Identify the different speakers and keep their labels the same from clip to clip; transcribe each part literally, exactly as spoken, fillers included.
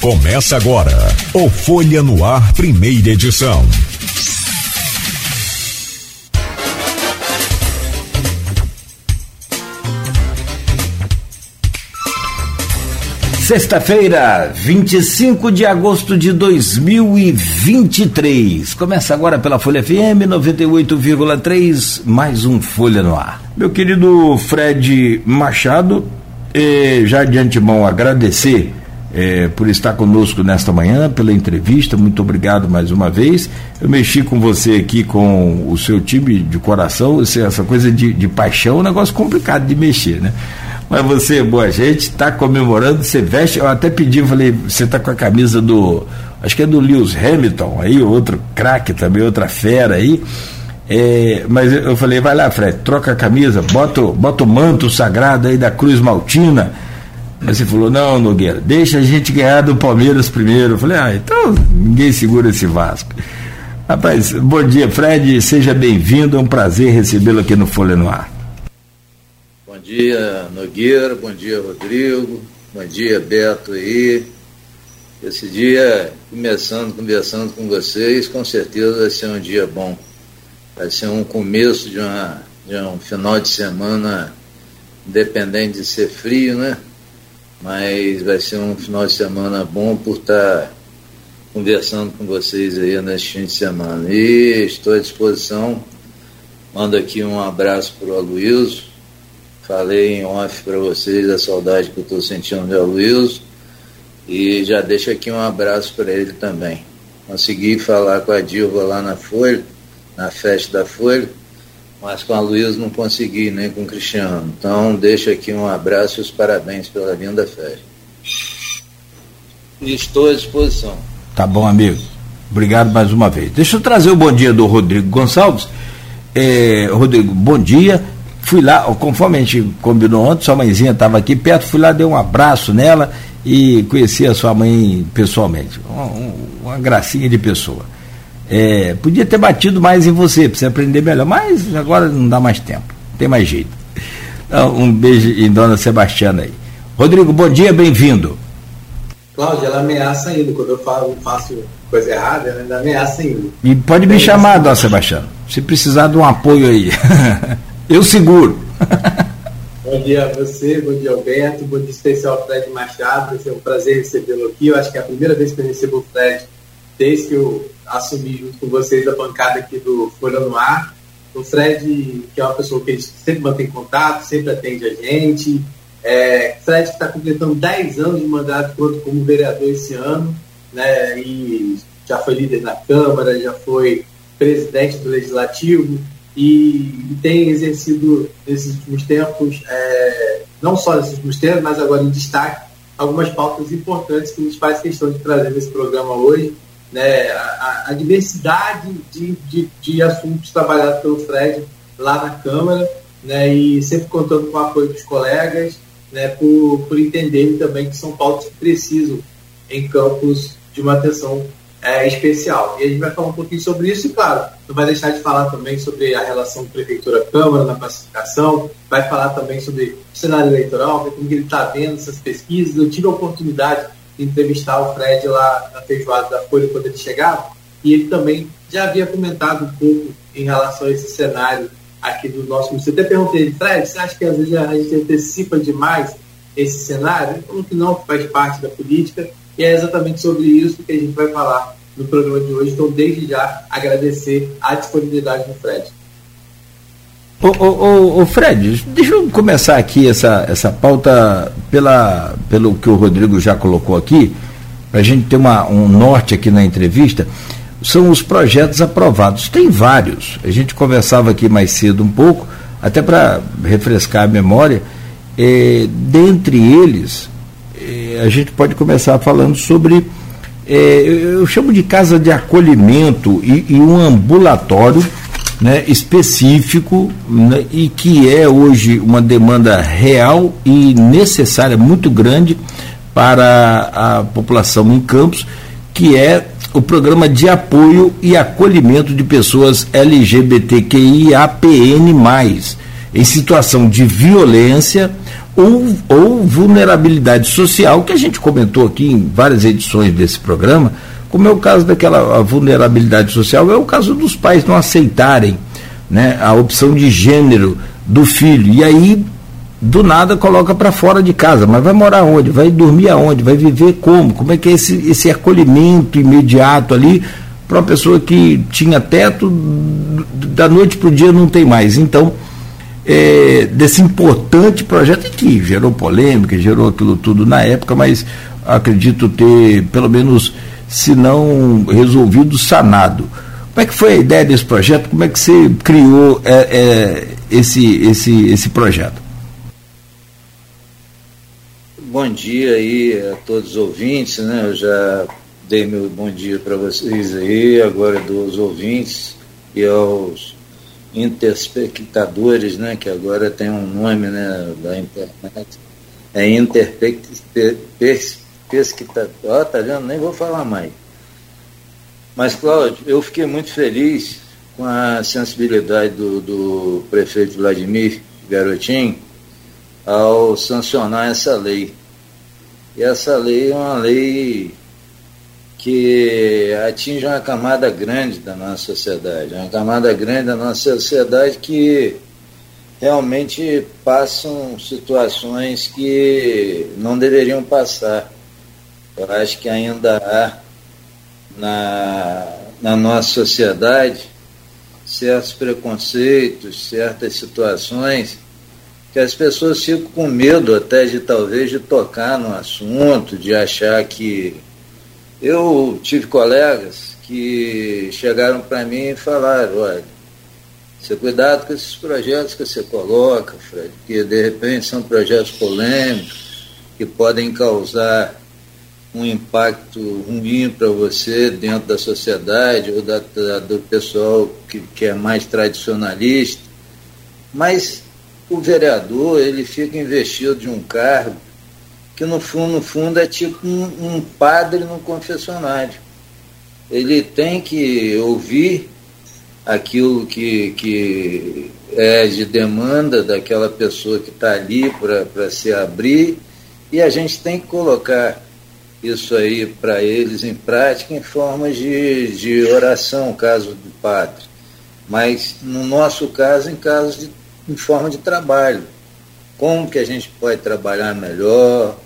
Speaker 1: Começa agora o Folha no Ar, primeira edição.
Speaker 2: Sexta-feira, vinte e cinco de agosto de dois mil e vinte e três. Começa agora pela Folha F M noventa e oito vírgula três, mais um Folha no Ar. Meu querido Fred Machado, eh, já de antemão agradecer eh, por estar conosco nesta manhã, pela entrevista, muito obrigado mais uma vez. Eu mexi com você aqui, com o seu time de coração, essa coisa de, de paixão é um negócio complicado de mexer, né? Mas você é boa gente, está comemorando, você veste, eu até pedi, falei, você está com a camisa do, acho que é do Lewis Hamilton, aí outro craque também, outra fera aí, é, mas eu falei, vai lá, Fred, troca a camisa, bota, bota o manto sagrado aí da Cruz Maltina. Mas você falou, não, Nogueira, deixa a gente ganhar do Palmeiras primeiro. Eu falei, ah, então ninguém segura esse Vasco. Rapaz, bom dia, Fred, seja bem-vindo, é um prazer recebê-lo aqui no Folha no Ar.
Speaker 3: Bom dia, Nogueira, bom dia, Rodrigo, bom dia, Beto aí. Esse dia, começando, conversando com vocês, com certeza vai ser um dia bom. Vai ser um começo de, uma, de um final de semana, independente de ser frio, né? Mas vai ser um final de semana bom por estar conversando com vocês aí neste fim de semana. E estou à disposição, mando aqui um abraço para o Aloysio. Falei em off para vocês a saudade que eu estou sentindo de Aloysio e já deixo aqui um abraço para ele também. Consegui falar com a Dilva lá na Folha, na festa da Folha, mas com a Aloysio não consegui, nem com o Cristiano. Então deixo aqui um abraço e os parabéns pela linda festa. E estou à disposição.
Speaker 2: Tá bom, amigo. Obrigado mais uma vez. Deixa eu trazer o bom dia do Rodrigo Gonçalves. É, Rodrigo, bom dia. Fui lá, conforme a gente combinou ontem, sua mãezinha estava aqui perto, fui lá, dei um abraço nela e conheci a sua mãe pessoalmente. Uma, uma gracinha de pessoa. É, podia ter batido mais em você, para você aprender melhor, mas agora não dá mais tempo, não tem mais jeito. Então, um beijo em Dona Sebastiana aí. Rodrigo, bom dia, bem-vindo.
Speaker 4: Cláudia, ela ameaça ainda, quando eu falo, faço coisa errada, ela ainda ameaça ainda.
Speaker 2: E pode me chamar, Dona Sebastiana, se precisar de um apoio aí. Eu seguro.
Speaker 4: Bom dia a você, bom dia Alberto, bom dia especial ao Fred Machado, vai ser um prazer recebê-lo aqui. Eu acho que é a primeira vez que eu recebo o Fred desde que eu assumi junto com vocês a bancada aqui do Folha no Ar. O Fred, que é uma pessoa que a gente sempre mantém contato, sempre atende a gente. É, Fred está completando dez anos de mandato como vereador esse ano, né, e já foi líder na Câmara, já foi presidente do Legislativo. E tem exercido nesses últimos tempos, é, não só nesses últimos tempos, mas agora em destaque, algumas pautas importantes que a gente faz questão de trazer nesse programa hoje, né? A, a diversidade de, de, de assuntos trabalhados pelo Fred lá na Câmara, né? E sempre contando com o apoio dos colegas, né? por, por entenderem também que são pautas que precisam em campos de uma atenção É, especial. E a gente vai falar um pouquinho sobre isso e, claro, não vai deixar de falar também sobre a relação Prefeitura-Câmara na pacificação, vai falar também sobre o cenário eleitoral, como ele está vendo essas pesquisas. Eu tive a oportunidade de entrevistar o Fred lá na feijoada da Folha quando ele chegava, e ele também já havia comentado um pouco em relação a esse cenário aqui do nosso município. Eu até perguntei, Fred, você acha que às vezes a gente antecipa demais esse cenário? Ele falou que não, que faz parte da política. E é exatamente sobre isso que a gente vai falar no programa de hoje. Então, desde já, agradecer a disponibilidade do Fred.
Speaker 2: Ô, ô, ô, ô Fred, deixa eu começar aqui essa, essa pauta pela, pelo que o Rodrigo já colocou aqui, para a gente ter uma, um norte aqui na entrevista. São os projetos aprovados. Tem vários. A gente conversava aqui mais cedo um pouco, até para refrescar a memória. É, dentre eles, a gente pode começar falando sobre, é, eu chamo de casa de acolhimento e, e um ambulatório, né, específico, né, e que é hoje uma demanda real e necessária, muito grande para a população em Campos, que é o programa de apoio e acolhimento de pessoas L G B T Q I A P N mais, em situação de violência ou, ou vulnerabilidade social, que a gente comentou aqui em várias edições desse programa, como é o caso daquela vulnerabilidade social, é o caso dos pais não aceitarem, né, a opção de gênero do filho, e aí do nada coloca para fora de casa, mas vai morar onde? Vai dormir aonde? Vai viver como? Como é que é esse, esse acolhimento imediato ali para uma pessoa que tinha teto, da noite para o dia não tem mais? Então, é, desse importante projeto que gerou polêmica, gerou aquilo tudo na época, mas acredito ter, pelo menos, se não resolvido, sanado. Como é que foi a ideia desse projeto? Como é que você criou é, é, esse, esse, esse projeto?
Speaker 3: Bom dia aí a todos os ouvintes, né? Eu já dei meu bom dia para vocês aí, agora dos ouvintes e aos interespectadores, né, que agora tem um nome, né, da internet, é interespectador, ó, tá vendo? Nem vou falar mais. Mas, Cláudio, eu fiquei muito feliz com a sensibilidade do, do prefeito Vladimir Garotinho ao sancionar essa lei. E essa lei é uma lei que atinge uma camada grande da nossa sociedade, uma camada grande da nossa sociedade que realmente passam situações que não deveriam passar. Eu acho que ainda há na, na nossa sociedade certos preconceitos, certas situações que as pessoas ficam com medo até de talvez de tocar no assunto, de achar que... Eu tive colegas que chegaram para mim e falaram, olha, você cuidado com esses projetos que você coloca, Fred, porque de repente são projetos polêmicos que podem causar um impacto ruim para você dentro da sociedade ou da, da, do pessoal que, que é mais tradicionalista. Mas o vereador, ele fica investido de um cargo que no fundo, no fundo é tipo um, um padre no confessionário. Ele tem que ouvir aquilo que, que é de demanda daquela pessoa que está ali para se abrir, e a gente tem que colocar isso aí para eles em prática em forma de, de oração, caso do padre. Mas, no nosso caso, em caso de, em forma de trabalho. Como que a gente pode trabalhar melhor?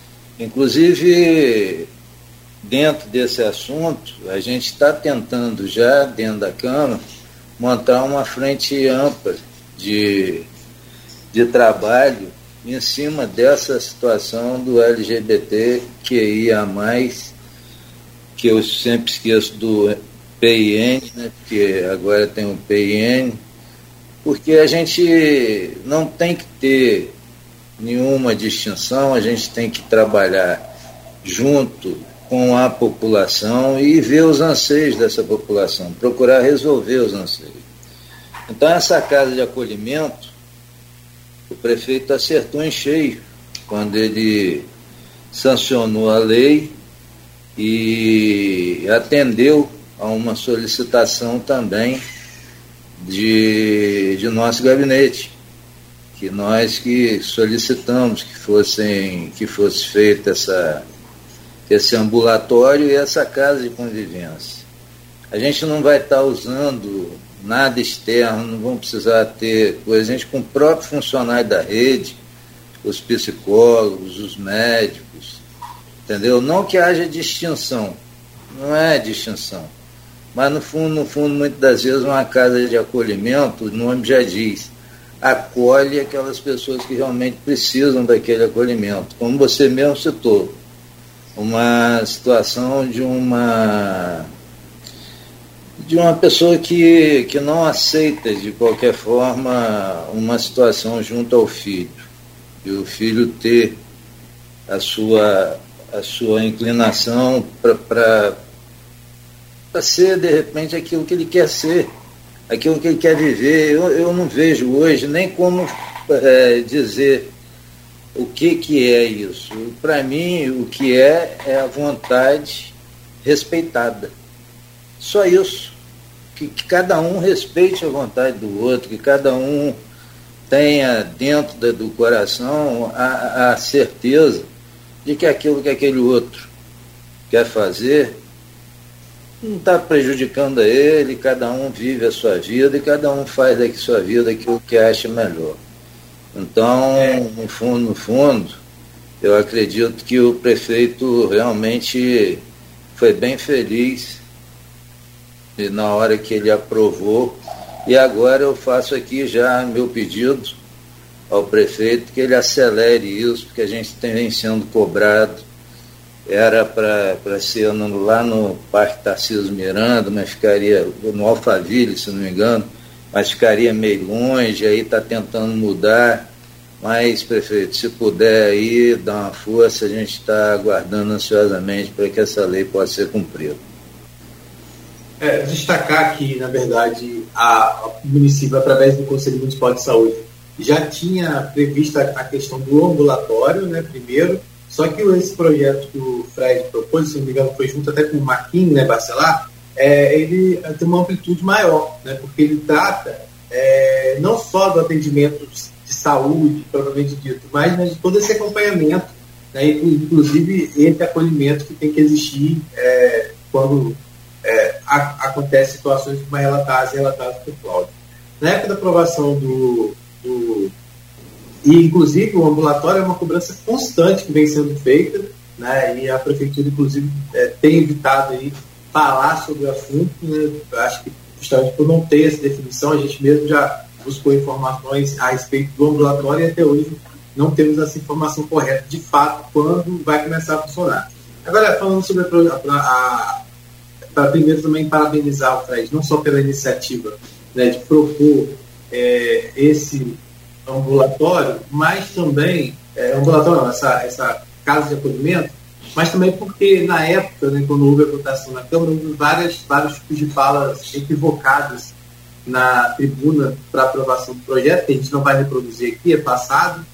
Speaker 3: Inclusive, dentro desse assunto, a gente está tentando já, dentro da Câmara, montar uma frente ampla de, de trabalho em cima dessa situação do L G B T Q I A mais, que eu sempre esqueço do P I N, né, porque agora tem o P I N, porque a gente não tem que ter nenhuma distinção, a gente tem que trabalhar junto com a população e ver os anseios dessa população, procurar resolver os anseios. Então, essa casa de acolhimento, o prefeito acertou em cheio quando ele sancionou a lei e atendeu a uma solicitação também de, de nosso gabinete, que nós que solicitamos que fossem, que fosse feito essa, esse ambulatório e essa casa de convivência. A gente não vai estar usando nada externo, não vamos precisar ter coisa, a gente com o próprio funcionário da rede, os psicólogos, os médicos, entendeu? Não que haja distinção, não é distinção, mas no fundo, no fundo, muitas das vezes uma casa de acolhimento, o nome já diz, acolhe aquelas pessoas que realmente precisam daquele acolhimento. Como você mesmo citou, uma situação de uma de uma pessoa que, que não aceita de qualquer forma uma situação junto ao filho, e o filho ter a sua, a sua inclinação para ser de repente aquilo que ele quer ser, aquilo que ele quer viver. Eu, eu não vejo hoje nem como é, dizer o que, que é isso. Para mim, o que é é a vontade respeitada. Só isso. Que, que cada um respeite a vontade do outro, que cada um tenha dentro de, do coração a, a certeza de que aquilo que aquele outro quer fazer não está prejudicando a ele, cada um vive a sua vida e cada um faz da sua vida aquilo que acha melhor. Então, no fundo, no fundo, eu acredito que o prefeito realmente foi bem feliz na hora que ele aprovou, e agora eu faço aqui já meu pedido ao prefeito que ele acelere isso, porque a gente tem sendo cobrado. Era para ser no, lá no Parque Tarcísio Miranda, mas ficaria no Alphaville, se não me engano, mas ficaria meio longe, aí está tentando mudar. Mas, prefeito, se puder aí dar uma força, a gente está aguardando ansiosamente para que essa lei possa ser cumprida.
Speaker 4: É, destacar que, na verdade, a, o município, através do Conselho Municipal de Saúde, já tinha previsto a, a questão do ambulatório, né, primeiro, só que esse projeto que o Fred propôs, se não me engano, foi junto até com o Marquinhos, né, Bacelar, é, ele tem uma amplitude maior, né, porque ele trata é, não só do atendimento de saúde, provavelmente dito, mas né, de todo esse acompanhamento, né, inclusive esse acolhimento que tem que existir é, quando é, a, acontece situações como relatadas e relatadas por Cláudio. Na época da aprovação do, do e inclusive o ambulatório é uma cobrança constante que vem sendo feita, né, e a prefeitura inclusive é, tem evitado aí falar sobre o assunto, né, acho que justamente por não ter essa definição, a gente mesmo já buscou informações a respeito do ambulatório e até hoje não temos essa informação correta de fato quando vai começar a funcionar. Agora, falando sobre a, a, para primeiro também parabenizar o Fred, não só pela iniciativa, né, de propor é, esse ambulatório, mas também, é, ambulatório não, essa, essa casa de acolhimento, mas também porque na época, né, quando houve a votação na Câmara, houve várias, vários tipos de falas equivocadas na tribuna para aprovação do projeto, que a gente não vai reproduzir aqui, é passado,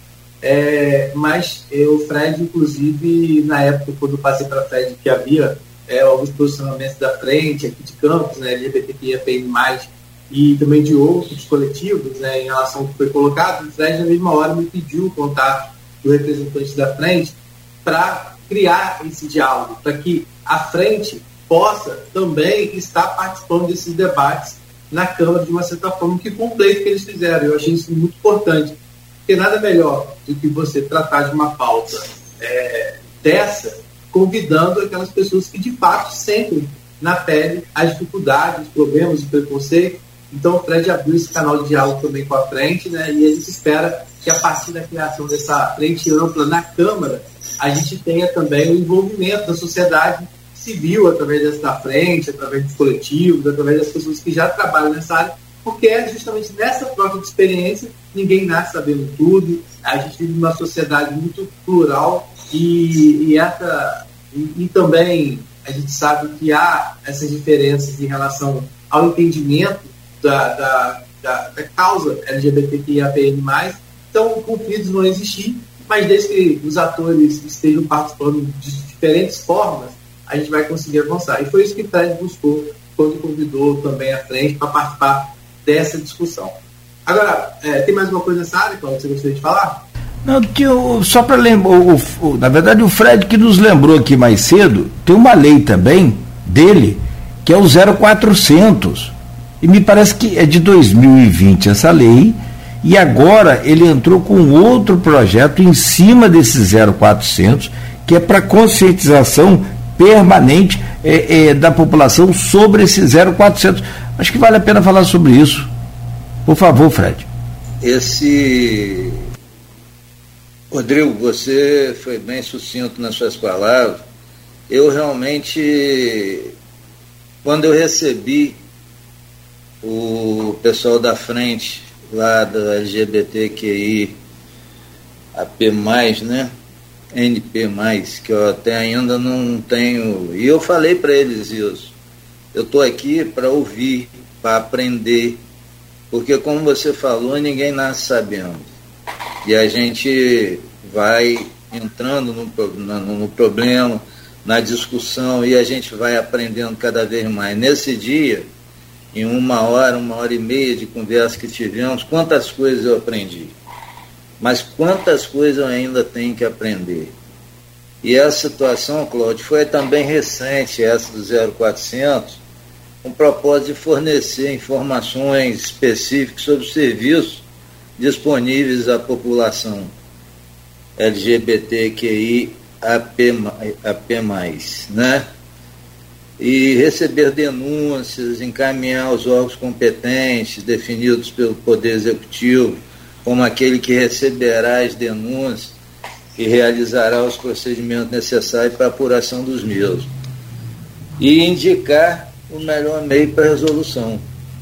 Speaker 4: é, mas é, o Fred, inclusive, na época, quando eu passei para o Fred, que havia é, alguns posicionamentos da frente, aqui de Campos, né, L G B T Q I A P N mais, e também de outros coletivos, né, em relação ao que foi colocado, o Fred, na mesma hora, me pediu o contato do representante da frente para criar esse diálogo, para que a frente possa também estar participando desses debates na Câmara, de uma certa forma, que completo que eles fizeram. Eu achei isso muito importante, porque nada melhor do que você tratar de uma pauta é, dessa, convidando aquelas pessoas que, de fato, sentem na pele as dificuldades, os problemas, o preconceito. Então, o Fred abriu esse canal de diálogo também com a frente, né, e a gente espera que, a partir da criação dessa frente ampla na Câmara, a gente tenha também o envolvimento da sociedade civil, através dessa frente, através dos coletivos, através das pessoas que já trabalham nessa área, porque é justamente nessa troca de experiência, ninguém nasce sabendo tudo, a gente vive numa sociedade muito plural e, e, essa, e, e também a gente sabe que há essas diferenças em relação ao entendimento da, da, da, da causa L G B T Q I A P N mais, então conflitos vão existir, mas desde que os atores estejam participando de diferentes formas, a gente vai conseguir avançar. E foi isso que o Fred buscou quando convidou também a frente para participar dessa discussão. Agora, é, tem mais uma coisa nessa área, Cláudio, que você gostaria de falar?
Speaker 2: Não, tio, só para lembrar, o, o, na verdade o Fred que nos lembrou aqui mais cedo, tem uma lei também dele, que é o zero quatrocentos, e me parece que é de dois mil e vinte essa lei, e agora ele entrou com outro projeto em cima desse zero quatrocentos, que é para conscientização permanente é, é, da população sobre esse zero quatrocentos. Acho que vale a pena falar sobre isso. Por favor, Fred.
Speaker 3: Esse... Rodrigo, você foi bem sucinto nas suas palavras. Eu realmente, quando eu recebi o pessoal da frente, lá da L G B T Q I A P mais, né? N P mais, que eu até ainda não tenho, e eu falei para eles isso, eu estou aqui para ouvir, para aprender, porque como você falou, ninguém nasce sabendo, e a gente vai entrando no, no, no problema, na discussão, e a gente vai aprendendo cada vez mais. Nesse dia, em uma hora, uma hora e meia de conversa que tivemos, quantas coisas eu aprendi. Mas quantas coisas eu ainda tenho que aprender. E essa situação, Cláudio, foi também recente, essa do zero quatrocentos, com o propósito de fornecer informações específicas sobre os serviços disponíveis à população L G B T Q I A P mais, né? E receber denúncias, encaminhar aos órgãos competentes, definidos pelo Poder Executivo, como aquele que receberá as denúncias e realizará os procedimentos necessários para a apuração dos mesmos. E indicar o melhor meio para a resolução.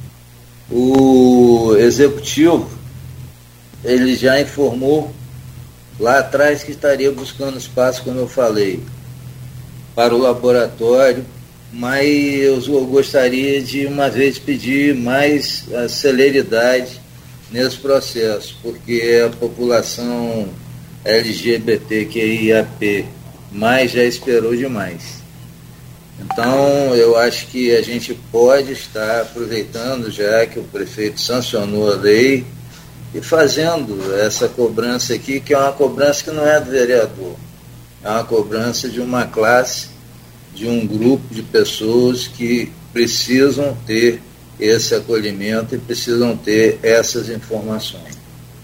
Speaker 3: O Executivo, ele já informou lá atrás que estaria buscando espaço, como eu falei, para o laboratório, mas eu gostaria de uma vez pedir mais a celeridade nesse processo, porque a população L G B T Q I A P mais já esperou demais. Então, eu acho que a gente pode estar aproveitando, já que o prefeito sancionou a lei, e fazendo essa cobrança aqui, que é uma cobrança que não é do vereador, é uma cobrança de uma classe, de um grupo de pessoas que precisam ter esse acolhimento e precisam ter essas informações.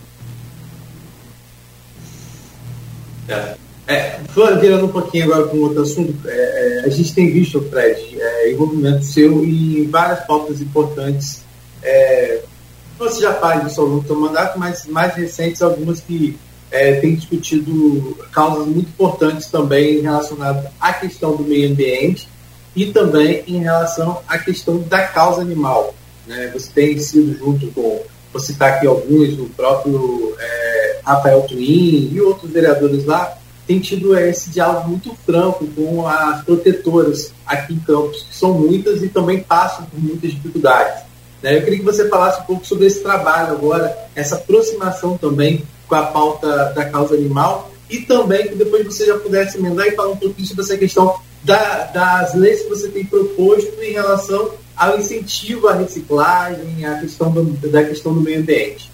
Speaker 4: É, é, virando um pouquinho agora para um outro assunto, é, é, a gente tem visto, Fred, é, envolvimento seu em várias pautas importantes. É, você já faz do seu longo mandato, mas mais recentes, algumas que é, têm discutido causas muito importantes também relacionadas à questão do meio ambiente e também em relação à questão da causa animal, né? Você tem sido junto com, vou citar aqui alguns, o próprio é, Rafael Twin e outros vereadores lá, tem tido esse diálogo muito franco com as protetoras aqui em Campos, que são muitas e também passam por muitas dificuldades. Eu queria que você falasse um pouco sobre esse trabalho agora, essa aproximação também com a pauta da causa animal, e também que depois você já pudesse emendar e falar um pouquinho sobre essa questão da, das leis que você tem proposto em relação ao incentivo à reciclagem, à questão do, da questão do meio ambiente.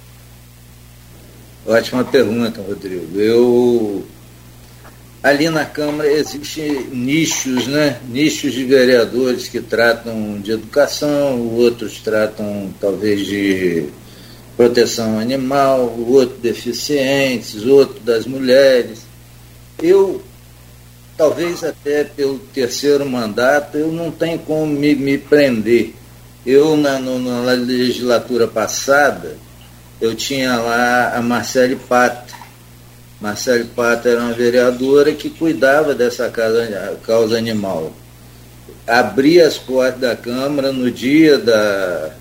Speaker 3: Ótima pergunta, Rodrigo. Eu... Ali na Câmara existem nichos, né? Nichos de vereadores que tratam de educação, outros tratam talvez de proteção animal, outros deficientes, outros das mulheres. Eu, talvez até pelo terceiro mandato, eu não tenho como me, me prender. Eu, na, no, na legislatura passada, eu tinha lá a Marcele Pata. Marcele Pata era uma vereadora que cuidava dessa causa, causa animal. Abria as portas da Câmara no dia da,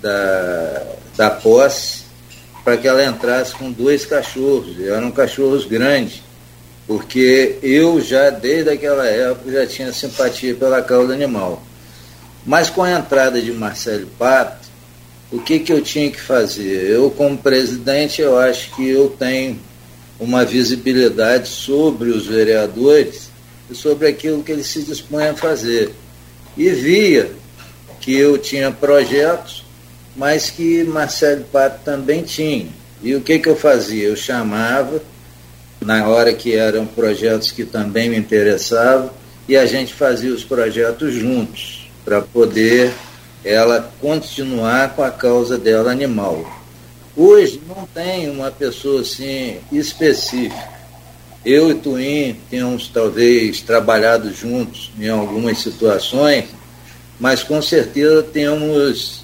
Speaker 3: da, da posse para que ela entrasse com dois cachorros. Eram cachorros grandes, porque eu já, desde aquela época, já tinha simpatia pela causa animal. Mas com a entrada de Marcele Pata, o que, que eu tinha que fazer? Eu, como presidente, eu acho que eu tenho uma visibilidade sobre os vereadores e sobre aquilo que eles se dispõem a fazer. E via que eu tinha projetos, mas que Marcelo Pato também tinha. E o que, que eu fazia? Eu chamava, na hora que eram projetos que também me interessavam, e a gente fazia os projetos juntos, para poder ela continuar com a causa dela animal. Hoje não tem uma pessoa assim específica. Eu e Twin temos talvez trabalhado juntos em algumas situações, mas com certeza temos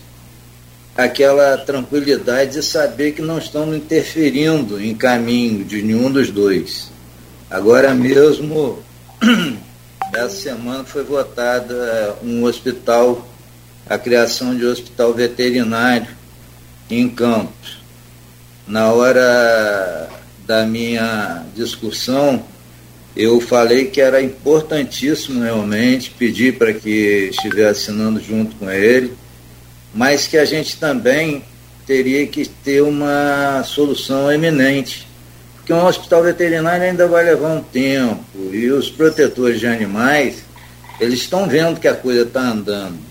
Speaker 3: aquela tranquilidade de saber que não estamos interferindo em caminho de nenhum dos dois. Agora mesmo, essa semana foi votada um hospital, a criação de um hospital veterinário em Campos. Na hora da minha discussão, eu falei que era importantíssimo realmente pedir para que estivesse assinando junto com ele, mas que a gente também teria que ter uma solução eminente, porque um hospital veterinário ainda vai levar um tempo, e os protetores de animais, eles estão vendo que a coisa está andando.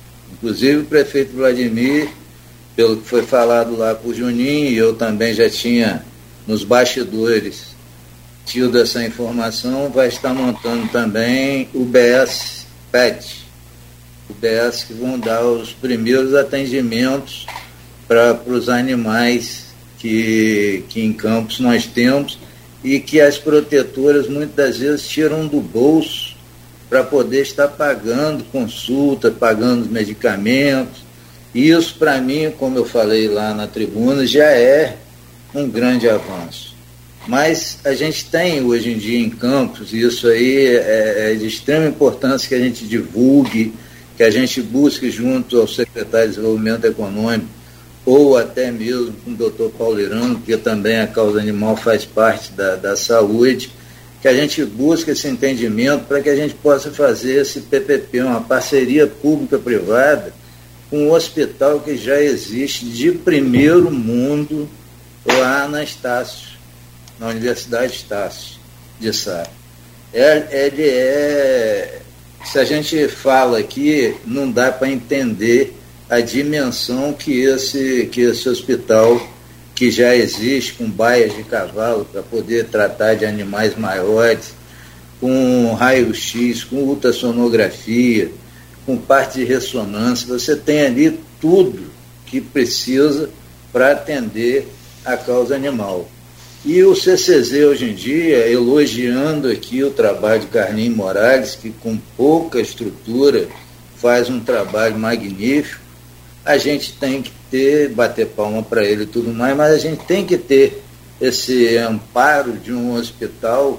Speaker 3: Inclusive o prefeito Vladimir, pelo que foi falado lá por Juninho, e eu também já tinha nos bastidores tido essa informação, vai estar montando também o B S Pet, o B S que vão dar os primeiros atendimentos para os animais que, que em Campos nós temos e que as protetoras muitas das vezes tiram do bolso para poder estar pagando consulta, pagando os medicamentos. Isso, para mim, como eu falei lá na tribuna, já é um grande avanço. Mas a gente tem hoje em dia em Campos, e isso aí é, é de extrema importância que a gente divulgue, que a gente busque junto ao secretário de Desenvolvimento Econômico, ou até mesmo com o doutor Paulo Irano, porque também a causa animal faz parte da, da saúde, que a gente busque esse entendimento para que a gente possa fazer esse P P P, uma parceria pública-privada, com um hospital que já existe de primeiro mundo lá na Estácio, na Universidade Estácio de Sá. É, ele é, se a gente fala aqui, não dá para entender a dimensão que esse, que esse hospital, que já existe, com baias de cavalo para poder tratar de animais maiores, com raio-x, com ultrassonografia, com parte de ressonância, você tem ali tudo que precisa para atender a causa animal. E o C C Z hoje em dia, elogiando aqui o trabalho de Carlinhos Morales, que com pouca estrutura faz um trabalho magnífico, a gente tem que ter, bater palma para ele e tudo mais, mas a gente tem que ter esse amparo de um hospital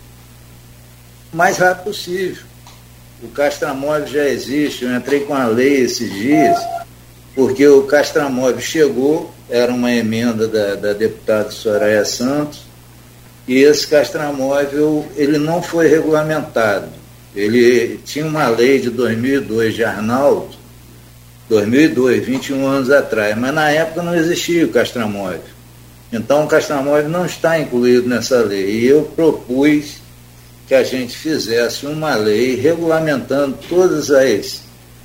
Speaker 3: o mais rápido possível. O castramóvel já existe, eu entrei com a lei esses dias, porque o castramóvel chegou, era uma emenda da, da deputada Soraya Santos, e esse castramóvel ele não foi regulamentado. Ele tinha uma lei de dois mil e dois de Arnaldo, dois mil e dois, vinte e um anos atrás, mas na época não existia o castramóvel. Então o castramóvel não está incluído nessa lei. E eu propus que a gente fizesse uma lei regulamentando todas as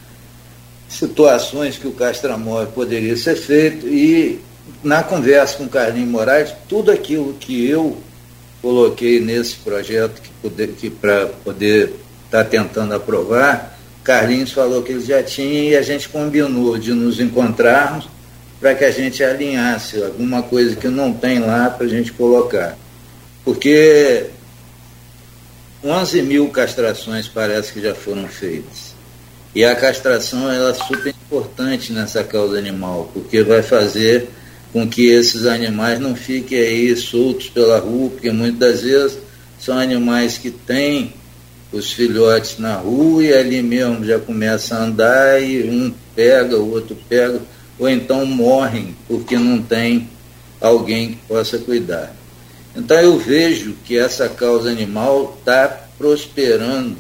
Speaker 3: situações que o castramóvel poderia ser feito, e na conversa com o Carlinhos Moraes, tudo aquilo que eu coloquei nesse projeto que, poder, que para poder estar tá tentando aprovar, Carlinhos falou que ele já tinha, e a gente combinou de nos encontrarmos para que a gente alinhasse alguma coisa que não tem lá para a gente colocar. Porque onze mil castrações parece que já foram feitas. E a castração ela é super importante nessa causa animal, porque vai fazer com que esses animais não fiquem aí soltos pela rua, porque muitas das vezes são animais que têm os filhotes na rua e ali mesmo já começa a andar e um pega, o outro pega, ou então morrem porque não tem alguém que possa cuidar. Então eu vejo que essa causa animal está prosperando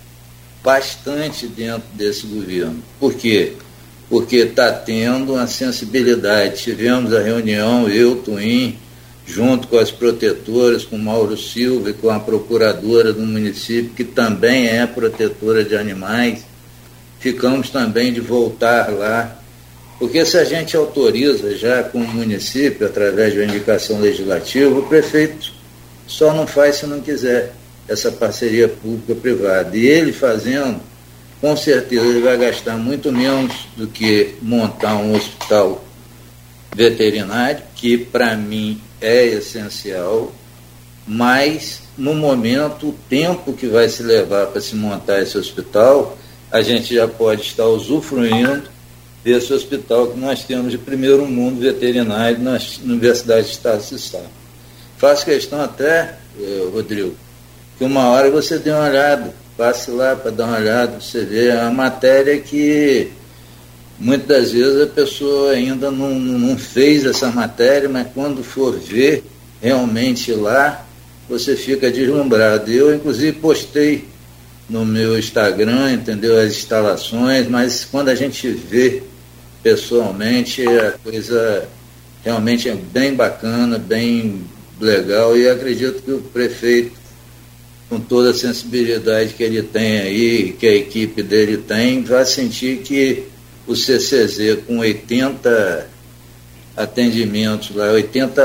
Speaker 3: bastante dentro desse governo. Por quê? Porque está tendo uma sensibilidade. Tivemos a reunião, eu, Twin, junto com as protetoras, com Mauro Silva e com a procuradora do município, que também é protetora de animais. Ficamos também de voltar lá, porque se a gente autoriza já com o município, através de uma indicação legislativa, o prefeito só não faz se não quiser essa parceria pública-privada. E ele fazendo, com certeza ele vai gastar muito menos do que montar um hospital veterinário, que para mim é essencial, mas no momento, o tempo que vai se levar para se montar esse hospital, a gente já pode estar usufruindo desse hospital que nós temos de primeiro mundo veterinário na Universidade de Estado de Sá. Faço questão até, eh, Rodrigo, que uma hora você dê uma olhada, passe lá para dar uma olhada, você vê a matéria que muitas das vezes a pessoa ainda não, não fez essa matéria, mas quando for ver realmente lá, você fica deslumbrado. Eu, inclusive, postei no meu Instagram, entendeu, as instalações, mas quando a gente vê pessoalmente, a coisa realmente é bem bacana, bem legal, e acredito que o prefeito, com toda a sensibilidade que ele tem aí, que a equipe dele tem, vai sentir que o C C Z com oitenta atendimentos lá, oitenta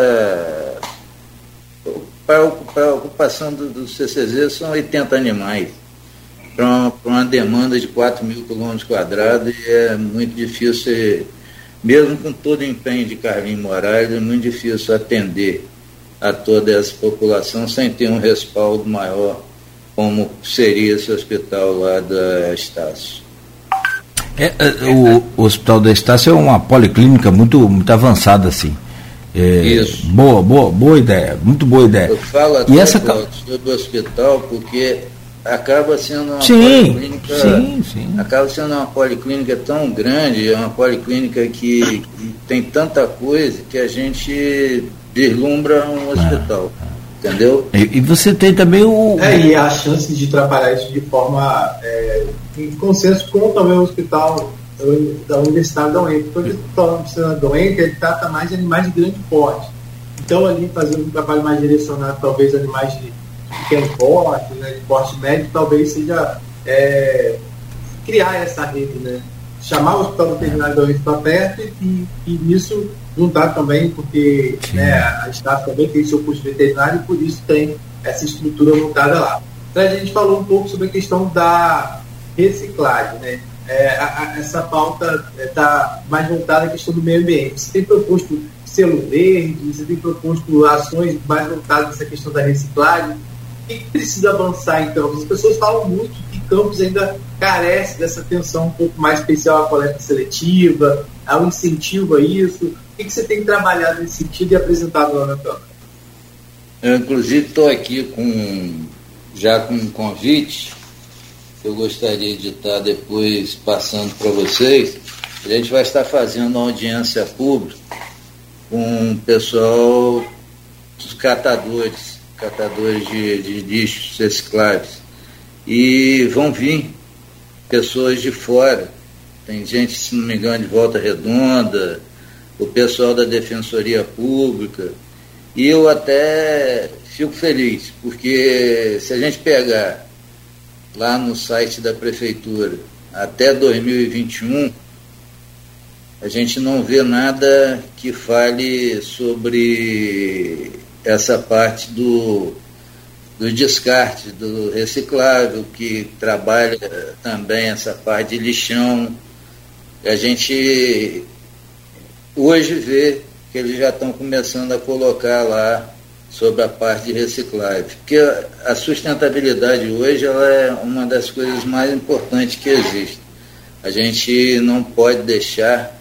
Speaker 3: para a ocupação do, do C C Z são oitenta animais para uma, uma demanda de quatro mil quilômetros quadrados, e é muito difícil, mesmo com todo o empenho de Carlinhos Moraes, é muito difícil atender a toda essa população sem ter um respaldo maior, como seria esse hospital lá da Estácio.
Speaker 2: É, é, o, o hospital da Estácio é uma policlínica muito, muito avançada, assim. É,
Speaker 3: Isso.
Speaker 2: Boa, boa, boa ideia, muito boa ideia.
Speaker 3: Eu falo até
Speaker 2: e essa...
Speaker 3: sobre o hospital porque acaba sendo uma
Speaker 2: sim,
Speaker 3: policlínica.
Speaker 2: Sim, sim.
Speaker 3: Acaba sendo uma policlínica tão grande, é uma policlínica que, que tem tanta coisa que a gente vislumbra um hospital. Ah. Entendeu?
Speaker 2: E, e você tem também o...
Speaker 4: É, e a chance de trabalhar isso de forma é, em consenso com também o hospital da Universidade da U E M. Porque o hospital da U E M, ele trata mais de animais de grande porte. Então, ali, fazendo um trabalho mais direcionado, talvez, animais de pequeno porte, né, de porte médio, talvez seja é, criar essa rede, né? Chamar o hospital veterinário da U E M para perto e, e nisso juntar também, porque né, a Estácio também tem seu curso veterinário e por isso tem essa estrutura montada lá. Então a gente falou um pouco sobre a questão da reciclagem, né? É, a, a, essa pauta está é, mais voltada à questão do meio ambiente. Você tem proposto selo verde, você tem proposto ações mais voltadas a essa questão da reciclagem. O que precisa avançar então? As pessoas falam muito que Campos ainda carece dessa atenção um pouco mais especial à coleta seletiva, ao incentivo a isso. O que você tem trabalhado nesse sentido e apresentado lá na Câmara?
Speaker 3: Eu, inclusive, estou aqui com, já com um convite que eu gostaria de estar depois passando para vocês. A gente vai estar fazendo uma audiência pública com o pessoal dos catadores, catadores de, de lixos recicláveis. E vão vir pessoas de fora. Tem gente, se não me engano, de Volta Redonda, o pessoal da Defensoria Pública, e eu até fico feliz, porque se a gente pegar lá no site da Prefeitura até dois mil e vinte e um, a gente não vê nada que fale sobre essa parte do, do descarte, do reciclável, que trabalha também essa parte de lixão. A gente hoje vê que eles já estão começando a colocar lá sobre a parte de reciclagem, porque a sustentabilidade hoje ela é uma das coisas mais importantes que existe. A gente não pode deixar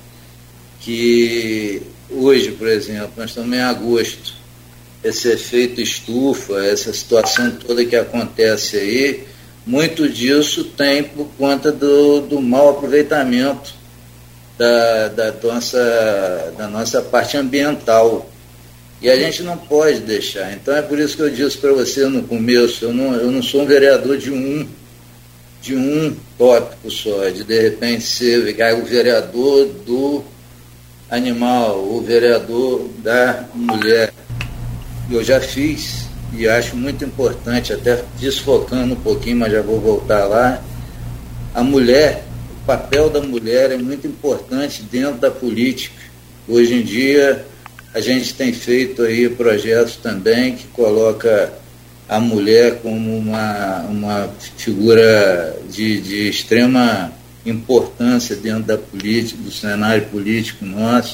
Speaker 3: que hoje, por exemplo, nós estamos em agosto, esse efeito estufa, essa situação toda que acontece aí, muito disso tem por conta do, do mau aproveitamento Da, da, nossa, da nossa parte ambiental. E a gente não pode deixar. Então é por isso que eu disse para você no começo, eu não, eu não sou um vereador de um, de um tópico só, de de repente ser o vereador do animal, o vereador da mulher. Eu já fiz, e acho muito importante, até desfocando um pouquinho, mas já vou voltar lá, a mulher. O papel da mulher é muito importante dentro da política. Hoje em dia, a gente tem feito aí projetos também que coloca a mulher como uma, uma figura de, de extrema importância dentro da política, do cenário político nosso,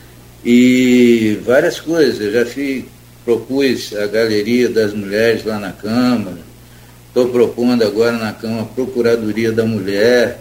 Speaker 3: e várias coisas. Eu já fiz, propus a Galeria das Mulheres lá na Câmara, estou propondo agora na Câmara a Procuradoria da Mulher.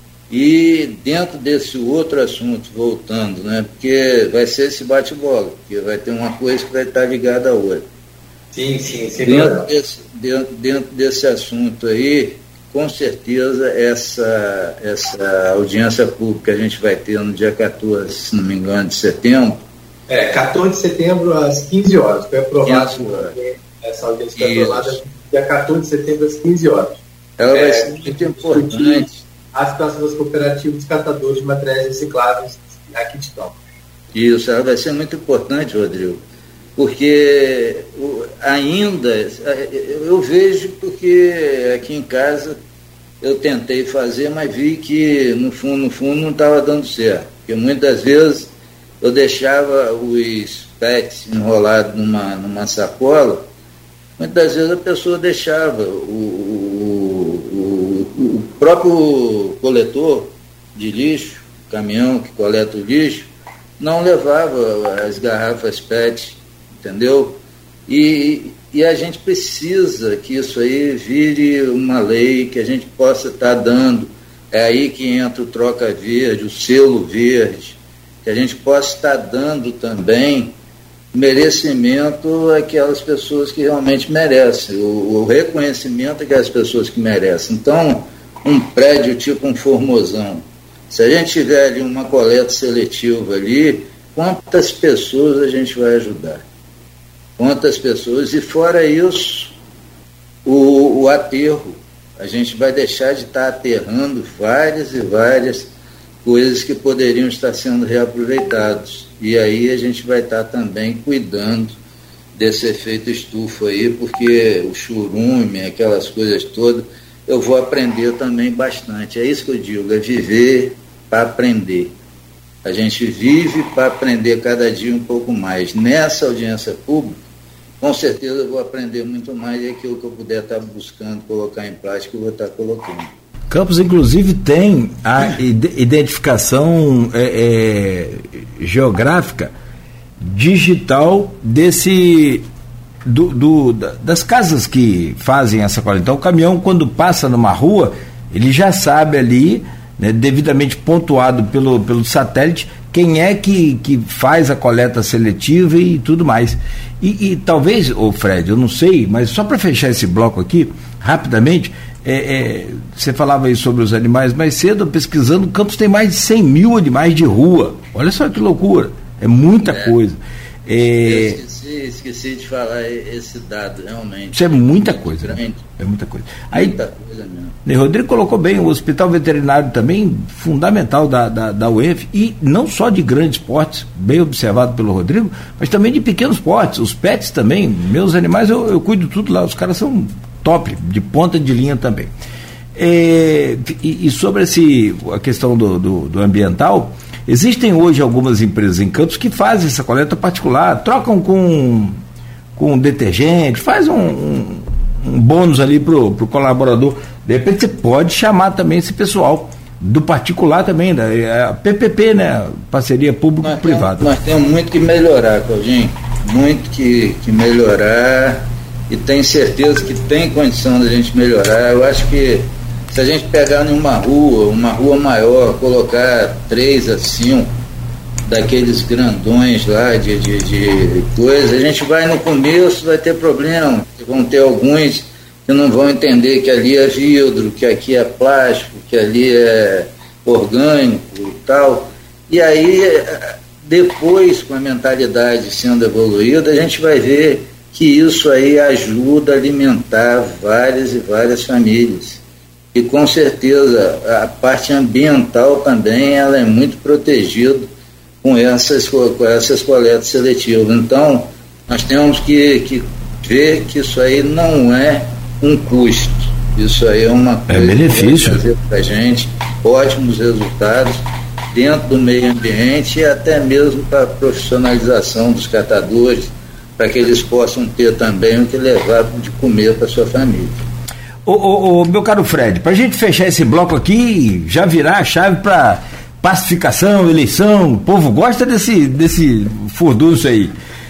Speaker 3: E dentro desse outro assunto, voltando, né, porque vai ser esse bate-bola, porque vai ter uma coisa que vai estar ligada à outra.
Speaker 4: Sim, sim, sim.
Speaker 3: Dentro desse, dentro, dentro desse assunto aí, com certeza, essa, essa audiência pública que a gente vai ter no dia quatorze, se não me engano, de setembro.
Speaker 4: É, quatorze de setembro às quinze horas, foi aprovado essa audiência foi aprovada dia quatorze de setembro às quinze horas.
Speaker 3: Ela vai
Speaker 4: é,
Speaker 3: ser muito importante.
Speaker 4: A situação das cooperativas dos catadores de materiais recicláveis aqui de Campos.
Speaker 3: Isso, ela vai ser muito importante, Rodrigo, porque ainda, eu vejo porque aqui em casa eu tentei fazer, mas vi que no fundo, no fundo não estava dando certo, porque muitas vezes eu deixava os pets enrolados numa, numa sacola, muitas vezes a pessoa deixava, o, o, o, o próprio coletor de lixo, caminhão que coleta o lixo, não levava as garrafas pet, entendeu? E, e a gente precisa que isso aí vire uma lei, que a gente possa estar dando, é aí que entra o troca verde, o selo verde, que a gente possa estar dando também merecimento àquelas pessoas que realmente merecem, o, o reconhecimento àquelas pessoas que merecem. Então, um prédio tipo um Formosão, se a gente tiver ali uma coleta seletiva ali, quantas pessoas a gente vai ajudar? Quantas pessoas? E fora isso, o, o aterro, a gente vai deixar de estar aterrando várias e várias coisas que poderiam estar sendo reaproveitados. E aí a gente vai estar também cuidando desse efeito estufa aí, porque o churume, aquelas coisas todas, eu vou aprender também bastante. É isso que eu digo, é viver para aprender. A gente vive para aprender cada dia um pouco mais. Nessa audiência pública, com certeza eu vou aprender muito mais, e aquilo que eu puder estar buscando colocar em prática, eu vou estar colocando.
Speaker 2: Campos, inclusive, tem a identificação é, é, geográfica digital desse do, do, das casas que fazem essa coleta. Então, o caminhão, quando passa numa rua, ele já sabe ali, né, devidamente pontuado pelo, pelo satélite, quem é que, que faz a coleta seletiva e tudo mais. E, e talvez, ô Fred, eu não sei, mas só para fechar esse bloco aqui, rapidamente, É, é, você falava aí sobre os animais mais cedo, pesquisando, Campos tem mais de cem mil animais de rua. Olha só que loucura, é muita é. coisa. É,
Speaker 3: eu esqueci, esqueci de falar esse dado, realmente.
Speaker 2: Isso é muita coisa, né? É muita coisa. Aí,
Speaker 3: muita coisa mesmo.
Speaker 2: O Rodrigo colocou bem, o hospital veterinário também, fundamental da, da, da U E F, e não só de grandes portes, bem observado pelo Rodrigo, mas também de pequenos portes, os pets também, meus animais eu, eu cuido tudo lá, os caras são top, de ponta de linha também. É, e, e sobre esse, a questão do, do, do ambiental, existem hoje algumas empresas em Campos que fazem essa coleta particular, trocam com, com detergente, faz um, um, um bônus ali pro, pro colaborador. De repente você pode chamar também esse pessoal do particular também, da a P P P, né? Parceria público-privada.
Speaker 3: Nós, nós temos muito que melhorar, Claudinho, muito que, que melhorar. E tenho certeza que tem condição da gente melhorar. Eu acho que se a gente pegar numa rua, uma rua maior, colocar três a cinco daqueles grandões lá de, de, de coisa, a gente vai no começo, vai ter problema. Vão ter alguns que não vão entender que ali é vidro, que aqui é plástico, que ali é orgânico e tal. E aí, depois, com a mentalidade sendo evoluída, a gente vai ver que isso aí ajuda a alimentar várias e várias famílias. E com certeza a parte ambiental também ela é muito protegida com essas, com essas coletas seletivas. Então, nós temos que, que ver que isso aí não é um custo. Isso aí é uma coisa
Speaker 2: é benefício.
Speaker 3: Que vai trazer para a gente ótimos resultados dentro do meio ambiente e até mesmo para a profissionalização dos catadores, para que eles possam ter também o que levar de comer para sua família.
Speaker 2: Ô, ô, ô, meu caro Fred, para a gente fechar esse bloco aqui, já virar a chave para pacificação, eleição, o povo gosta desse, desse furdunço aí.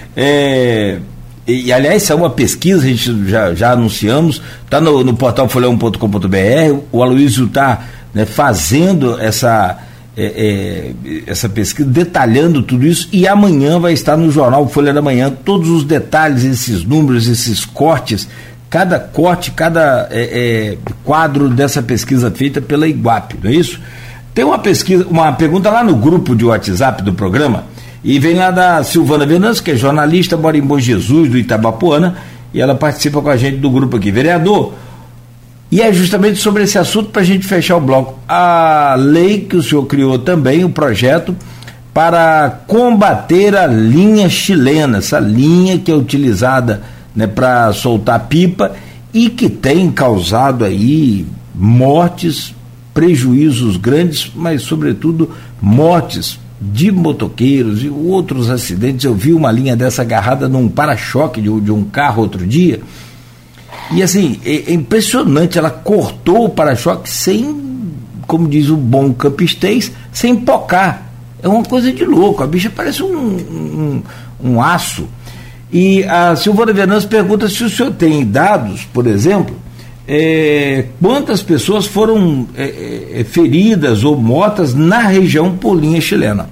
Speaker 2: É, e, e, aliás, isso é uma pesquisa, a gente já, já anunciamos, está no, no portal folha um ponto com ponto b r, o Aloysio está, né, fazendo essa... É, é, essa pesquisa, detalhando tudo isso, e amanhã vai estar no jornal Folha da Manhã todos os detalhes, esses números, esses cortes, cada corte, cada é, é, quadro dessa pesquisa feita pela Iguape, não é isso? Tem uma pesquisa, uma pergunta lá no grupo de WhatsApp do programa, e vem lá da Silvana Venâncio, que é jornalista, mora em Bom Jesus, do Itabapoana, e ela participa com a gente do grupo aqui. Vereador, e é justamente sobre esse assunto para a gente fechar o bloco. A lei que o senhor criou também, o projeto para combater a linha chilena, essa linha que é utilizada, né, para soltar pipa e que tem causado aí mortes, prejuízos grandes, mas sobretudo mortes de motoqueiros e outros acidentes. Eu vi uma linha dessa agarrada num para-choque de, de um carro outro dia, e assim, é, é impressionante, ela cortou o para-choque sem, como diz o bom campistês, sem pocar. É uma coisa de louco, a bicha parece um, um, um aço. E a Silvana Venâncio pergunta se o senhor tem dados, por exemplo, é, quantas pessoas foram é, é, feridas ou mortas na região por linha chilena.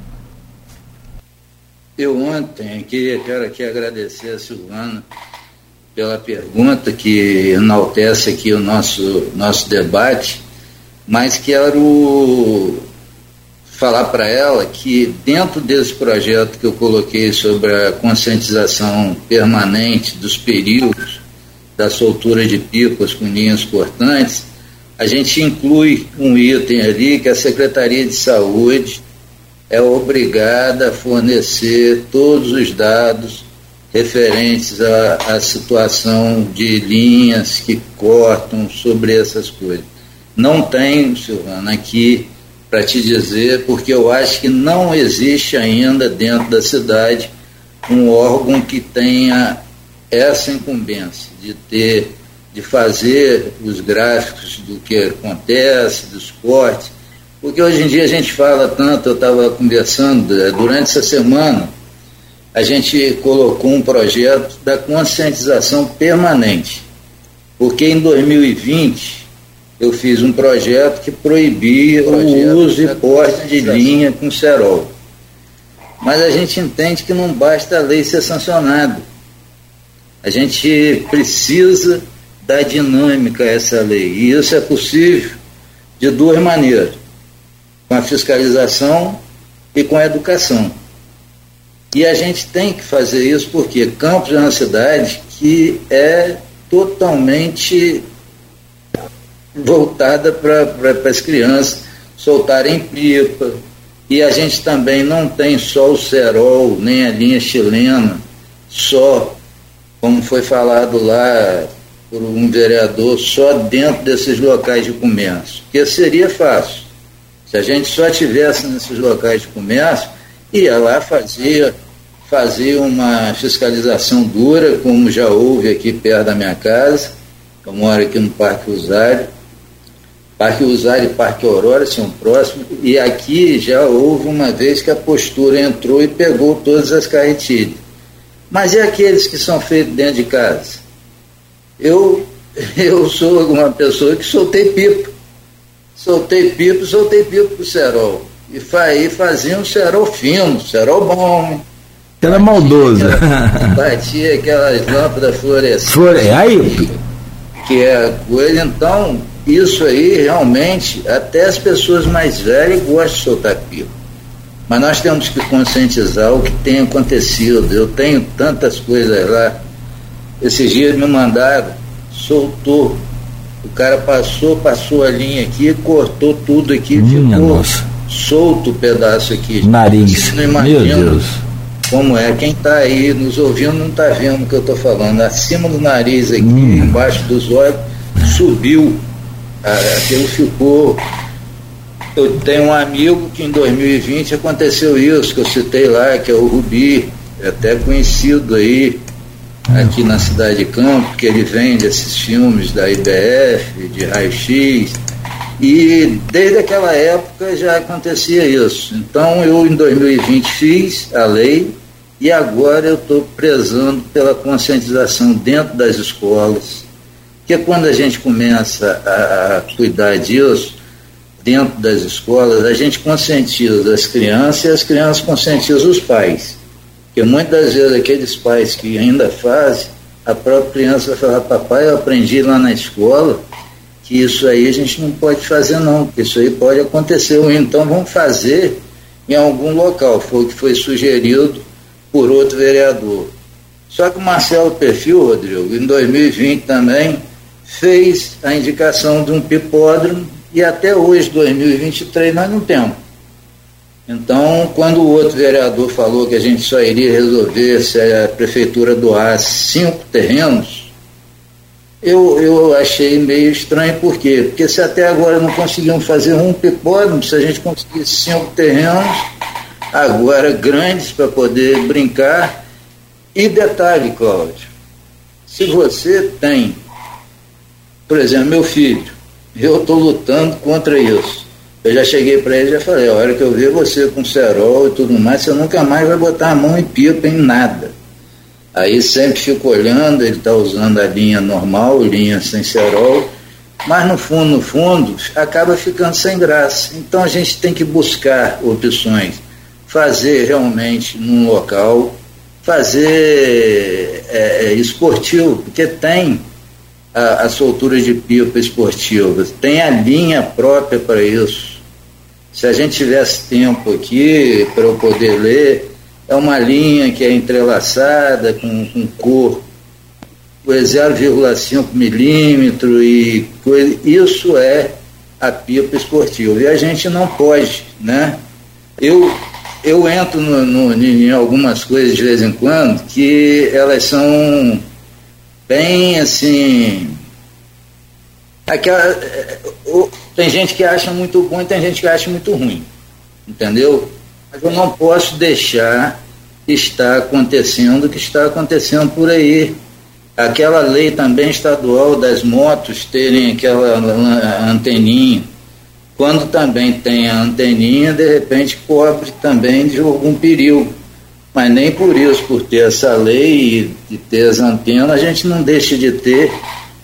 Speaker 3: Eu ontem queria, quero aqui agradecer a Silvana pela pergunta que enaltece aqui o nosso, nosso debate, mas quero falar para ela que dentro desse projeto que eu coloquei sobre a conscientização permanente dos períodos da soltura de pipas com linhas cortantes, a gente inclui um item ali que a Secretaria de Saúde é obrigada a fornecer todos os dados referentes à, à situação de linhas que cortam sobre essas coisas. Não tenho, Silvana, aqui para te dizer, porque eu acho que não existe ainda dentro da cidade um órgão que tenha essa incumbência de ter, de fazer os gráficos do que acontece, dos cortes, porque hoje em dia a gente fala tanto. Eu estava conversando durante essa semana, a gente colocou um projeto da conscientização permanente, porque em dois mil e vinte eu fiz um projeto que proibia o uso e porte de linha com cerol. Mas a gente entende que não basta a lei ser sancionada. A gente precisa dar dinâmica a essa lei. E isso é possível de duas maneiras: com a fiscalização e com a educação. E a gente tem que fazer isso porque Campos é uma cidade que é totalmente voltada para as crianças soltarem pipa, e a gente também não tem só o cerol, nem a linha chilena, só, como foi falado lá por um vereador, só dentro desses locais de comércio, porque seria fácil, se a gente só tivesse nesses locais de comércio, ia lá, fazia, fazia uma fiscalização dura, como já houve aqui perto da minha casa. Eu moro aqui no Parque Usário, Parque Usário e Parque Aurora são próximos, e aqui já houve uma vez que a postura entrou e pegou todas as carretilhas. Mas e aqueles que são feitos dentro de casa? Eu, eu sou uma pessoa que soltei pipa, soltei pipa, soltei pipa com cerol, e aí fazia um cerol fino, cerol bom,
Speaker 2: Ela é maldosa.
Speaker 3: Batia aquelas lâmpadas fluorescentes.
Speaker 2: Flore... Aí...
Speaker 3: Que é a coisa. Então, isso aí realmente, até as pessoas mais velhas gostam de soltar pipa. Mas nós temos que conscientizar o que tem acontecido. Eu tenho tantas coisas lá. Esses dias me mandaram, soltou. O cara passou, passou a linha aqui, cortou tudo aqui,
Speaker 2: Minha
Speaker 3: ficou
Speaker 2: nossa.
Speaker 3: solto o pedaço aqui.
Speaker 2: Nariz.
Speaker 3: Vocês não imaginam
Speaker 2: Meu Deus.
Speaker 3: como é. Quem está aí nos ouvindo não está vendo o que eu estou falando. Acima do nariz aqui,
Speaker 2: hum.
Speaker 3: embaixo dos olhos, subiu. Aquilo ficou. Eu tenho um amigo que em dois mil e vinte aconteceu isso, que eu citei lá, que é o Rubi, é até conhecido aí, aqui na cidade de Campos, que ele vende esses filmes da I B F, de raio-x, e desde aquela época já acontecia isso. Então eu em dois mil e vinte fiz a lei, e agora eu estou prezando pela conscientização dentro das escolas, porque quando a gente começa a, a cuidar disso dentro das escolas, a gente conscientiza as crianças e as crianças conscientizam os pais. Porque muitas das vezes aqueles pais que ainda fazem, a própria criança vai falar: papai, eu aprendi lá na escola que isso aí a gente não pode fazer não, porque isso aí pode acontecer, ou então vamos fazer em algum local. Foi o que foi sugerido por outro vereador. Só que o Marcelo Perfil, Rodrigo, em dois mil e vinte também fez a indicação de um pipódromo, e até hoje, dois mil e vinte e três, nós não temos. Então, quando o outro vereador falou que a gente só iria resolver se a prefeitura doasse cinco terrenos, eu, eu achei meio estranho. Por quê? Porque se até agora não conseguimos fazer um hipódromo, se a gente conseguisse cinco terrenos, agora grandes para poder brincar. E detalhe, Cláudio, se você tem, por exemplo, meu filho, eu estou lutando contra isso. Eu já cheguei para ele e já falei, a hora que eu ver você com cerol e tudo mais, você nunca mais vai botar a mão em pipa, em nada. Aí sempre fico olhando, ele está usando a linha normal, linha sem cerol, mas no fundo, no fundo, acaba ficando sem graça. Então a gente tem que buscar opções, fazer realmente num local, fazer é, esportivo, porque tem a, a soltura de pipa esportiva, tem a linha própria para isso. Se a gente tivesse tempo aqui para eu poder ler, é uma linha que é entrelaçada com, com cor zero vírgula cinco milímetro e coisa, isso é a pipa esportiva. E a gente não pode, né? Eu, eu entro no, no, em algumas coisas de vez em quando que elas são bem assim. Aquela, tem gente que acha muito bom e tem gente que acha muito ruim, entendeu? Mas eu não posso deixar que está acontecendo o que está acontecendo por aí. Aquela lei também estadual das motos terem aquela anteninha. Quando também tem a anteninha, de repente cobre também de algum perigo. Mas nem por isso, por ter essa lei e de ter as antenas, a gente não deixa de ter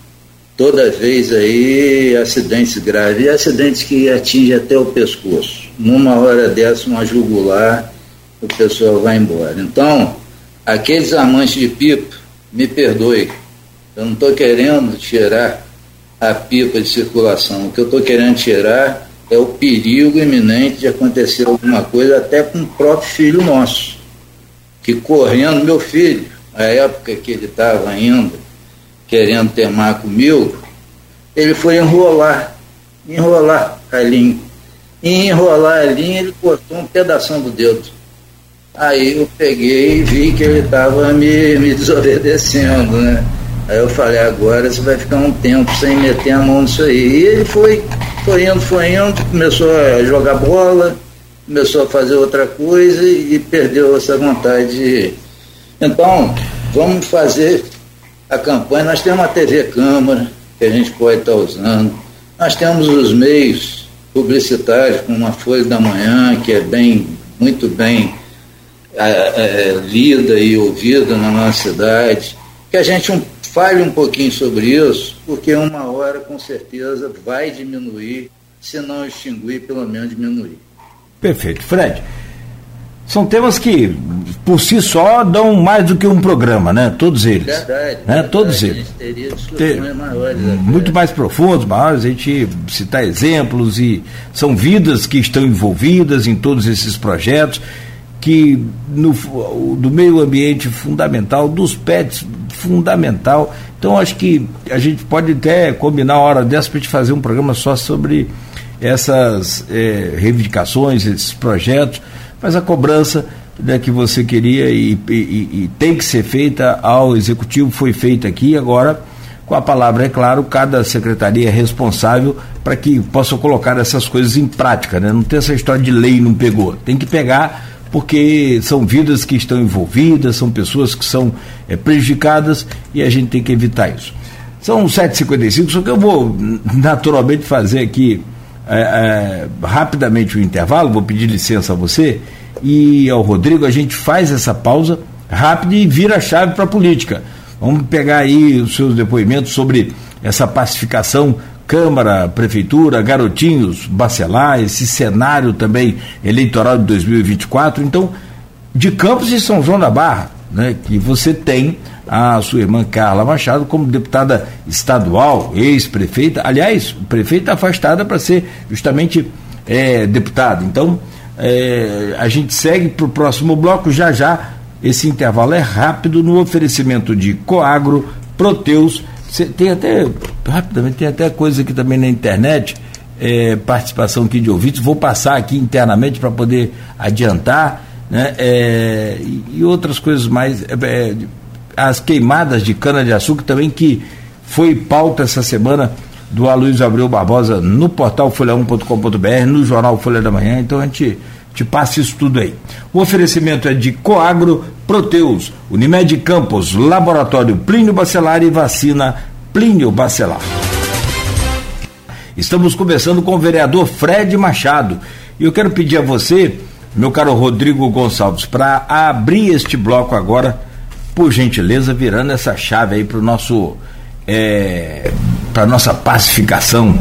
Speaker 3: toda vez aí acidentes graves, e acidentes que atingem até o pescoço. Numa hora dessa, uma jugular, o pessoal vai embora. Então, aqueles amantes de pipa, me perdoe, eu não estou querendo tirar a pipa de circulação, o que eu estou querendo tirar é o perigo iminente de acontecer alguma coisa até com o próprio filho nosso, que correndo, meu filho, a época que ele estava ainda querendo terminar comigo, ele foi enrolar, enrolar a linha. E enrolar a linha, ele cortou um pedação do dedo. Aí eu peguei e vi que ele estava me, me desobedecendo, né? Aí eu falei, agora você vai ficar um tempo sem meter a mão nisso aí. E ele foi, foi indo, foi indo, começou a jogar bola, começou a fazer outra coisa e, e perdeu essa vontade de ir. Então, vamos fazer a campanha. Nós temos uma T V Câmara que a gente pode estar usando, nós temos os meios publicitários como a Folha da Manhã, que é bem, muito bem é, é, lida e ouvida na nossa cidade, que a gente um, fale um pouquinho sobre isso, porque uma hora com certeza vai diminuir, se não extinguir, pelo menos diminuir.
Speaker 2: Perfeito. Fred, são temas que, por si só, dão mais do que um programa, né? Todos eles.
Speaker 3: Verdade.
Speaker 2: Né?
Speaker 3: Verdade.
Speaker 2: Todos eles.
Speaker 3: A gente teria discussões Ter, maiores.
Speaker 2: Muito mais profundos, maiores, a gente citar exemplos, e são vidas que estão envolvidas em todos esses projetos, que no, do meio ambiente fundamental, dos pets fundamental. Então, acho que a gente pode até combinar a hora dessa para a gente fazer um programa só sobre essas é, reivindicações, esses projetos. Mas a cobrança, né, que você queria e, e, e tem que ser feita ao Executivo foi feita aqui. Agora, com a palavra, é claro, cada secretaria é responsável para que possa colocar essas coisas em prática, né? Não tem essa história de lei não pegou, tem que pegar, porque são vidas que estão envolvidas, são pessoas que são é, prejudicadas, e a gente tem que evitar isso. São sete e cinquenta e cinco, só que eu vou naturalmente fazer aqui É, é, rapidamente o intervalo. Vou pedir licença a você e ao Rodrigo, a gente faz essa pausa rápida e vira a chave para a política. Vamos pegar aí os seus depoimentos sobre essa pacificação, Câmara, Prefeitura, Garotinhos, Bacelar, esse cenário também eleitoral de dois mil e vinte e quatro. Então, de Campos e São João da Barra, né, que você tem a sua irmã Carla Machado como deputada estadual, ex-prefeita, aliás, prefeita afastada para ser justamente é, deputada. Então, é, a gente segue para o próximo bloco, já já. Esse intervalo é rápido, no oferecimento de Coagro, Proteus. Cê, tem até, rapidamente, tem até coisa aqui também na internet, é, participação aqui de ouvintes, vou passar aqui internamente para poder adiantar, né, é, e, e outras coisas mais, é, é, as queimadas de cana-de-açúcar também, que foi pauta essa semana do Aloysio Abreu Barbosa no portal folha um ponto com ponto b r, no jornal Folha da Manhã, então a gente te passa isso tudo aí. O oferecimento é de Coagro, Proteus, Unimed Campos, Laboratório Plínio Bacelar e Vacina Plínio Bacelar. Estamos começando com o vereador Fred Machado, e eu quero pedir a você, meu caro Rodrigo Gonçalves, para abrir este bloco agora, por gentileza, virando essa chave aí para o nosso, é, para a nossa pacificação.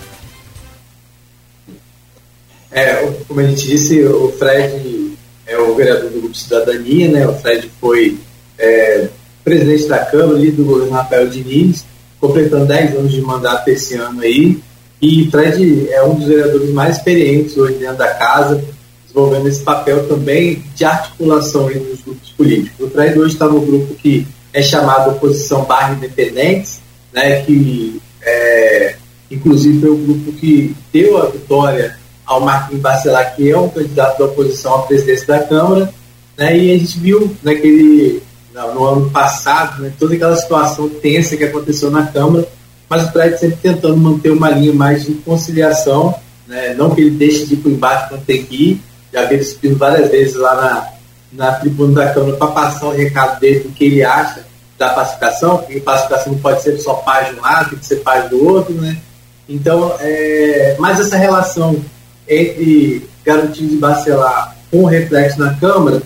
Speaker 4: É, como a gente disse, o Fred é o vereador do Grupo Cidadania, né? O Fred foi é, presidente da Câmara, líder do governo Rafael Diniz, completando dez anos de mandato esse ano aí, e Fred é um dos vereadores mais experientes hoje dentro da casa, desenvolvendo esse papel também de articulação entre os grupos políticos. O Fred hoje está no grupo que é chamado Oposição Barra Independentes, né, que é, inclusive foi o grupo que deu a vitória ao Marquinhos Bacelar, que é um candidato da oposição à presidência da Câmara, né, e a gente viu naquele, no, no ano passado, né, toda aquela situação tensa que aconteceu na Câmara, mas o Fred sempre tentando manter uma linha mais de conciliação, né, não que ele deixe de ir para o embate quando tem que ir, já vi ele subindo várias vezes lá na, na tribuna da Câmara para passar o recado dele do que ele acha da pacificação, porque pacificação não pode ser só paz de um lado, tem que ser paz do outro, né? Então, é, mas essa relação entre Garantidos e Bacelar com reflexo na Câmara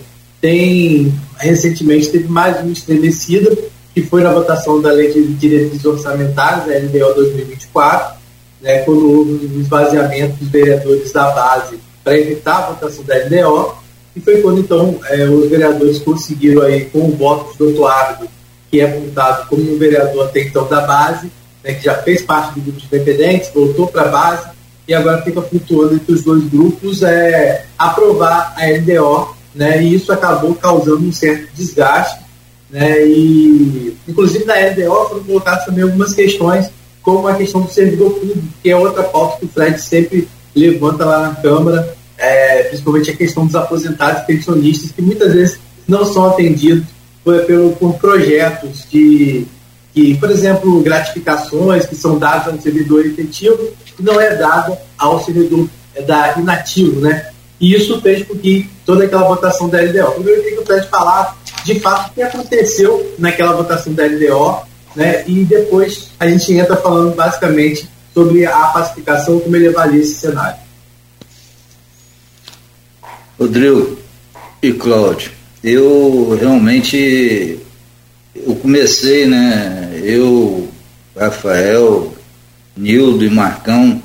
Speaker 4: tem, recentemente, teve mais uma estremecida, que foi na votação da Lei de Diretrizes Orçamentárias, a L D O dois mil e vinte e quatro, né, quando houve o esvaziamento dos vereadores da base para evitar a votação da L D O, e foi quando, então, eh, os vereadores conseguiram, aí, com o voto do doutor Ávido, que é apontado como um vereador até então da base, né, que já fez parte do grupo de independentes, voltou para a base, e agora fica flutuando entre os dois grupos, é, aprovar a L D O, né, e isso acabou causando um certo desgaste, né, e, inclusive, na L D O foram colocadas também algumas questões, como a questão do servidor público, que é outra pauta que o Fred sempre levanta lá na Câmara, é, principalmente a questão dos aposentados e pensionistas, que muitas vezes não são atendidos por, pelo, por projetos de, que, por exemplo, gratificações que são dadas ao servidor efetivo, que não é dada ao servidor é, da inativo, né? E isso fez com que toda aquela votação da L D O. Primeiro eu queria que o Fred falar, de fato, o que aconteceu naquela votação da L D O, né? E depois a gente entra falando basicamente sobre a pacificação, como ele avalia esse cenário.
Speaker 3: Rodrigo e Cláudio, eu realmente eu comecei, né, eu, Rafael, Nildo e Marcão,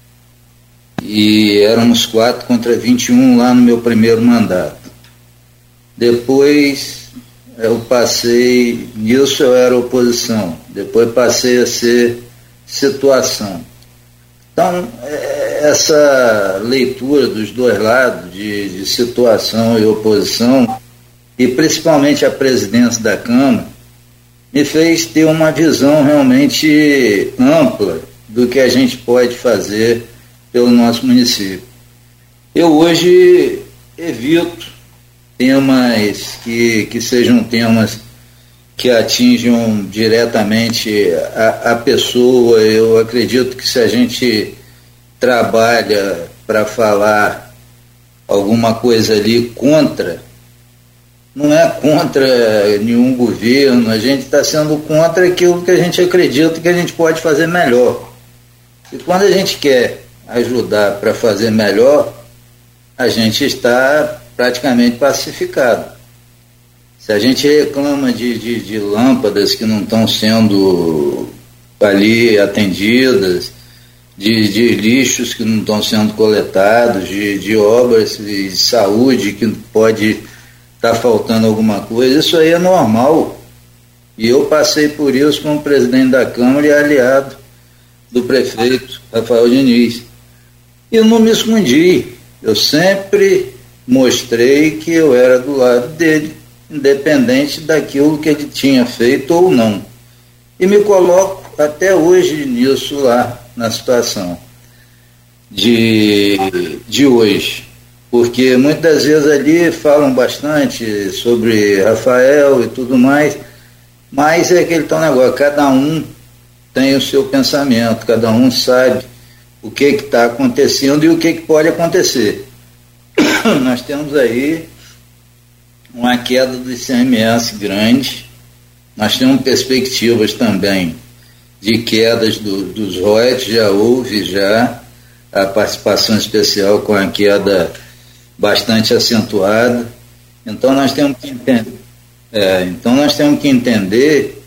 Speaker 3: e éramos quatro contra vinte e um lá no meu primeiro mandato. Depois eu passei, nisso eu era oposição, depois passei a ser situação. Então, essa leitura dos dois lados, de, de situação e oposição, e principalmente a presidência da Câmara, me fez ter uma visão realmente ampla do que a gente pode fazer pelo nosso município. Eu hoje evito temas que, que sejam temas que atinjam diretamente a, a pessoa. Eu acredito que se a gente trabalha para falar alguma coisa ali contra, não é contra nenhum governo, a gente está sendo contra aquilo que a gente acredita que a gente pode fazer melhor. E quando a gente quer ajudar para fazer melhor, a gente está praticamente pacificado. Se a gente reclama de, de, de lâmpadas que não estão sendo ali atendidas, de, de lixos que não estão sendo coletados, de, de obras de saúde que pode estar tá faltando alguma coisa, isso aí é normal. E eu passei por isso como presidente da Câmara e aliado do prefeito Rafael Diniz. E eu não me escondi, eu sempre mostrei que eu era do lado dele, independente daquilo que ele tinha feito ou não. E me coloco até hoje nisso lá, na situação de, de hoje. Porque muitas vezes ali falam bastante sobre Rafael e tudo mais, mas é aquele tal negócio, cada um tem o seu pensamento, cada um sabe o que está acontecendo e o que, que pode acontecer. Nós temos aí uma queda do I C M S grande, nós temos perspectivas também de quedas do, dos royalties, já houve já a participação especial com a queda bastante acentuada. Então nós temos que entender, é, então nós temos que entender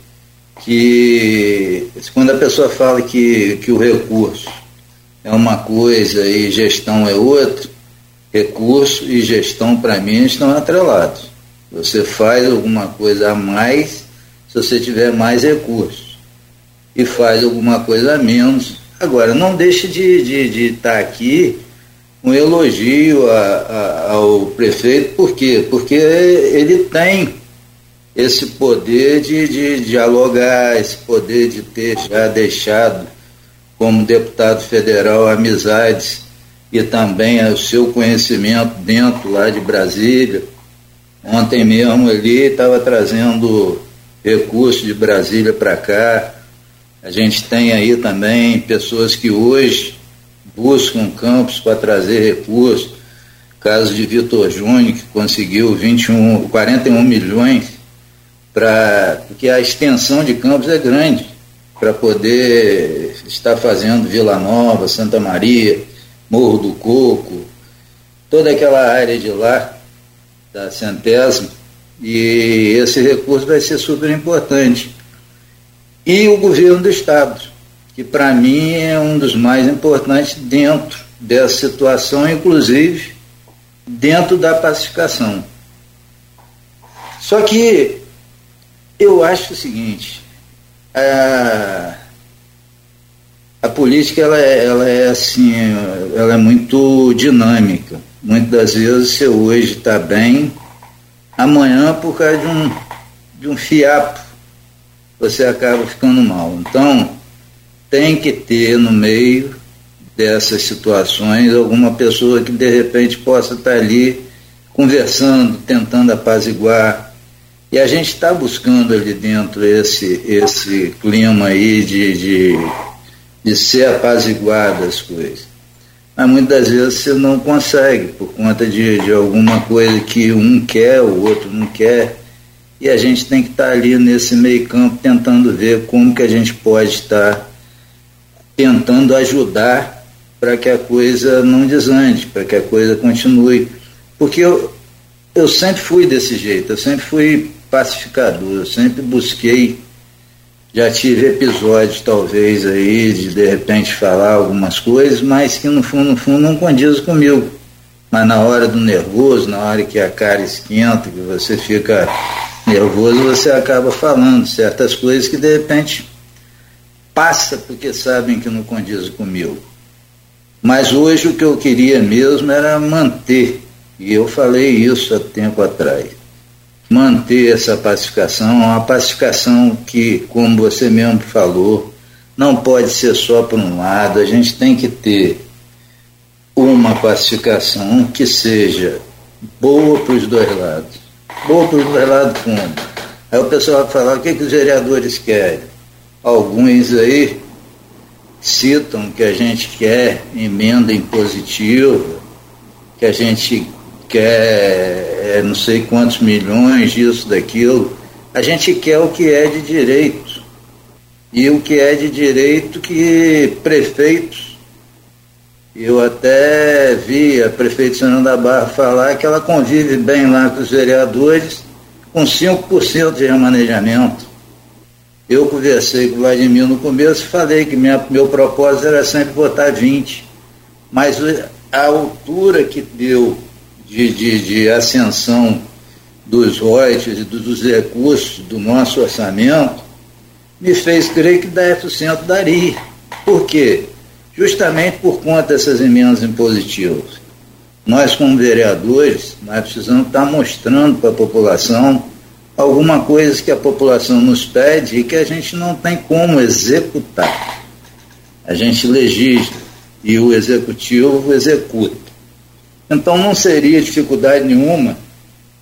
Speaker 3: que quando a pessoa fala que, que o recurso é uma coisa e gestão é outra, recurso e gestão para mim estão atrelados. Você faz alguma coisa a mais se você tiver mais recursos e faz alguma coisa a menos. Agora, não deixe de de, de estar aqui um elogio a, a, ao prefeito. Por quê? Porque ele tem esse poder de, de dialogar, esse poder de ter já deixado como deputado federal amizades e também o seu conhecimento dentro lá de Brasília. Ontem mesmo ele estava trazendo recursos de Brasília para cá. A gente tem aí também pessoas que hoje buscam campos para trazer recursos. Caso de Vitor Júnior, que conseguiu vinte e um, quarenta e um milhões, pra, porque a extensão de campos é grande, para poder estar fazendo Vila Nova, Santa Maria, Morro do Coco, toda aquela área de lá, da Centésima, e esse recurso vai ser super importante. E o governo do Estado, que para mim é um dos mais importantes dentro dessa situação, inclusive dentro da pacificação. Só que eu acho o seguinte, a, a política ela é, ela é assim, ela é muito dinâmica. Muitas das vezes você hoje está bem, amanhã por causa de um, de um fiapo você acaba ficando mal. Então tem que ter no meio dessas situações alguma pessoa que de repente possa estar ali conversando, tentando apaziguar. E a gente está buscando ali dentro esse, esse clima aí de, de, de ser apaziguado as coisas. Mas muitas vezes você não consegue, por conta de, de alguma coisa que um quer, o outro não quer, e a gente tem que estar ali nesse meio campo tentando ver como que a gente pode estar tentando ajudar para que a coisa não desande, para que a coisa continue. Porque eu, eu sempre fui desse jeito, eu sempre fui pacificador, eu sempre busquei. Já tive episódios, talvez, aí, de de repente falar algumas coisas, mas que no fundo, no fundo, não condiz comigo. Mas na hora do nervoso, na hora que a cara esquenta, que você fica nervoso, você acaba falando certas coisas que de repente passa porque sabem que não condiz comigo. Mas hoje o que eu queria mesmo era manter, e eu falei isso há tempo atrás, manter essa pacificação, uma pacificação que, como você mesmo falou, não pode ser só por um lado. A gente tem que ter uma pacificação que seja boa para os dois lados, boa para os dois lados fundo. Aí o pessoal vai falar, o que, que os vereadores querem? Alguns aí citam que a gente quer emenda impositiva, que a gente quer é, não sei quantos milhões disso, daquilo. A gente quer o que é de direito. E o que é de direito que prefeitos, eu até vi a prefeita Fernanda da Barra falar que ela convive bem lá com os vereadores com cinco por cento de remanejamento. Eu conversei com o Vladimir no começo e falei que minha, meu propósito era sempre votar vinte. Mas a altura que deu De, de, de ascensão dos royalties e dos recursos do nosso orçamento, me fez crer que dez por cento daria. Por quê? Justamente por conta dessas emendas impositivas. Nós, como vereadores, nós precisamos estar mostrando para a população alguma coisa que a população nos pede e que a gente não tem como executar. A gente legisla e o executivo executa. Então não seria dificuldade nenhuma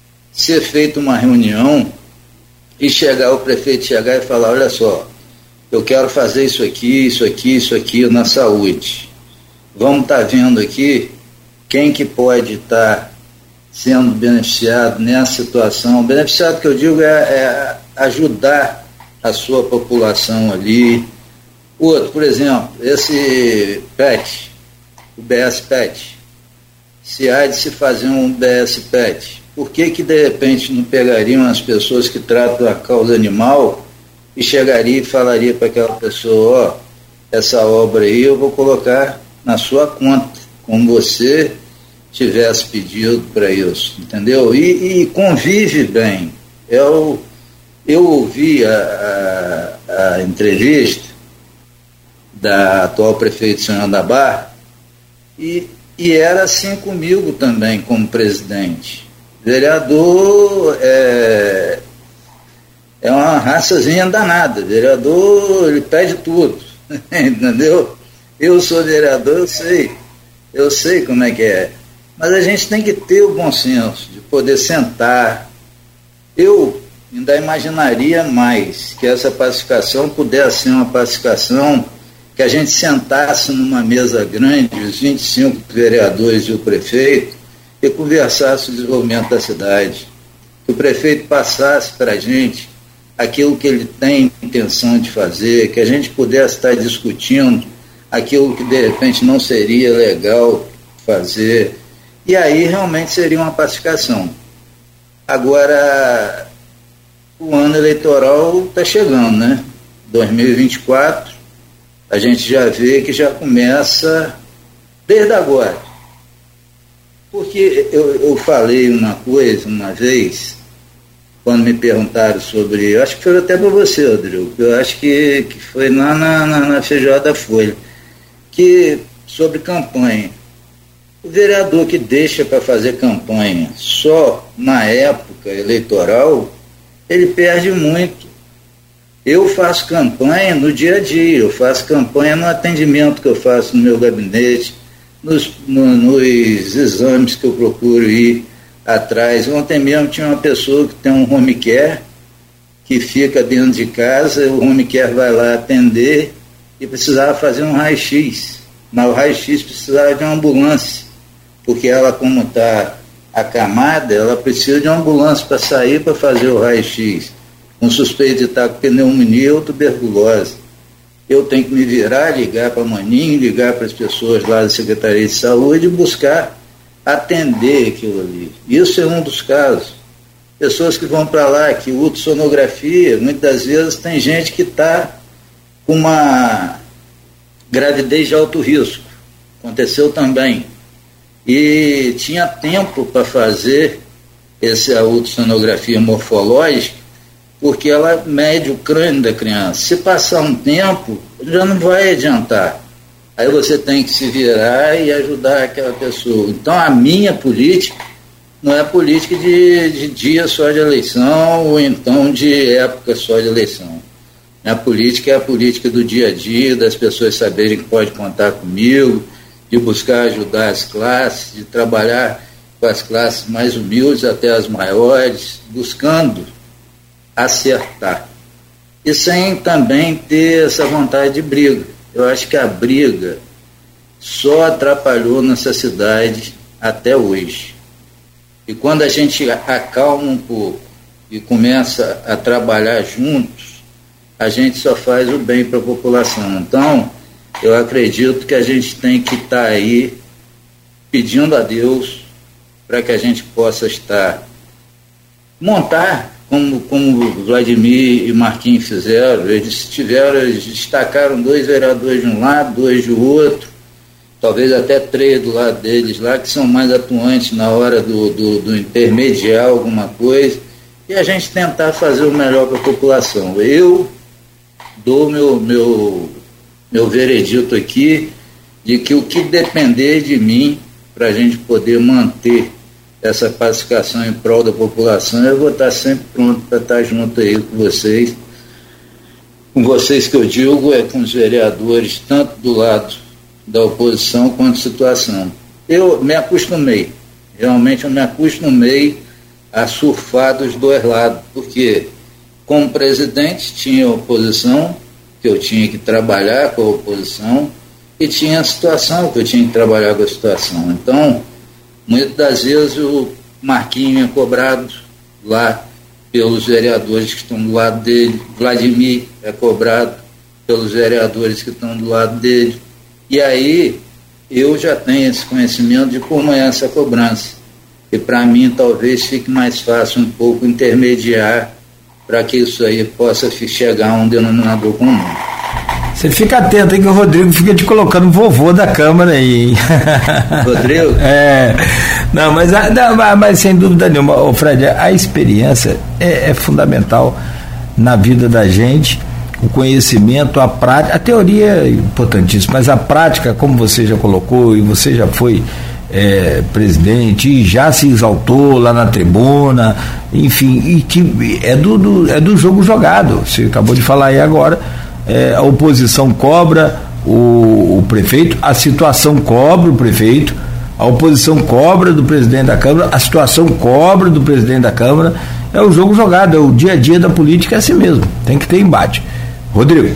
Speaker 3: ser feita uma reunião e chegar o prefeito chegar e falar, olha só, eu quero fazer isso aqui, isso aqui, isso aqui na saúde. Vamos estar tá vendo aqui quem que pode estar tá sendo beneficiado nessa situação. Beneficiado que eu digo é, é ajudar a sua população ali. Outro, por exemplo, esse P E T, o B S P E T, se há de se fazer um B S P E T, por que que de repente não pegariam as pessoas que tratam a causa animal e chegaria e falaria para aquela pessoa, ó, essa obra aí eu vou colocar na sua conta, como você tivesse pedido para isso, entendeu? E, e convive bem. Eu, eu ouvi a, a, a entrevista da atual prefeita de São João da Barra e, e era assim comigo também, como presidente. Vereador é, é uma raçazinha danada. Vereador, ele pede tudo, entendeu? Eu sou vereador, eu sei, eu sei como é que é. Mas a gente tem que ter o bom senso de poder sentar. Eu ainda imaginaria mais que essa pacificação pudesse ser uma pacificação que a gente sentasse numa mesa grande, os vinte e cinco vereadores e o prefeito, e conversasse o desenvolvimento da cidade. Que o prefeito passasse para a gente aquilo que ele tem intenção de fazer, que a gente pudesse estar discutindo aquilo que de repente não seria legal fazer. E aí realmente seria uma pacificação. Agora, o ano eleitoral está chegando, né? dois mil e vinte e quatro, a gente já vê que já começa desde agora. Porque eu, eu falei uma coisa uma vez, quando me perguntaram sobre, eu acho que foi até para você, Rodrigo, eu acho que, que foi lá na, na, na Feijoada da Folha, que sobre campanha. O vereador que deixa para fazer campanha só na época eleitoral, ele perde muito. Eu faço campanha no dia a dia, eu faço campanha no atendimento que eu faço no meu gabinete, nos, no, nos exames que eu procuro ir atrás. Ontem mesmo tinha uma pessoa que tem um home care, que fica dentro de casa, o home care vai lá atender e precisava fazer um raio-x. Mas o raio-x precisava de uma ambulância, porque ela, como está acamada, ela precisa de uma ambulância para sair para fazer o raio-x. Um suspeito de estar com pneumonia ou tuberculose. Eu tenho que me virar, ligar para a Maninho, ligar para as pessoas lá da Secretaria de Saúde e buscar atender aquilo ali. Isso é um dos casos. Pessoas que vão para lá, que ultrassonografia, muitas das vezes tem gente que está com uma gravidez de alto risco. Aconteceu também. E tinha tempo para fazer essa ultrassonografia morfológica, porque ela mede o crânio da criança. Se passar um tempo, já não vai adiantar. Aí você tem que se virar e ajudar aquela pessoa. Então a minha política não é política de, de dia só de eleição ou então de época só de eleição. Minha política é a política do dia a dia, das pessoas saberem que pode contar comigo, de buscar ajudar as classes, de trabalhar com as classes mais humildes até as maiores, buscando acertar. E sem também ter essa vontade de briga. Eu acho que a briga só atrapalhou nessa cidade até hoje. E quando a gente acalma um pouco e começa a trabalhar juntos, a gente só faz o bem para a população. Então, eu acredito que a gente tem que estar aí pedindo a Deus para que a gente possa estar, montar, como, como o Vladimir e Marquinhos fizeram. Eles tiveram, eles destacaram dois vereadores de um lado, dois do outro, talvez até três do lado deles lá, que são mais atuantes na hora do, do, do intermediar alguma coisa, e a gente tentar fazer o melhor para a população. Eu dou meu, meu, meu veredito aqui de que o que depender de mim para a gente poder manter essa pacificação em prol da população, eu vou estar sempre pronto para estar junto aí com vocês. Com vocês que eu digo, é com os vereadores, tanto do lado da oposição quanto da situação. Eu me acostumei, realmente eu me acostumei a surfar dos dois lados, porque como presidente tinha oposição, que eu tinha que trabalhar com a oposição e tinha a situação que eu tinha que trabalhar com a situação. Então, muitas das vezes o Marquinhos é cobrado lá pelos vereadores que estão do lado dele, Vladimir é cobrado pelos vereadores que estão do lado dele, e aí eu já tenho esse conhecimento de como é essa cobrança, e para mim talvez fique mais fácil um pouco intermediar para que isso aí possa chegar a um denominador comum.
Speaker 2: Você fica atento aí que o Rodrigo fica te colocando vovô da Câmara aí.
Speaker 3: Rodrigo?
Speaker 2: É, não, mas, não, mas sem dúvida nenhuma, ô Fred, a experiência é, é fundamental na vida da gente, o conhecimento, a prática, a teoria é importantíssima, mas a prática, como você já colocou, e você já foi é, presidente, e já se exaltou lá na tribuna, enfim, e que é do, do, é do jogo jogado, você acabou de falar aí agora. É, a oposição cobra o, o prefeito, a situação cobra o prefeito, a oposição cobra do presidente da Câmara, a situação cobra do presidente da Câmara. É o jogo jogado, é o dia a dia da política, é assim mesmo, tem que ter embate. Rodrigo.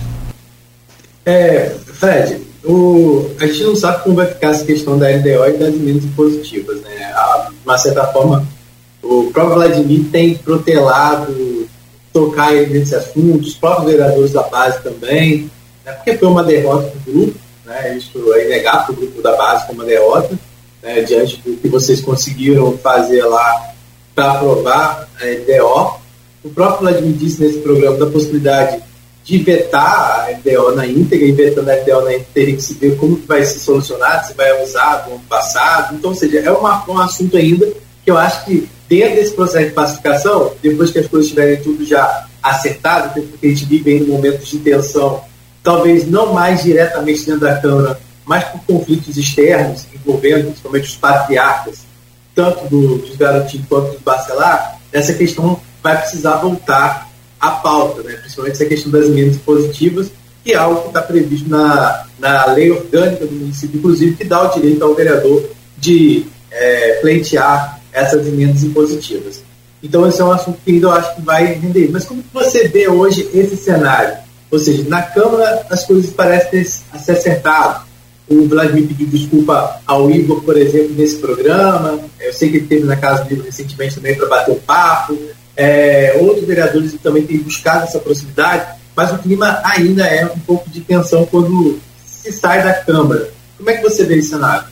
Speaker 4: É, Fred, o, a gente não sabe como vai ficar essa questão da L D O e das emendas impositivas, né? A, de uma certa forma, o próprio Vladimir tem protelado tocar nesse assunto, os próprios vereadores da base também, né, porque foi uma derrota do grupo, né, isso é inegável, o grupo da base foi uma derrota, né, diante do que vocês conseguiram fazer lá para aprovar a L D O. O próprio Vladimir disse nesse programa da possibilidade de vetar a L D O na íntegra, e vetando a L D O na íntegra teria que se ver como vai ser solucionado, se vai usar do ano passado. Então, ou seja, é uma, um assunto ainda que eu acho que dentro desse processo de pacificação, depois que as coisas estiverem tudo já acertado, porque a gente vive aí num momento de tensão, talvez não mais diretamente dentro da Câmara, mas por conflitos externos, envolvendo principalmente os patriarcas, tanto do, dos Garotinho quanto dos Bacelar, essa questão vai precisar voltar à pauta, né? Principalmente essa questão das emendas positivas, que é algo que está previsto na, na lei orgânica do município, inclusive, que dá o direito ao vereador de é, pleitear essas emendas impositivas. Então esse é um assunto que ainda eu acho que vai render. Mas como você vê hoje esse cenário? Ou seja, na Câmara as coisas parecem ter se acertado. O Vladimir pediu desculpa ao Igor, por exemplo, nesse programa. Eu sei que ele esteve na Casa do Livro recentemente também para bater um papo. É, outros vereadores também têm buscado essa proximidade, mas o clima ainda é um pouco de tensão quando se sai da Câmara. Como é que você vê esse cenário?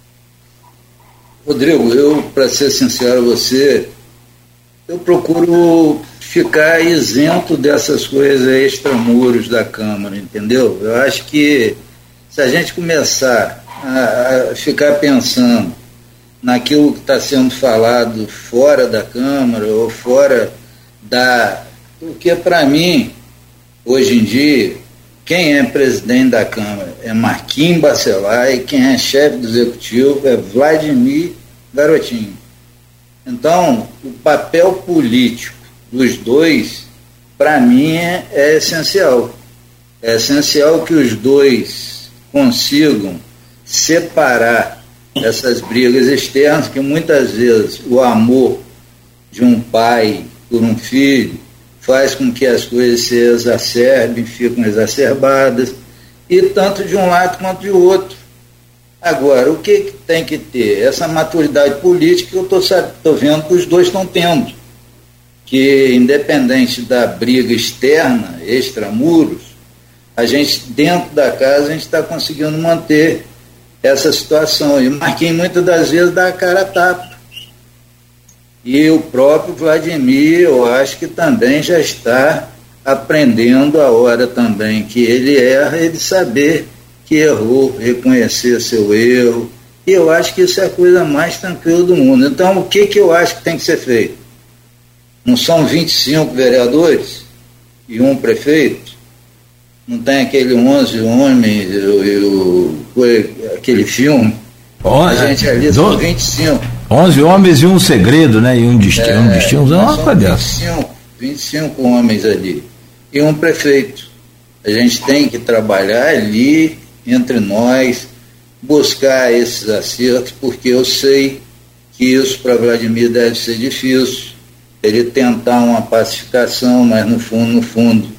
Speaker 3: Rodrigo, eu, para ser sincero a você, eu procuro ficar isento dessas coisas extramuros da Câmara, entendeu? Eu acho que se a gente começar a, a ficar pensando naquilo que está sendo falado fora da Câmara ou fora da... Porque, para mim, hoje em dia, quem é presidente da Câmara é Marquinhos Bacelar, e quem é chefe do Executivo é Vladimir Garotinho. Então, o papel político dos dois, para mim, é, é essencial. É essencial que os dois consigam separar essas brigas externas, que muitas vezes o amor de um pai por um filho faz com que as coisas se exacerbem, ficam exacerbadas, e tanto de um lado quanto de outro. Agora, o que, que tem que ter? Essa maturidade política que eu estou vendo que os dois estão tendo, que independente da briga externa, extramuros, a gente, dentro da casa, a gente está conseguindo manter essa situação. E o Marquinhos, muitas das vezes, dá a cara a tapa. E o próprio Vladimir, eu acho que também já está aprendendo a hora também que ele erra, ele saber que errou, reconhecer seu erro. E eu acho que isso é a coisa mais tranquila do mundo. Então, o que, que eu acho que tem que ser feito? Não são vinte e cinco vereadores e um prefeito? Não tem aquele onze homens e o, aquele filme?
Speaker 2: Oh,
Speaker 3: a gente ali são vinte e cinco.
Speaker 2: onze homens e um segredo, né? E um destino. É, um destino, é uma coisa dessa.
Speaker 3: vinte e cinco homens ali. E um prefeito. A gente tem que trabalhar ali, entre nós, buscar esses acertos, porque eu sei que isso para Vladimir deve ser difícil. Ele tentar uma pacificação, mas no fundo, no fundo,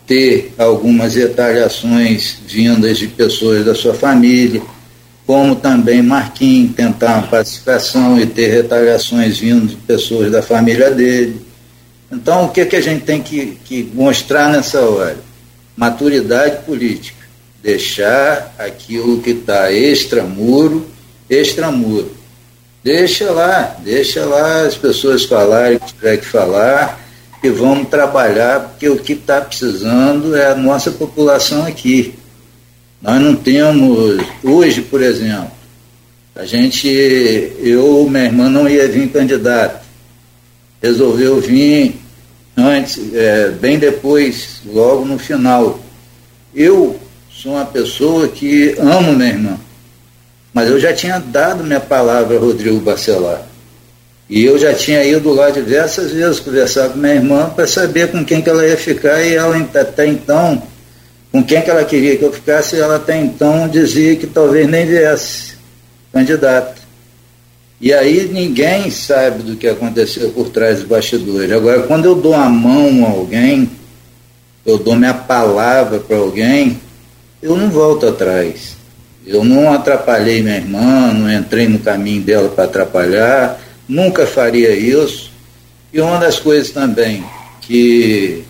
Speaker 3: ter algumas retaliações vindas de pessoas da sua família, como também Marquinhos tentar uma pacificação e ter retaliações vindo de pessoas da família dele. Então, o que, que a gente tem que, que mostrar nessa hora? Maturidade política. Deixar aquilo que está extramuro, extramuro. Deixa lá, deixa lá as pessoas falarem o que tiver que falar e vamos trabalhar, porque o que está precisando é a nossa população aqui. Nós não temos, hoje, por exemplo, a gente, eu, minha irmã não ia vir candidato, resolveu vir antes, é, bem depois, logo no final. Eu sou uma pessoa que amo minha irmã, mas eu já tinha dado minha palavra a Rodrigo Bacelar. E eu já tinha ido lá diversas vezes conversar com minha irmã para saber com quem que ela ia ficar, e ela até então, com quem que ela queria que eu ficasse, ela até então dizia que talvez nem viesse candidato. E aí ninguém sabe do que aconteceu por trás dos bastidores. Agora, quando eu dou a mão a alguém, eu dou minha palavra para alguém, eu não volto atrás. Eu não atrapalhei minha irmã, não entrei no caminho dela para atrapalhar, nunca faria isso. E uma das coisas também que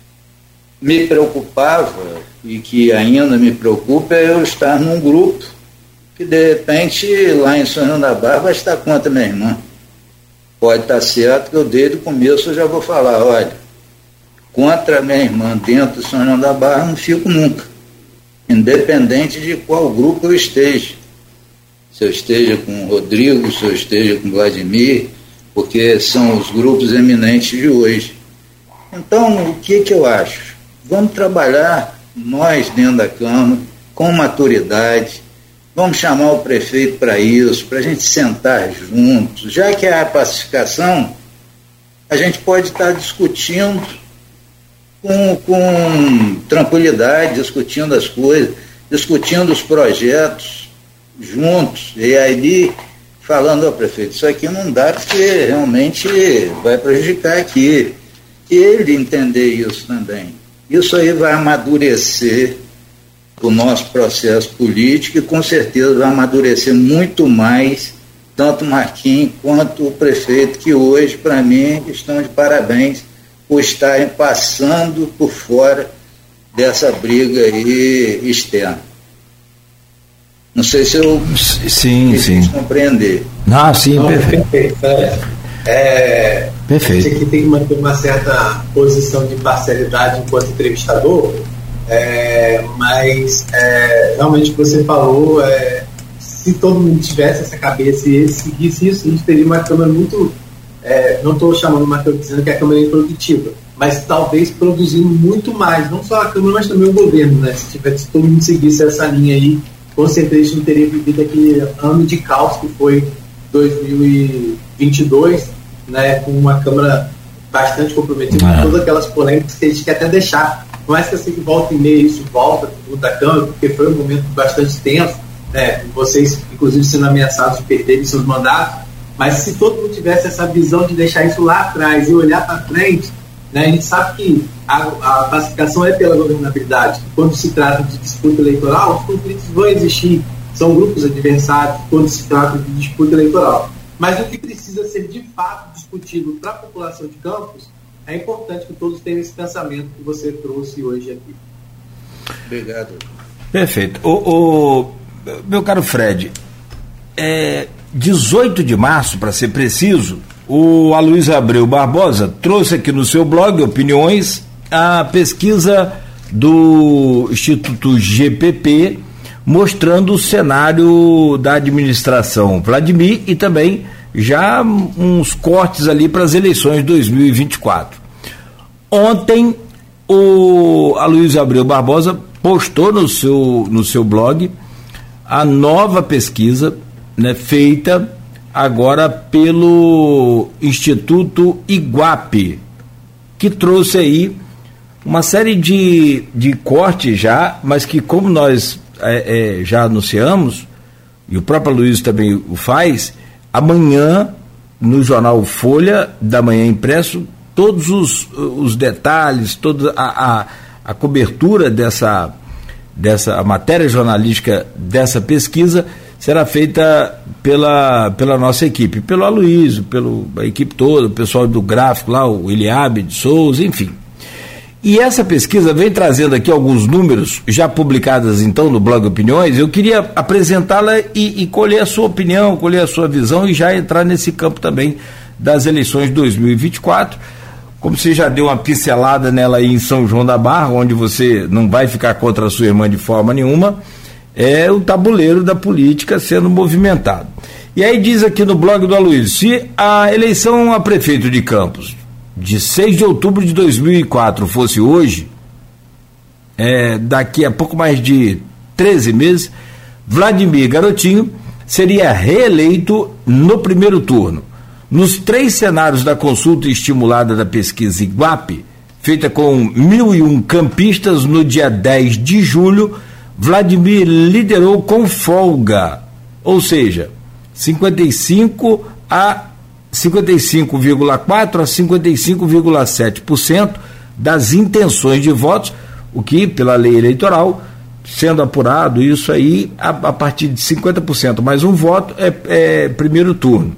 Speaker 3: me preocupava e que ainda me preocupa é eu estar num grupo que de repente lá em São João da Barra vai estar contra minha irmã. Pode estar certo que eu desde o começo eu já vou falar, olha, contra minha irmã dentro de São João da Barra não fico nunca, independente de qual grupo eu esteja. Se eu esteja com o Rodrigo, se eu esteja com o Vladimir, porque são os grupos eminentes de hoje. Então, o que que eu acho? Vamos trabalhar, nós dentro da Câmara, com maturidade, vamos chamar o prefeito para isso, para a gente sentar juntos. Já que há a pacificação, a gente pode estar discutindo com, com tranquilidade, discutindo as coisas, discutindo os projetos juntos, e aí falando ao prefeito, isso aqui não dá porque realmente vai prejudicar aqui. E ele entender isso também. Isso aí vai amadurecer o nosso processo político e com certeza vai amadurecer muito mais tanto o Marquinhos quanto o prefeito, que hoje, para mim, estão de parabéns por estarem passando por fora dessa briga aí externa. Não sei se eu
Speaker 2: sim, sim.
Speaker 3: compreender.
Speaker 2: Ah, sim,
Speaker 4: Não,
Speaker 2: perfeito.
Speaker 4: perfeito. É, é,
Speaker 2: perfeito.
Speaker 4: A gente aqui tem que manter uma certa posição de parcialidade enquanto entrevistador, é, mas é, realmente o que você falou, é, se todo mundo tivesse essa cabeça e seguisse isso, a gente teria uma Câmara muito, é, não estou chamando uma Câmara dizendo que a Câmara é improdutiva, mas talvez produzindo muito mais, não só a Câmara, mas também o governo, né? Se tivesse, se todo mundo seguisse essa linha aí, com certeza a gente não teria vivido aquele ano de caos que foi dois mil e vinte e dois, né, com uma Câmara bastante comprometida, com todas aquelas polêmicas que a gente quer até deixar. Por mais que eu sei que volta e meia isso volta da Câmara, porque foi um momento bastante tenso, né, vocês, inclusive, sendo ameaçados de perderem seus mandatos, mas se todo mundo tivesse essa visão de deixar isso lá atrás e olhar para frente, né, a gente sabe que a, a pacificação é pela governabilidade. Quando se trata de disputa eleitoral, os conflitos vão existir, são grupos adversários quando se trata de disputa eleitoral. Mas o que precisa ser de fato discutido para a população de Campos, é importante que todos tenham esse pensamento que você trouxe hoje aqui.
Speaker 3: Obrigado.
Speaker 2: Perfeito. O, o, meu caro Fred, é, dezoito de março, para ser preciso, o Aloysio Abreu Barbosa trouxe aqui no seu blog Opiniões a pesquisa do Instituto G P P, mostrando o cenário da administração Vladimir e também já uns cortes ali para as eleições de dois mil e vinte e quatro. Ontem o Aloysio Abreu Barbosa postou no seu, no seu blog a nova pesquisa, né, feita agora pelo Instituto Iguape, que trouxe aí uma série de, de cortes já, mas que, como nós é, é, já anunciamos, e o próprio Luiz também o faz, amanhã, no jornal Folha da Manhã Impresso, todos os, os detalhes, toda a, a, a cobertura dessa, dessa a matéria jornalística dessa pesquisa será feita pela, pela nossa equipe, pelo Aloysio, pela equipe toda, o pessoal do gráfico lá, o Eliabe de Souza, enfim. E essa pesquisa vem trazendo aqui alguns números, já publicadas então no blog Opiniões. Eu queria apresentá-la e, e colher a sua opinião, colher a sua visão e já entrar nesse campo também das eleições de dois mil e vinte e quatro. Como você já deu uma pincelada nela aí em São João da Barra, onde você não vai ficar contra a sua irmã de forma nenhuma, é o tabuleiro da política sendo movimentado. E aí diz aqui no blog do Aloysio, se a eleição a prefeito de Campos de seis de outubro de dois mil e quatro fosse hoje, é, daqui a pouco mais de treze meses, Vladimir Garotinho seria reeleito no primeiro turno. Nos três cenários da consulta estimulada da pesquisa Iguape, feita com mil e um campistas no dia dez de julho, Vladimir liderou com folga, ou seja, cinquenta e cinco a cinquenta e cinco vírgula quatro por cento a cinquenta e cinco vírgula sete por cento das intenções de votos, o que, pela lei eleitoral, sendo apurado isso aí, a, a partir de cinquenta por cento mais um voto é, é primeiro turno.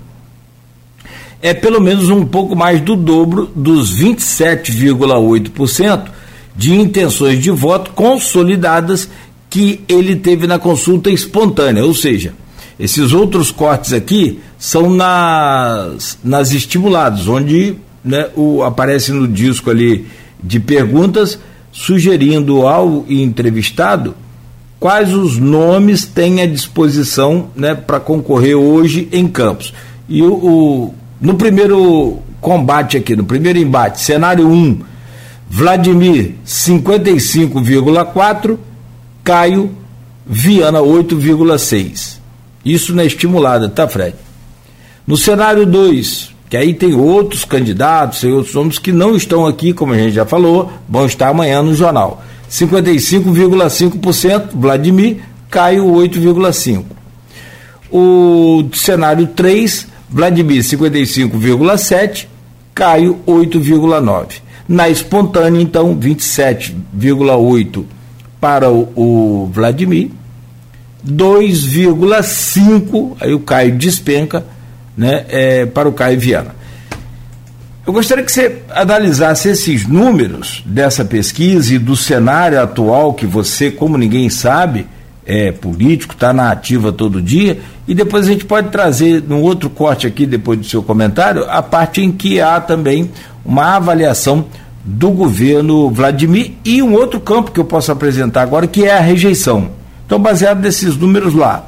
Speaker 2: É pelo menos um pouco mais do dobro dos vinte e sete vírgula oito por cento de intenções de voto consolidadas que ele teve na consulta espontânea, ou seja, esses outros cortes aqui são nas, nas estimuladas, onde, né, o, aparece no disco ali de perguntas, sugerindo ao entrevistado quais os nomes tem à disposição, né, para concorrer hoje em Campos. E o, o, no primeiro combate aqui, no primeiro embate, cenário um, Vladimir cinquenta e cinco vírgula quatro por cento, Caio Viana oito vírgula seis por cento. Isso na estimulada, tá, Fred? No cenário dois, que aí tem outros candidatos, tem outros nomes que não estão aqui, como a gente já falou, vão estar amanhã no jornal. cinquenta e cinco vírgula cinco por cento Vladimir, Caio oito vírgula cinco por cento. O cenário três, Vladimir cinquenta e cinco vírgula sete por cento, Caio oito vírgula nove por cento. Na espontânea, então, vinte e sete vírgula oito por cento para o, o Vladimir, dois vírgula cinco por cento, aí o Caio despenca, né, é, para o Caio Viana. Eu gostaria que você analisasse esses números dessa pesquisa e do cenário atual que você, como ninguém sabe, é político, está na ativa todo dia, e depois a gente pode trazer num outro corte aqui, depois do seu comentário, a parte em que há também uma avaliação do governo Vladimir e um outro campo que eu posso apresentar agora, que é a rejeição. Então, baseado nesses números lá,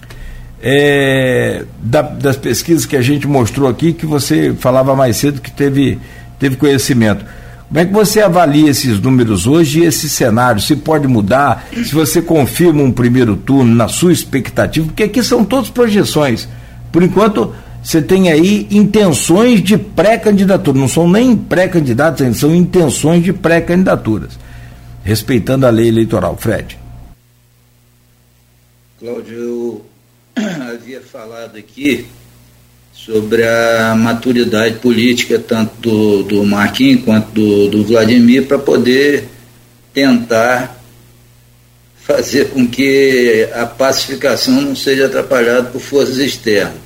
Speaker 2: é, da, das pesquisas que a gente mostrou aqui, que você falava mais cedo que teve, teve conhecimento, como é que você avalia esses números hoje e esse cenário? Se pode mudar, se você confirma um primeiro turno na sua expectativa, porque aqui são todas projeções. Por enquanto, você tem aí intenções de pré-candidatura, não são nem pré-candidatos, são intenções de pré-candidaturas, respeitando a lei eleitoral. Fred.
Speaker 3: Cláudio, eu havia falado aqui sobre a maturidade política tanto do, do Marquinhos quanto do, do Vladimir para poder tentar fazer com que a pacificação não seja atrapalhada por forças externas.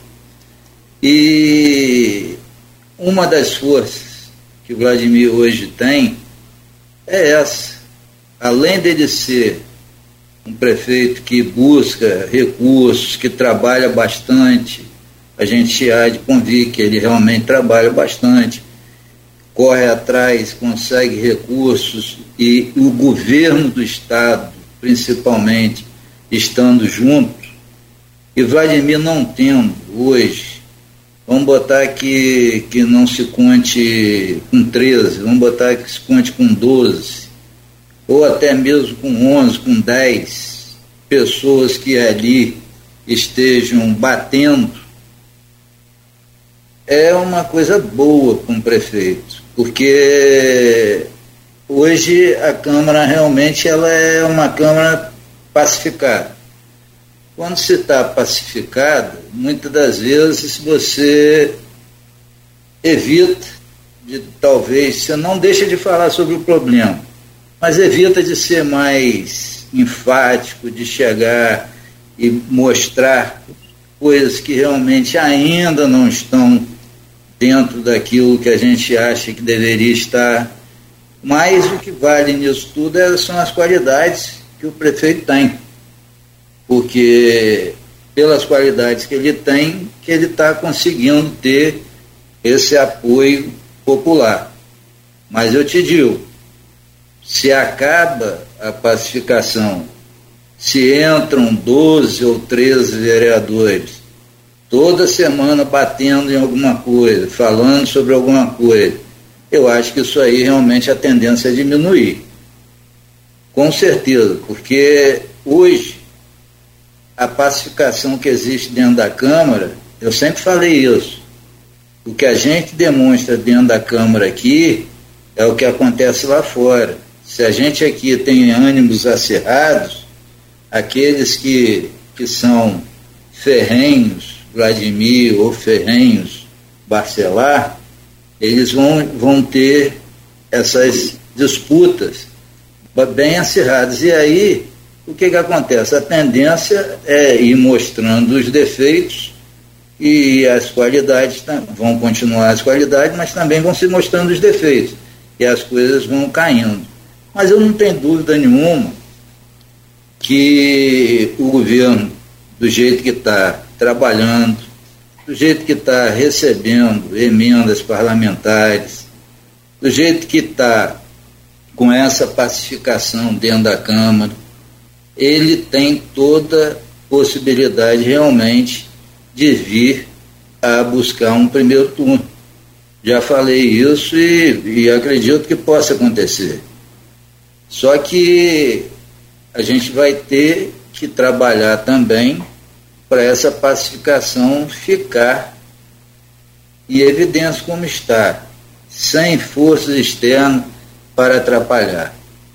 Speaker 3: E uma das forças que o Vladimir hoje tem é essa. Além dele ser um prefeito que busca recursos, que trabalha bastante, a gente há de convir que ele realmente trabalha bastante, corre atrás, consegue recursos, e o governo do Estado, principalmente, estando junto, e Vladimir não tendo hoje, vamos botar que, que não se conte com treze, vamos botar que se conte com doze, ou até mesmo com onze, com dez pessoas que ali estejam batendo, é uma coisa boa para um prefeito, porque hoje a Câmara realmente ela é uma Câmara pacificada. Quando se está pacificada, muitas das vezes você evita, de, talvez, você não deixa de falar sobre o problema, mas evita de ser mais enfático, de chegar e mostrar coisas que realmente ainda não estão dentro daquilo que a gente acha que deveria estar. Mas o que vale nisso tudo é, são as qualidades que o prefeito tem, porque pelas qualidades que ele tem, que ele está conseguindo ter esse apoio popular. Mas eu te digo, se acaba a pacificação, se entram doze ou treze vereadores toda semana batendo em alguma coisa, falando sobre alguma coisa, eu acho que isso aí realmente a tendência é diminuir. Com certeza, porque hoje a pacificação que existe dentro da Câmara, eu sempre falei isso, o que a gente demonstra dentro da Câmara aqui é o que acontece lá fora. Se a gente aqui tem ânimos acirrados, aqueles que, que são ferrenhos Vladimir ou ferrenhos Bacelar, eles vão, vão ter essas disputas bem acirradas. E aí, o que que acontece? A tendência é ir mostrando os defeitos e as qualidades, vão continuar as qualidades, mas também vão se mostrando os defeitos. E as coisas vão caindo. Mas eu não tenho dúvida nenhuma que o governo, do jeito que está trabalhando, do jeito que está recebendo emendas parlamentares, do jeito que está com essa pacificação dentro da Câmara, ele tem toda possibilidade realmente de vir a buscar um primeiro turno. Já falei isso e, e acredito que possa acontecer. Só que a gente vai ter que trabalhar também para essa pacificação ficar em evidência como está, sem forças externas para atrapalhar.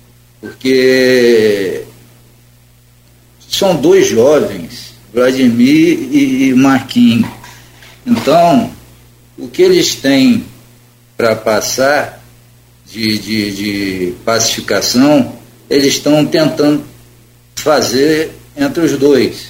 Speaker 3: Porque são dois jovens, Vladimir e, e Marquinhos. Então, o que eles têm para passar de, de, de pacificação, eles estão tentando fazer entre os dois.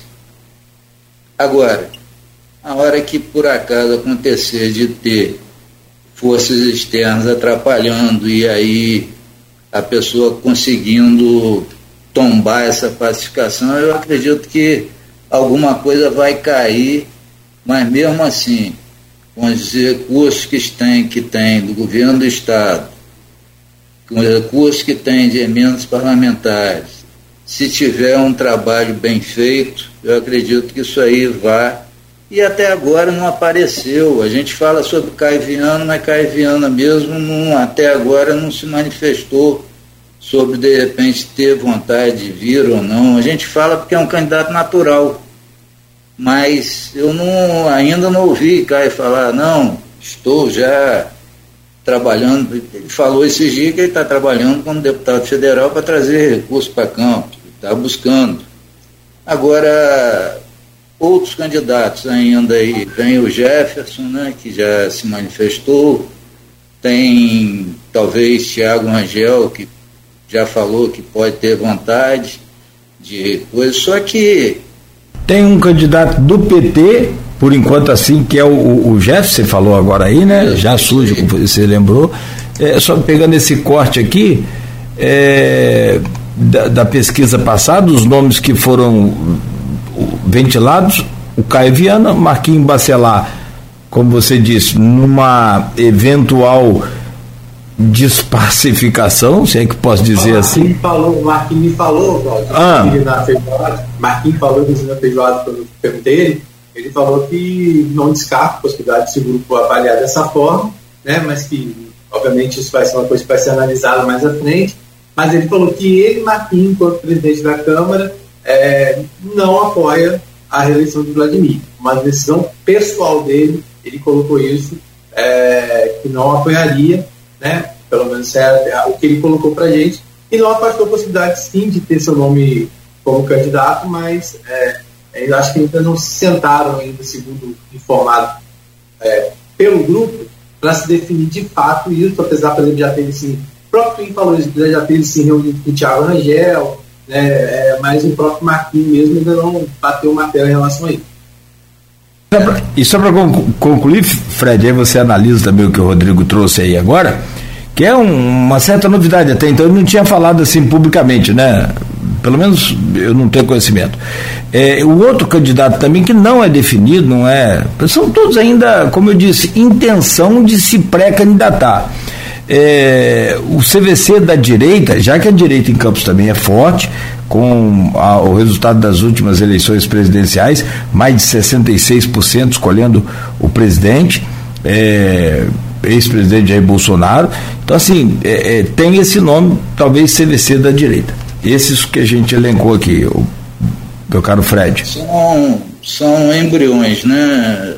Speaker 3: Agora, a hora que por acaso acontecer de ter forças externas atrapalhando e aí a pessoa conseguindo tombar essa pacificação, eu acredito que alguma coisa vai cair, mas mesmo assim, com os recursos que tem, que tem do governo do Estado, com os recursos que tem de emendas parlamentares, se tiver um trabalho bem feito, eu acredito que isso aí vá. E até agora não apareceu. A gente fala sobre Caio Viana, mas Caio Viana mesmo não, até agora não se manifestou sobre, de repente, ter vontade de vir ou não. A gente fala porque é um candidato natural. Mas eu não, ainda não ouvi Caio falar, não, estou já trabalhando. Ele falou esses dias que ele está trabalhando como deputado federal para trazer recursos para campo, está buscando. Agora, outros candidatos ainda aí, tem o Jefferson, né, que já se manifestou, tem talvez Thiago Rangel, que já falou que pode ter vontade de coisa, só que
Speaker 2: tem um candidato do P T, por enquanto assim, que é o, o Jeff, você falou agora aí, né? É, já surge, como você lembrou. É, só pegando esse corte aqui, é, da, da pesquisa passada, os nomes que foram ventilados, o Caio Viana, Marquinhos Bacelar, como você disse, numa eventual despacificação, se é que posso dizer
Speaker 4: o
Speaker 2: assim.
Speaker 4: Falou, o Marquinhos me falou, Cláudio,
Speaker 2: ah.
Speaker 4: na feijoada, Marquinhos falou na feijoada quando eu perguntei ele, ele falou que não descarta a possibilidade de se o grupo avaliar dessa forma, né, mas que, obviamente, isso vai ser uma coisa que vai ser analisada mais à frente, mas ele falou que ele, Marquinhos, enquanto presidente da Câmara, é, não apoia a reeleição de Vladimir. Uma decisão pessoal dele, ele colocou isso, é, que não apoiaria, né, pelo menos é o que ele colocou para a gente, e não afastou a possibilidade, sim, de ter seu nome como candidato, mas é, eu acho que ainda não se sentaram ainda, segundo informado é, pelo grupo, para se definir de fato isso, apesar, por exemplo, já ter esse próprio quem falou isso, já teve se reunido com o Thiago Rangel, né, é, mas o próprio Marquinhos mesmo ainda não bateu o martelo em relação a isso.
Speaker 2: E só para concluir, Fred, aí você analisa também o que o Rodrigo trouxe aí agora, que é um, uma certa novidade até então, ele não tinha falado assim publicamente, né? Pelo menos eu não tenho conhecimento. É, o outro candidato também que não é definido, não é. São todos ainda, como eu disse, intenção de se pré-candidatar. É, o C V C da direita, já que a direita em Campos também é forte, com a, o resultado das últimas eleições presidenciais, mais de sessenta e seis por cento escolhendo o presidente, é, ex-presidente Jair Bolsonaro. Então, assim, é, é, tem esse nome, talvez C V C da direita. Esses que a gente elencou aqui, o meu caro Fred.
Speaker 3: São, são embriões, né?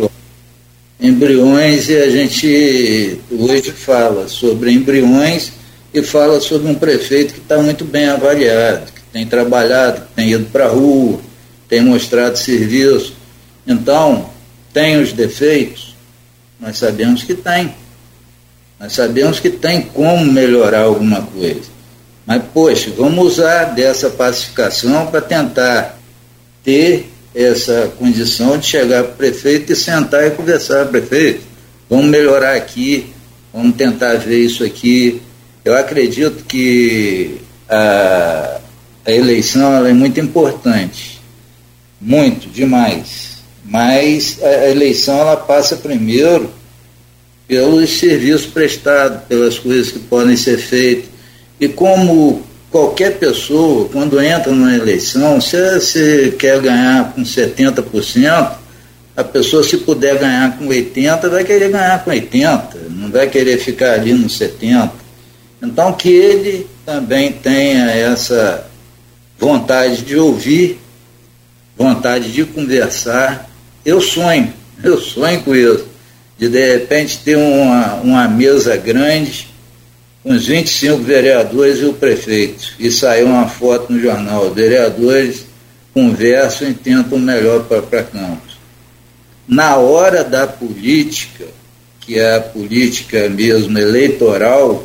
Speaker 3: Embriões, e a gente hoje fala sobre embriões e fala sobre um prefeito que está muito bem avaliado, que tem trabalhado, que tem ido para a rua, tem mostrado serviço. Então, tem os defeitos? Nós sabemos que tem. Nós sabemos que tem como melhorar alguma coisa. Mas, poxa, vamos usar dessa pacificação para tentar ter essa condição de chegar para o prefeito e sentar e conversar com o prefeito. Vamos melhorar aqui, vamos tentar ver isso aqui. Eu acredito que a, a eleição ela é muito importante, muito, demais. Mas a eleição ela passa primeiro pelos serviços prestados, pelas coisas que podem ser feitas. E como qualquer pessoa, quando entra numa eleição, se você quer ganhar com setenta por cento, a pessoa, se puder ganhar com oitenta por cento, vai querer ganhar com oitenta por cento, não vai querer ficar ali no setenta por cento. Então, que ele também tenha essa vontade de ouvir, vontade de conversar. Eu sonho, eu sonho com isso, de de repente ter uma, uma mesa grande, com os vinte e cinco vereadores e o prefeito, e saiu uma foto no jornal, os vereadores conversam e tentam o melhor para Campos. Na hora da política, que é a política mesmo eleitoral,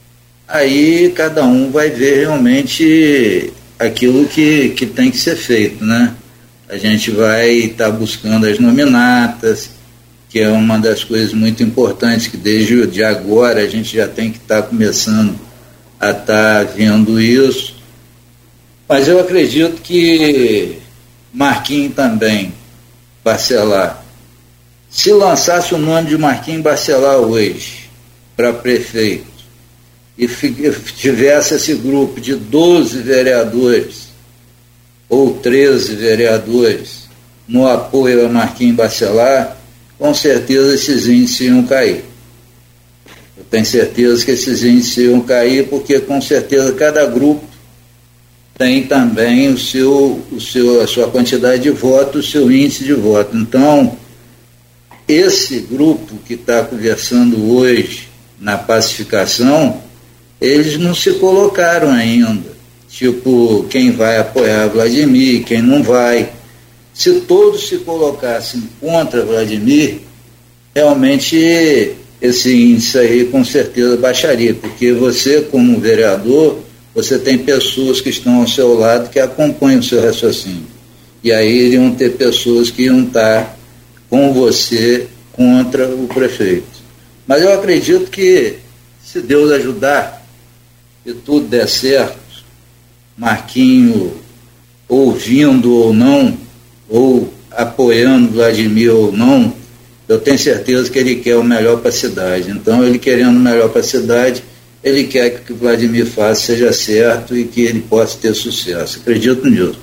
Speaker 3: aí cada um vai ver realmente aquilo que, que tem que ser feito, né? A gente vai estar tá buscando as nominatas, que é uma das coisas muito importantes, que desde de agora a gente já tem que estar tá começando a estar tá vendo isso. Mas eu acredito que Marquinhos também, Bacelar, se lançasse o nome de Marquinhos Bacelar hoje para prefeito e tivesse esse grupo de doze vereadores ou treze vereadores no apoio a Marquinhos Bacelar, com certeza esses índices iam cair. Eu tenho certeza que esses índices iam cair, porque com certeza cada grupo tem também o seu, o seu, a sua quantidade de votos, o seu índice de voto. Então, esse grupo que está conversando hoje na pacificação, eles não se colocaram ainda. Tipo, quem vai apoiar Vladimir, quem não vai. Se todos se colocassem contra Vladimir, realmente esse índice aí com certeza baixaria, porque você, como vereador, você tem pessoas que estão ao seu lado que acompanham o seu raciocínio. E aí iriam ter pessoas que iam estar com você contra o prefeito. Mas eu acredito que, se Deus ajudar e tudo der certo, Marquinho, ouvindo ou não, ou apoiando Vladimir ou não, eu tenho certeza que ele quer o melhor para a cidade. Então, ele querendo o melhor para a cidade, ele quer que o que Vladimir faça seja certo e que ele possa ter sucesso. Acredito nisso.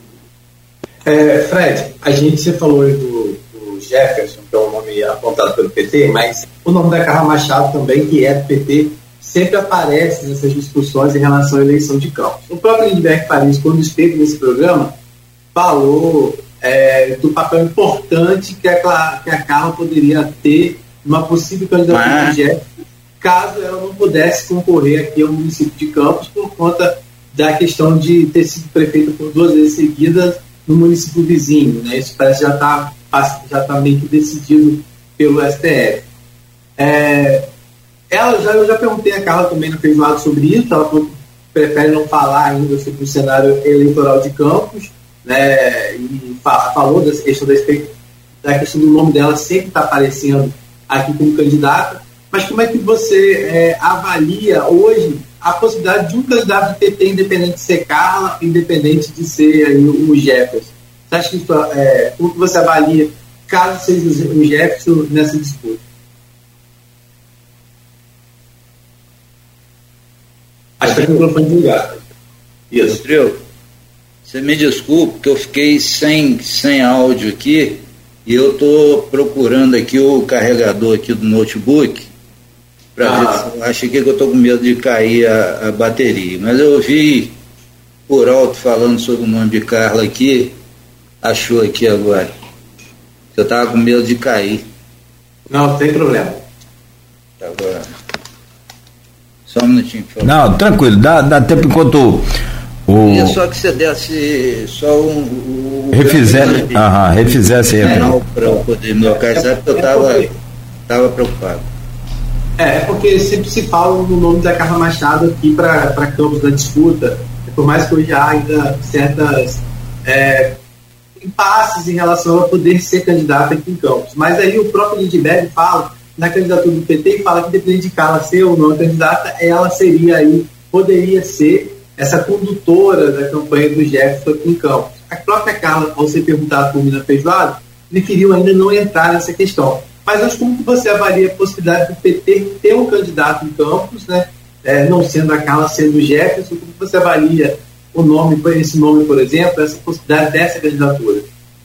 Speaker 4: É, Fred, a gente, você falou aí do, do Jefferson, que é o nome apontado pelo P T, mas o nome da Carla Machado também, que é do P T, sempre aparece nessas discussões em relação à eleição de Campos. O próprio Lindbergh Paris, quando esteve nesse programa, falou é, do papel importante que a, que a Carla poderia ter numa possível candidatura de Jefferson, caso ela não pudesse concorrer aqui ao município de Campos, por conta da questão de ter sido prefeita por duas vezes seguidas no município vizinho, né? Isso parece que já está já tá meio que decidido pelo S T F. É, ela já, eu já perguntei a Carla também no feijoada sobre isso, ela falou que prefere não falar ainda sobre o cenário eleitoral de Campos, né, e fa- falou dessa questão da, da questão do nome dela sempre está aparecendo aqui como candidata, mas como é que você é, avalia hoje a possibilidade de um candidato do P T, independente de ser Carla, independente de ser aí, o Jefferson? Você acha que isso, é, como que você avalia caso seja o Jefferson nessa disputa? Acho que é o microfone desligado.
Speaker 3: Isso. Rodrigo, você me desculpe que eu fiquei sem, sem áudio aqui e eu estou procurando aqui o carregador aqui do notebook para ah. ver se acho que eu estou com medo de cair a, a bateria. Mas eu ouvi por alto falando sobre o nome de Carla aqui, achou aqui agora. Eu estava com medo de cair.
Speaker 4: Não, tem problema.
Speaker 3: Agora. Só um minutinho, por favor.
Speaker 2: Não, tranquilo, dá, dá tempo enquanto o.
Speaker 3: É só que você desse só um. um
Speaker 2: refizesse, aham, refizesse aí.
Speaker 3: Para eu poder me localizar, porque eu estava tava preocupado.
Speaker 4: É, é porque sempre se fala no nome da Carla Machado aqui para Campos na disputa, por mais que hoje há ainda certas é, impasses em relação a poder ser candidata aqui em Campos. Mas aí o próprio Lindbergh fala na candidatura do P T e fala que, independente de Carla ser ou não candidata, ela seria aí, poderia ser essa condutora da campanha do Jefferson aqui em Campos. A própria Carla, ao ser perguntada por mim na feijoada, preferiu ainda não entrar nessa questão. Mas acho como que você avalia a possibilidade do P T ter um candidato em Campos, né? É, não sendo a Carla, sendo o Jefferson, como você avalia o nome, esse nome, por exemplo, essa possibilidade dessa candidatura?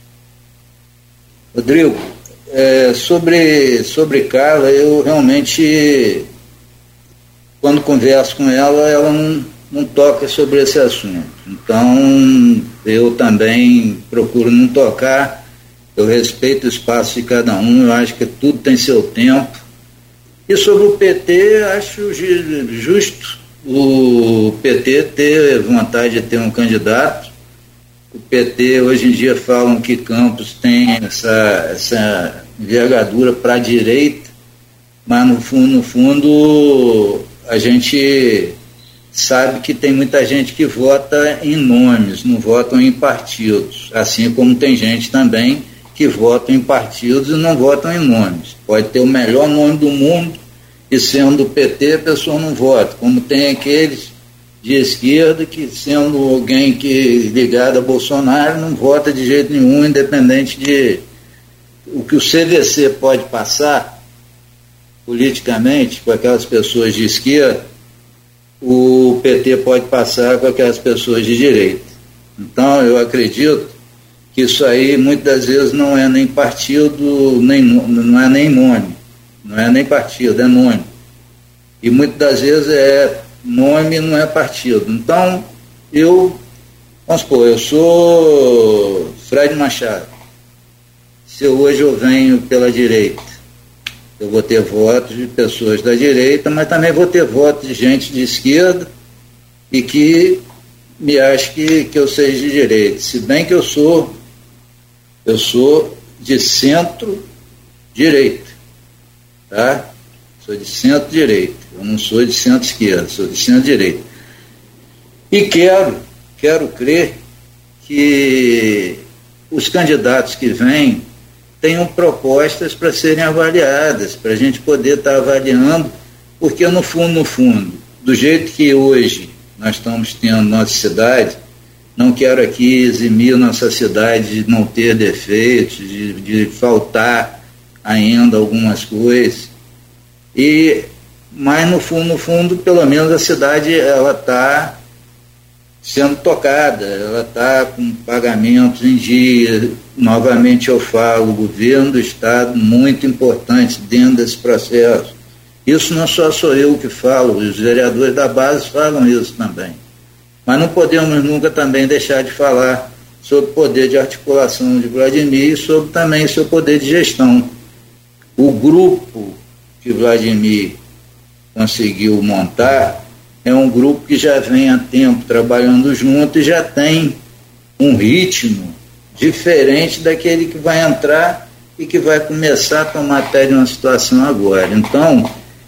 Speaker 3: Rodrigo, é, sobre, sobre Carla, eu realmente, quando converso com ela, ela não, não toca sobre esse assunto. Então, eu também procuro não tocar. Eu respeito o espaço de cada um, eu acho que tudo tem seu tempo. E sobre o P T, acho justo o P T ter vontade de ter um candidato. O P T, hoje em dia, falam que Campos tem essa, essa envergadura para a direita, mas no fundo, no fundo, a gente sabe que tem muita gente que vota em nomes, não votam em partidos, assim como tem gente também que votam em partidos e não votam em nomes. Pode ter o melhor nome do mundo e, sendo do P T, a pessoa não vota, como tem aqueles de esquerda que, sendo alguém que ligado a Bolsonaro, não vota de jeito nenhum, independente de o que o C V C pode passar politicamente com aquelas pessoas de esquerda, o P T pode passar com aquelas pessoas de direita. Então, eu acredito que isso aí muitas vezes não é nem partido, nem, não é nem nome, não é nem partido, é nome. E muitas das vezes é nome, não é partido. Então, eu, vamos supor, eu sou Fred Machado. Se hoje eu venho pela direita, eu vou ter votos de pessoas da direita, mas também vou ter votos de gente de esquerda e que me acha que, que eu seja de direita. Se bem que eu sou Eu sou de centro-direita, tá? Sou de centro-direita, eu não sou de centro-esquerda, sou de centro-direita. E quero, quero crer que os candidatos que vêm tenham propostas para serem avaliadas, para a gente poder estar avaliando, porque no fundo, no fundo, do jeito que hoje nós estamos tendo nossa cidade, não quero aqui eximir nossa cidade de não ter defeitos, de, de faltar ainda algumas coisas. E, mas no fundo, no fundo, pelo menos a cidade ela está sendo tocada, ela está com pagamentos em dia. Novamente eu falo, o governo do estado muito importante dentro desse processo. Isso não só sou eu que falo, os vereadores da base falam isso também. Mas não podemos nunca também deixar de falar sobre o poder de articulação de Vladimir e sobre também seu poder de gestão. O grupo que Vladimir conseguiu montar é um grupo que já vem há tempo trabalhando junto e já tem um ritmo diferente daquele que vai entrar e que vai começar a tomar pé de uma situação agora. Então,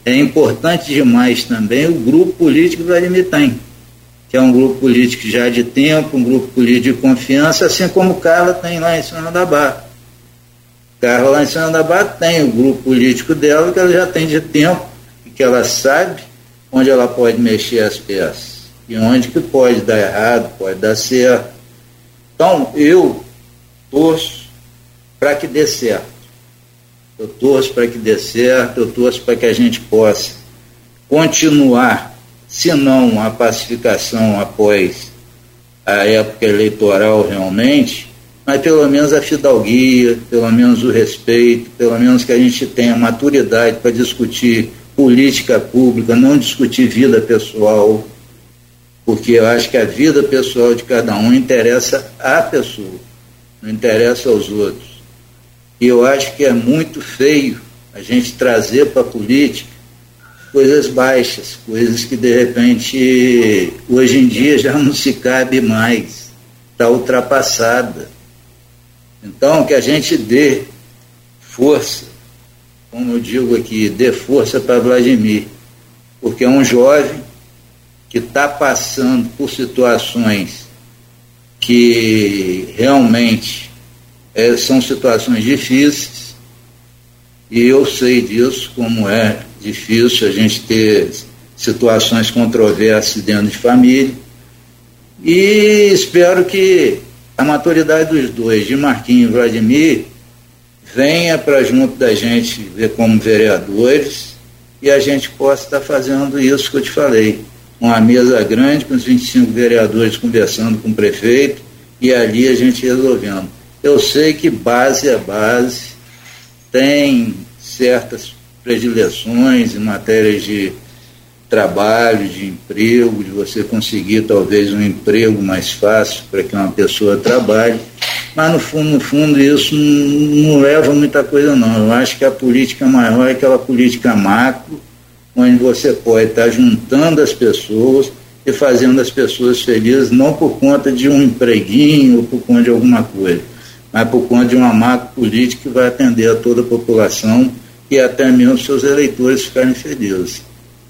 Speaker 3: é importante demais também o grupo político que o Vladimir tem, que é um grupo político já de tempo, um grupo político de confiança, assim como o Carla tem lá em São da Barra. Carla lá em São da Barra tem o grupo político dela, que ela já tem de tempo, e que ela sabe onde ela pode mexer as peças, e onde que pode dar errado, pode dar certo. Então, eu torço para que dê certo. Eu torço para que dê certo, eu torço para que a gente possa continuar, se não a pacificação após a época eleitoral realmente, mas pelo menos a fidalguia, pelo menos o respeito, pelo menos que a gente tenha maturidade para discutir política pública, não discutir vida pessoal, porque eu acho que a vida pessoal de cada um interessa à pessoa, não interessa aos outros. E eu acho que é muito feio a gente trazer para a política coisas baixas, coisas que de repente hoje em dia já não se cabe mais, está ultrapassada. Então que a gente dê força, como eu digo aqui, dê força para Vladimir, porque é um jovem que está passando por situações que realmente é, são situações difíceis, e eu sei disso, como é difícil a gente ter situações controversas dentro de família, e espero que a maturidade dos dois, de Marquinhos e Vladimir, venha para junto da gente ver como vereadores, e a gente possa estar fazendo isso que eu te falei, uma mesa grande com os vinte e cinco vereadores conversando com o prefeito, e ali a gente resolvendo. Eu sei que base a base tem certas predileções em matérias de trabalho, de emprego, de você conseguir talvez um emprego mais fácil para que uma pessoa trabalhe, mas no fundo, no fundo isso não, não leva a muita coisa não. Eu acho que a política maior é aquela política macro, onde você pode estar juntando as pessoas e fazendo as pessoas felizes, não por conta de um empreguinho ou por conta de alguma coisa, mas por conta de uma macro política que vai atender a toda a população e até mesmo seus eleitores ficarem felizes.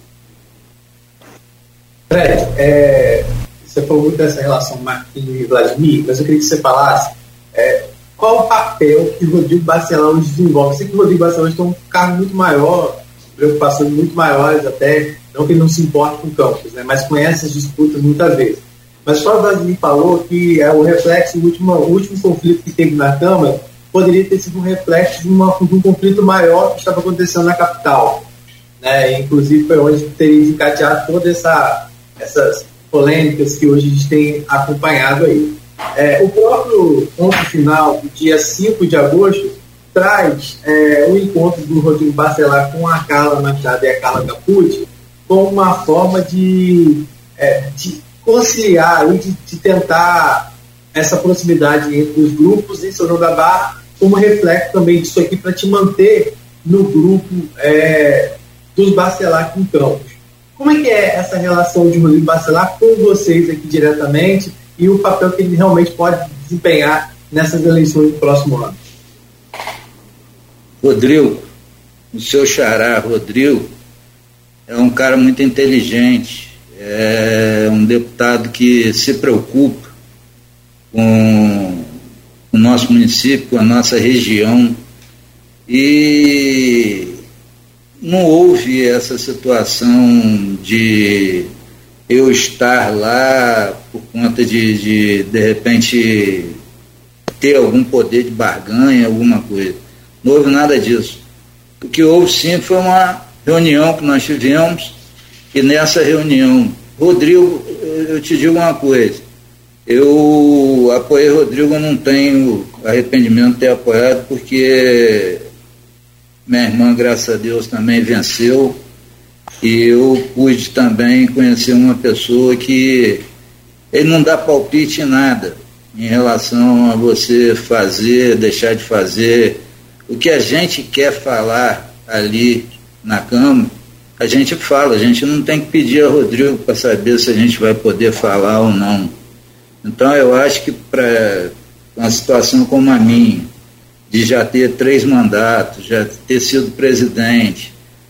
Speaker 4: Fred, é, você falou muito dessa relação Marquinhos e Vladimir, mas eu queria que você falasse é, qual o papel que o Rodrigo Bacelar hoje desenvolve. Eu sei que o Rodrigo Bacelar tem um cargo muito maior, preocupações muito maiores até, não que ele não se importe com campos, né, mas conhece as disputas muitas vezes. Mas só o Vladimir falou que é o reflexo, o último, o último conflito que teve na Câmara poderia ter sido um reflexo de, uma, de um conflito maior que estava acontecendo na capital. Né? Inclusive foi onde teria desencadeado todas essa, essas polêmicas que hoje a gente tem acompanhado aí. É, o próprio ponto final, do dia cinco de agosto, traz é, o encontro do Rodrigo Bacelar com a Carla Machado e a Carla Capucci como uma forma de, é, de conciliar e de, de tentar essa proximidade entre os grupos em São João da Barra, como reflexo também disso aqui para te manter no grupo é, dos Bacelar aqui em Campos. Como é que é essa relação de Rodrigo Bacelar com vocês aqui diretamente e o papel que ele realmente pode desempenhar nessas eleições do próximo ano?
Speaker 3: Rodrigo, o seu xará, Rodrigo, é um cara muito inteligente, é um deputado que se preocupa com o nosso município, com a nossa região, e não houve essa situação de eu estar lá por conta de, de, de repente, ter algum poder de barganha, alguma coisa. Não houve nada disso. O que houve, sim, foi uma reunião que nós tivemos, e nessa reunião, Rodrigo, eu te digo uma coisa, eu apoiei Rodrigo, eu não tenho arrependimento de ter apoiado, porque minha irmã, graças a Deus, também venceu, e eu pude também conhecer uma pessoa que ele não dá palpite em nada em relação a você fazer, deixar de fazer. O que a gente quer falar ali na Câmara, a gente fala, a gente não tem que pedir a Rodrigo para saber se a gente vai poder falar ou não. Então eu acho que para uma situação como a minha, de já ter três mandatos, já ter sido presidente,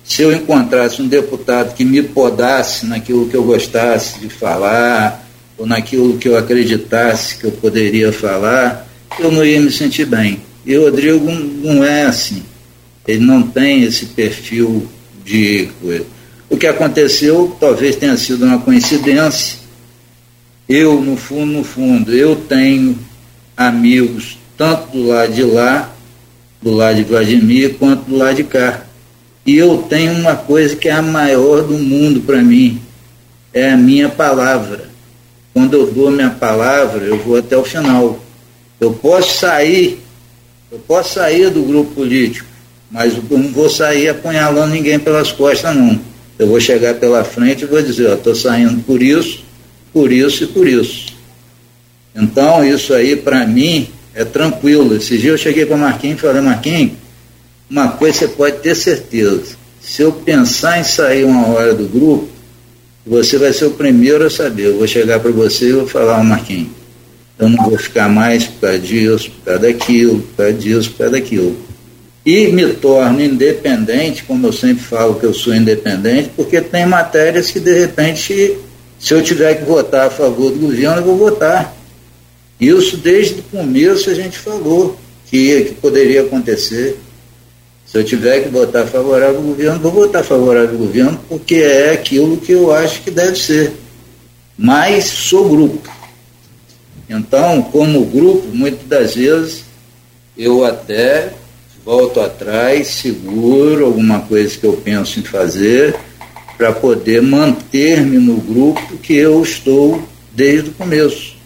Speaker 3: se eu encontrasse um deputado que me podasse naquilo que eu gostasse de falar, ou naquilo que eu acreditasse que eu poderia falar, eu não ia me sentir bem. E o Rodrigo não é assim. Ele não tem esse perfil de coisa. O que aconteceu talvez tenha sido uma coincidência. Eu, no fundo, no fundo, eu tenho amigos tanto do lado de lá, do lado de Vladimir, quanto do lado de cá. E eu tenho uma coisa que é a maior do mundo para mim, é a minha palavra. Quando eu dou minha palavra, eu vou até o final. Eu posso sair, eu posso sair do grupo político, mas eu não vou sair apunhalando ninguém pelas costas, não. Eu vou chegar pela frente e vou dizer, ó, estou saindo por isso, por isso e por isso. Então, isso aí, para mim, é tranquilo. Esse dia eu cheguei para o Marquinhos e falei, Marquinhos, uma coisa você pode ter certeza, se eu pensar em sair uma hora do grupo, você vai ser o primeiro a saber. Eu vou chegar para você e vou falar, Marquinhos, eu não vou ficar mais por causa disso, por causa daquilo, por causa disso, por causa daquilo. E me torno independente, como eu sempre falo que eu sou independente, porque tem matérias que, de repente, se eu tiver que votar a favor do governo, eu vou votar. Isso desde o começo a gente falou que, que poderia acontecer. Se eu tiver que votar favorável ao governo, vou votar favorável ao governo, porque é aquilo que eu acho que deve ser. Mas sou grupo. Então, como grupo, muitas das vezes, eu até volto atrás, seguro alguma coisa que eu penso em fazer, para poder manter-me no grupo que eu estou desde o começo.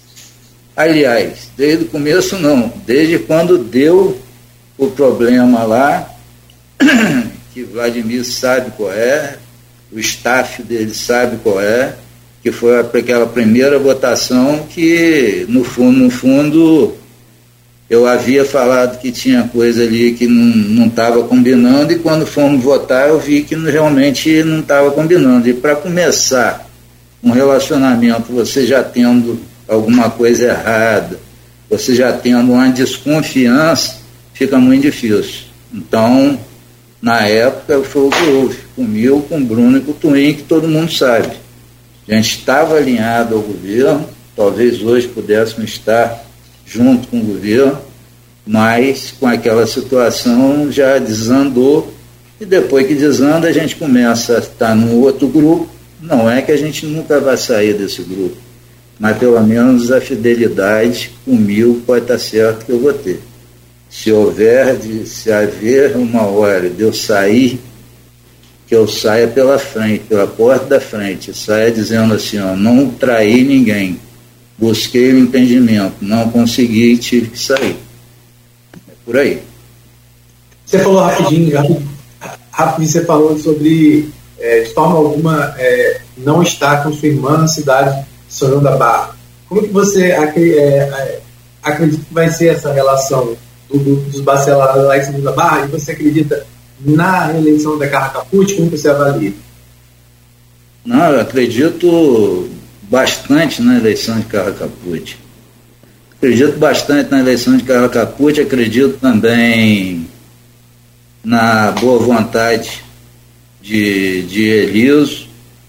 Speaker 3: Aliás, desde o começo não, desde quando deu o problema lá, que Vladimir sabe qual é, o staff dele sabe qual é, que foi aquela primeira votação que, no fundo, no fundo, eu havia falado que tinha coisa ali que não estava combinando, e quando fomos votar eu vi que realmente não estava combinando. E para começar um relacionamento, você já tendo alguma coisa errada, você já tendo uma desconfiança, fica muito difícil. Então, na época, foi o que houve comigo, com o Bruno e com o Twin, que todo mundo sabe. A gente estava alinhado ao governo, talvez hoje pudéssemos estar junto com o governo, mas com aquela situação já desandou, e depois que desanda a gente começa a estar num outro grupo. Não é que a gente nunca vai sair desse grupo, mas pelo menos a fidelidade comigo pode estar certo que eu vou ter. Se houver, de, se haver uma hora de eu sair, que eu saia pela frente, pela porta da frente, saia dizendo assim, ó, não traí ninguém, busquei o entendimento, não consegui e tive que sair. É por aí.
Speaker 4: Você falou rapidinho, rapidinho, rapidinho você falou sobre, é, de forma alguma, é, não estar com sua irmã na cidade de São João da Barra. Como que você é, acredita que vai ser essa relação do, do, dos bacelados lá em São João da Barra? E você acredita na reeleição da Carla Capucci? Como você avalia?
Speaker 3: Não, eu acredito bastante na eleição de Carla Capucci. Acredito bastante na eleição de Carla Capucci, acredito também na boa vontade de, de Eliso.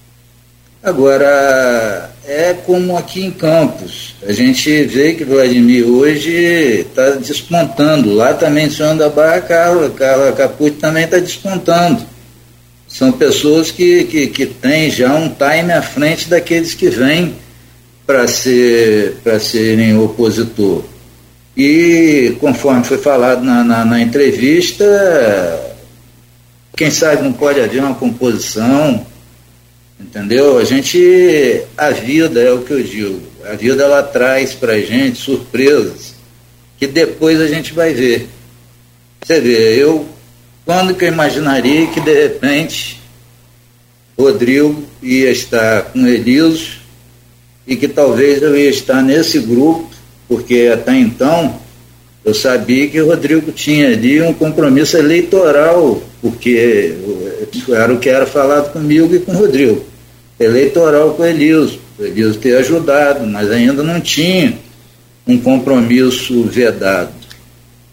Speaker 3: Agora, é como aqui em Campos, a gente vê que Vladimir hoje está despontando. Lá também, em São João da Barra, Carla, Carla Capucci também está despontando. São pessoas que, que, que têm já um time à frente daqueles que vêm para ser, para serem opositor. E, conforme foi falado na, na, na entrevista, quem sabe não pode haver uma composição, entendeu? A gente, a vida é o que eu digo, a vida ela traz para a gente surpresas que depois a gente vai ver. Você vê, eu, quando que eu imaginaria que de repente Rodrigo ia estar com Eliso e que talvez eu ia estar nesse grupo, porque até então eu sabia que o Rodrigo tinha ali um compromisso eleitoral, porque era o que era falado comigo e com o Rodrigo, eleitoral com o Eliso, o Eliso ter ajudado, mas ainda não tinha um compromisso vedado.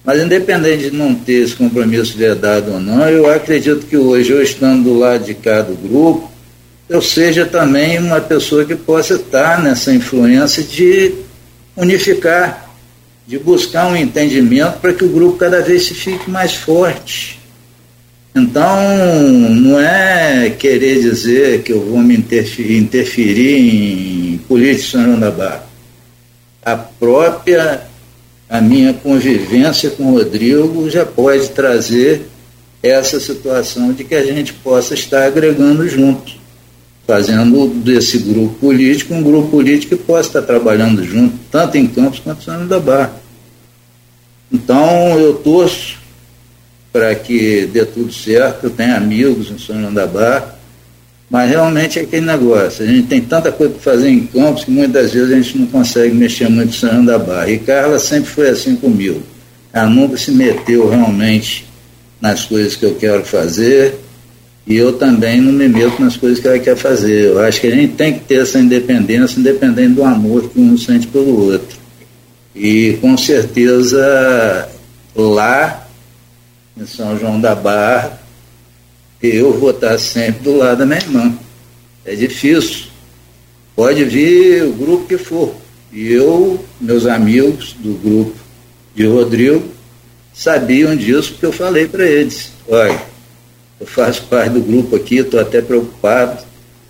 Speaker 3: Mas independente de não ter esse compromisso vedado ou não, eu acredito que hoje, eu estando do lado de cá do grupo, eu seja também uma pessoa que possa estar nessa influência de unificar, de buscar um entendimento para que o grupo cada vez se fique mais forte. Então, não é querer dizer que eu vou me interferir, interferir em política de São João da Barra. A própria, a minha convivência com o Rodrigo já pode trazer essa situação de que a gente possa estar agregando junto, fazendo desse grupo político um grupo político que possa estar trabalhando junto, tanto em Campos quanto em São João da Barra. Então, eu torço para que dê tudo certo, eu tenho amigos em São João da Barra, mas realmente é aquele negócio, a gente tem tanta coisa para fazer em Campos que muitas vezes a gente não consegue mexer muito em São João da Barra. E Carla sempre foi assim comigo, ela nunca se meteu realmente nas coisas que eu quero fazer, e eu também não me meto nas coisas que ela quer fazer. Eu acho que a gente tem que ter essa independência, independente do amor que um sente pelo outro. E com certeza lá em São João da Barra eu vou estar sempre do lado da minha irmã. É difícil, pode vir o grupo que for, e eu, meus amigos do grupo de Rodrigo sabiam disso, porque eu falei para eles: olha, eu faço parte do grupo aqui, estou até preocupado,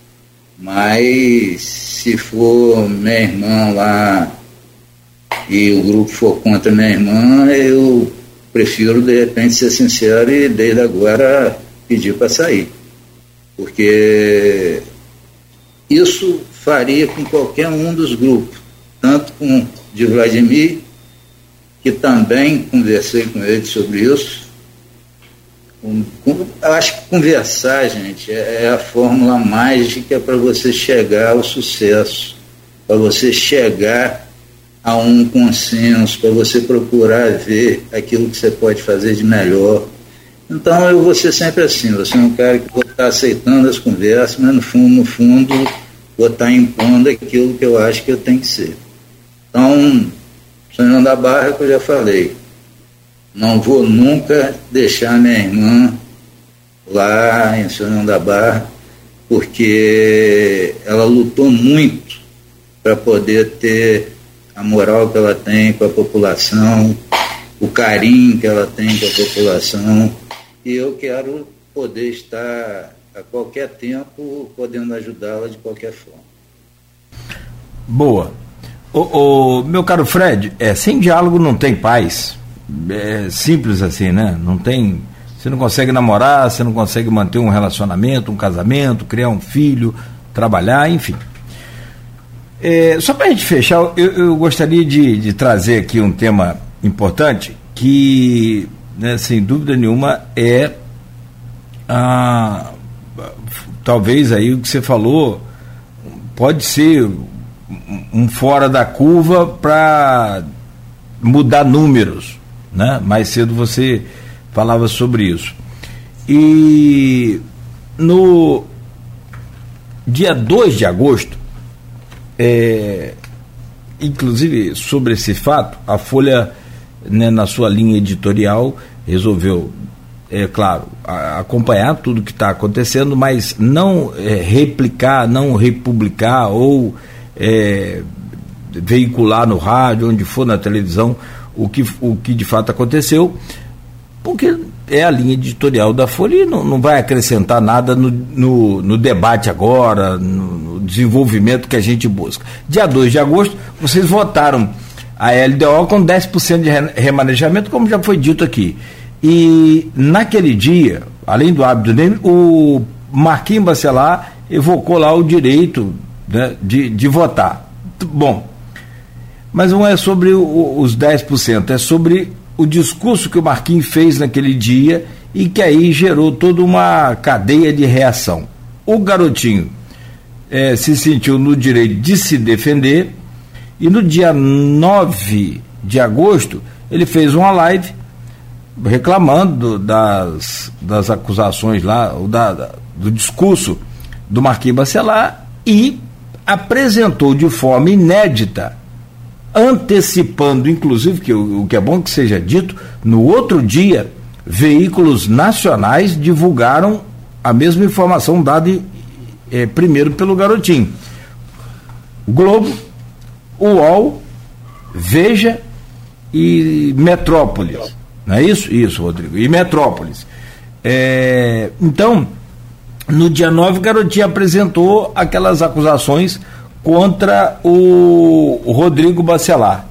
Speaker 3: mas se for minha irmã lá e o grupo for contra minha irmã, eu prefiro de repente ser sincero e desde agora pedir para sair, porque isso faria com qualquer um dos grupos, tanto com o de Vladimir, que também conversei com ele sobre isso. Com, com, eu acho que conversar, gente, é, é a fórmula mágica para você chegar ao sucesso, para você chegar a um consenso, para você procurar ver aquilo que você pode fazer de melhor. Então eu vou ser sempre assim, você é um cara que vou estar aceitando as conversas, mas no fundo, no fundo, vou estar impondo aquilo que eu acho que eu tenho que ser. Então, São João da Barra, que eu já falei, não vou nunca deixar minha irmã lá em São João da Barra, porque ela lutou muito para poder ter a moral que ela tem com a população, o carinho que ela tem com a população, e eu quero poder estar a qualquer tempo podendo ajudá-la de qualquer forma.
Speaker 2: Boa. O, o meu caro Fred, é, sem diálogo não tem paz. É simples assim, né? Não tem, você não consegue namorar, você não consegue manter um relacionamento, um casamento, criar um filho, trabalhar, enfim. É, só para a gente fechar, eu, eu gostaria de, de trazer aqui um tema importante que, né, sem dúvida nenhuma, é a, talvez aí o que você falou pode ser um fora da curva para mudar números, né? Mais cedo você falava sobre isso. E no dia dois de agosto, é, inclusive sobre esse fato, a Folha, né, na sua linha editorial, resolveu, é claro, a, acompanhar tudo que está acontecendo, mas não é, replicar, não republicar ou é, veicular no rádio, onde for, na televisão, o que, o que de fato aconteceu, porque é a linha editorial da Folha e não, não vai acrescentar nada no, no, no debate agora, no, no desenvolvimento que a gente busca. Dia dois de agosto, vocês votaram a L D O com dez por cento de remanejamento, como já foi dito aqui. E naquele dia, além do hábito dele, o Marquinhos Bacelar evocou lá o direito, né, de, de votar. Bom, mas não é sobre o, os dez por cento, é sobre o discurso que o Marquinhos fez naquele dia e que aí gerou toda uma cadeia de reação. O garotinho é, se sentiu no direito de se defender e no dia nove de agosto ele fez uma live reclamando das, das acusações lá, da, da, do discurso do Marquinhos Bacelar, e apresentou de forma inédita antecipando, inclusive, que o, o que é bom que seja dito, no outro dia, veículos nacionais divulgaram a mesma informação dada eh, primeiro pelo Garotinho. O Globo, o U O L, Veja e Metrópolis. Não é isso? Isso, Rodrigo. E Metrópolis. É, então, no dia nove, o Garotinho apresentou aquelas acusações contra o, o Rodrigo Bacelar.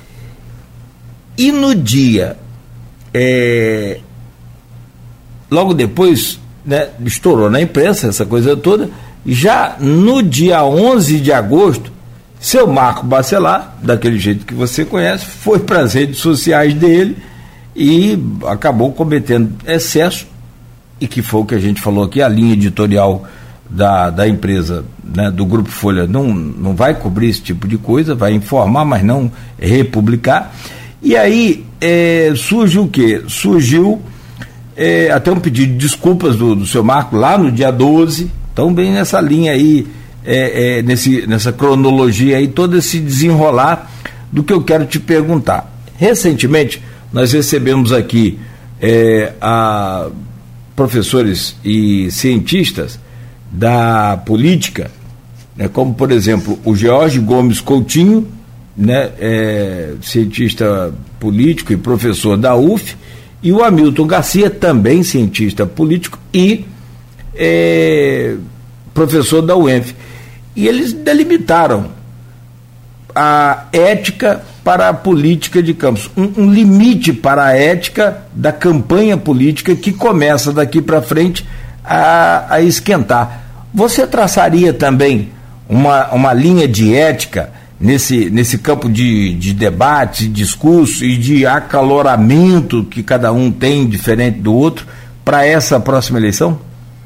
Speaker 2: E no dia, é, logo depois, né, estourou na imprensa essa coisa toda, já no dia onze de agosto, seu Marco Bacelar, daquele jeito que você conhece, foi para as redes sociais dele e acabou cometendo excesso, e que foi o que a gente falou aqui, a linha editorial da, da empresa, né, do Grupo Folha, não, não vai cobrir esse tipo de coisa, vai informar, mas não republicar. E aí é, surge o quê? Surgiu é, até um pedido de desculpas do, do seu Marco lá no dia doze, então bem nessa linha aí, é, é, nesse, nessa cronologia aí, todo esse desenrolar do que eu quero te perguntar. Recentemente nós recebemos aqui é, a professores e cientistas da política, né, como por exemplo o George Gomes Coutinho, né, é, cientista político e professor da U F, e o Hamilton Garcia, também cientista político e é, professor da U E N F. E eles delimitaram a ética para a política de campos, um, um limite para a ética da campanha política que começa daqui para frente a, a esquentar. Você traçaria também uma, uma linha de ética nesse, nesse campo de, de debate, de discurso e de acaloramento que cada um tem diferente do outro para essa próxima eleição?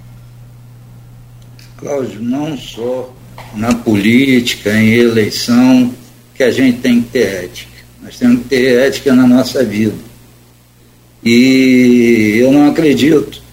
Speaker 3: Cláudio, não só na política, em eleição, que a gente tem que ter ética. Nós temos que ter ética na nossa vida. E eu não acredito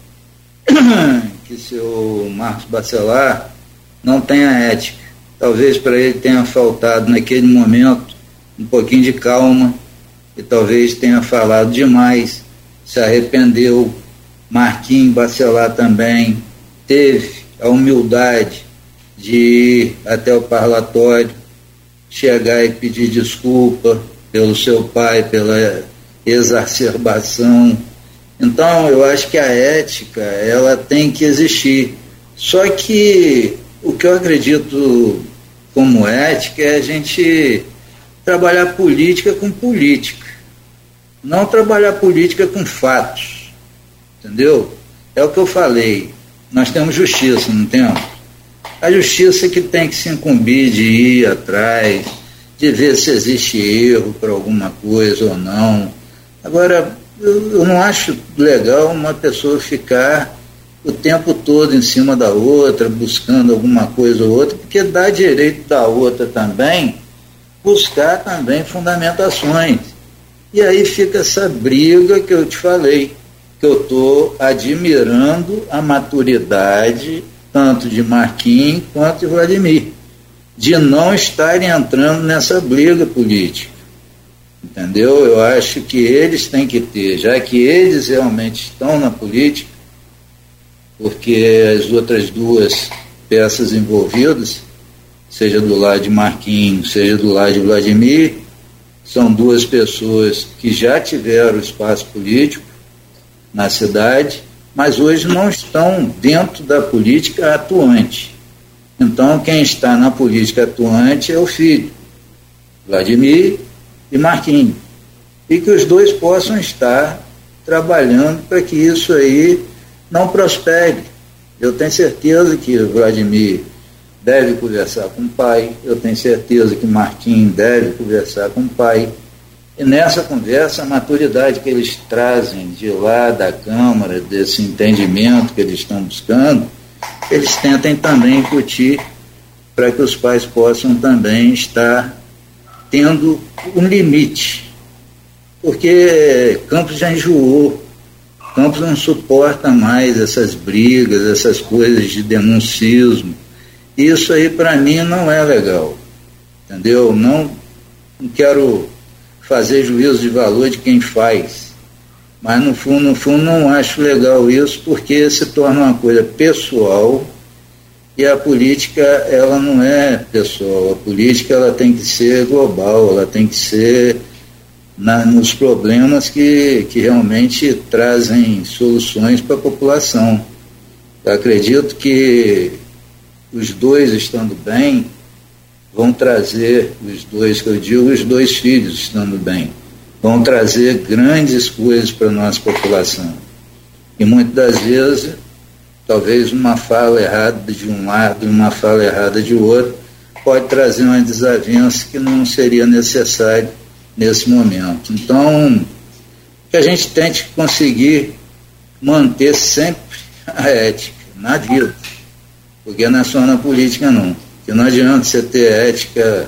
Speaker 3: que seu Marcos Bacelar não tenha ética. Talvez para ele tenha faltado naquele momento um pouquinho de calma e talvez tenha falado demais, se arrependeu. Marquinhos Bacelar também teve a humildade de ir até o parlatório, chegar e pedir desculpa pelo seu pai, pela exacerbação. Então, eu acho que a ética, ela tem que existir. Só que o que eu acredito como ética é a gente trabalhar política com política, não trabalhar política com fatos, entendeu? É o que eu falei, nós temos justiça, não temos? A justiça que tem que se incumbir de ir atrás, de ver se existe erro para alguma coisa ou não. Agora, eu, eu não acho legal uma pessoa ficar o tempo todo em cima da outra, buscando alguma coisa ou outra, porque dá direito da outra também buscar também fundamentações. E aí fica essa briga que eu te falei, que eu estou admirando a maturidade tanto de Marquinhos quanto de Vladimir, de não estarem entrando nessa briga política, entendeu? Eu acho que eles têm que ter, já que eles realmente estão na política, porque as outras duas peças envolvidas, seja do lado de Marquinhos, seja do lado de Vladimir, são duas pessoas que já tiveram espaço político na cidade, mas hoje não estão dentro da política atuante. Então, quem está na política atuante é o filho, Vladimir e Marquinhos. E que os dois possam estar trabalhando para que isso aí não prospere. Eu tenho certeza que o Vladimir deve conversar com o pai, eu tenho certeza que Marquinhos deve conversar com o pai. E nessa conversa, a maturidade que eles trazem de lá da Câmara, desse entendimento que eles estão buscando, eles tentem também incutir para que os pais possam também estar tendo um limite. Porque Campos já enjoou, Campos não suporta mais essas brigas, essas coisas de denuncismo. Isso aí para mim não é legal, entendeu? Não, não quero fazer juízo de valor de quem faz, mas no fundo, no fundo não acho legal isso, porque se torna uma coisa pessoal, e a política ela não é pessoal, a política ela tem que ser global, ela tem que ser na, nos problemas que, que realmente trazem soluções para a população. Eu acredito que os dois estando bem, vão trazer, os dois que eu digo, os dois filhos estando bem, vão trazer grandes coisas para a nossa população. E muitas das vezes, talvez uma fala errada de um lado e uma fala errada de outro, pode trazer uma desavença que não seria necessário nesse momento. Então, que a gente tente conseguir manter sempre a ética na vida, porque não é só na política não. Porque não adianta você ter ética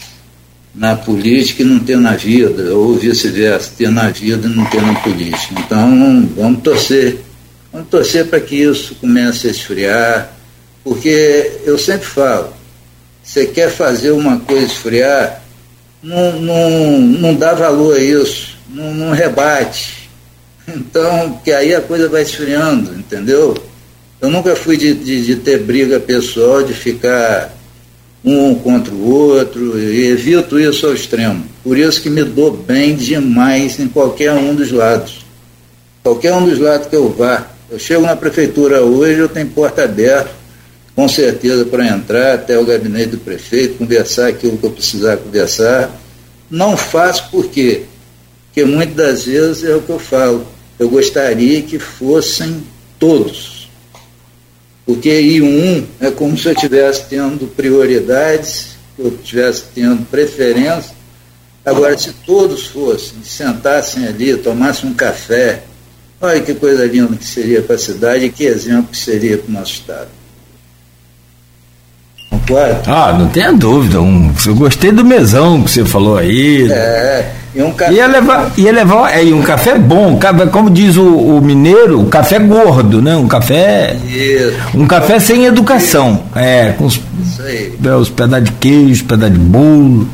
Speaker 3: na política e não ter na vida, ou vice-versa, ter na vida e não ter na política. Então, vamos torcer. Vamos torcer para que isso comece a esfriar, porque eu sempre falo, você quer fazer uma coisa esfriar, não, não, não dá valor a isso, não, não rebate. Então, porque aí a coisa vai esfriando, entendeu? Eu nunca fui de, de, de ter briga pessoal, de ficar um contra o outro, e evito isso ao extremo. Por isso que me dou bem demais em qualquer um dos lados. Qualquer um dos lados que eu vá. Eu chego na prefeitura hoje, eu tenho porta aberta, com certeza, para entrar até o gabinete do prefeito, conversar aquilo que eu precisar conversar. Não faço por quê? Porque muitas das vezes é o que eu falo. Eu gostaria que fossem todos. Porque ir um é como se eu estivesse tendo prioridades, eu estivesse tendo preferência. Agora, se todos fossem, sentassem ali, tomassem um café, olha que coisa linda que seria para a cidade e que exemplo que seria para o nosso estado. Concorda?
Speaker 2: Ah, não tenha dúvida. Um, eu gostei do mesão que você falou aí.
Speaker 3: É, e um café.
Speaker 2: Ia levar, ia levar é, um café bom, como diz o, o mineiro, um café gordo, né? Um café. Isso. Um café sem educação. É, com os,
Speaker 3: Isso aí.
Speaker 2: É, os pedaços de queijo, pedaços de bolo.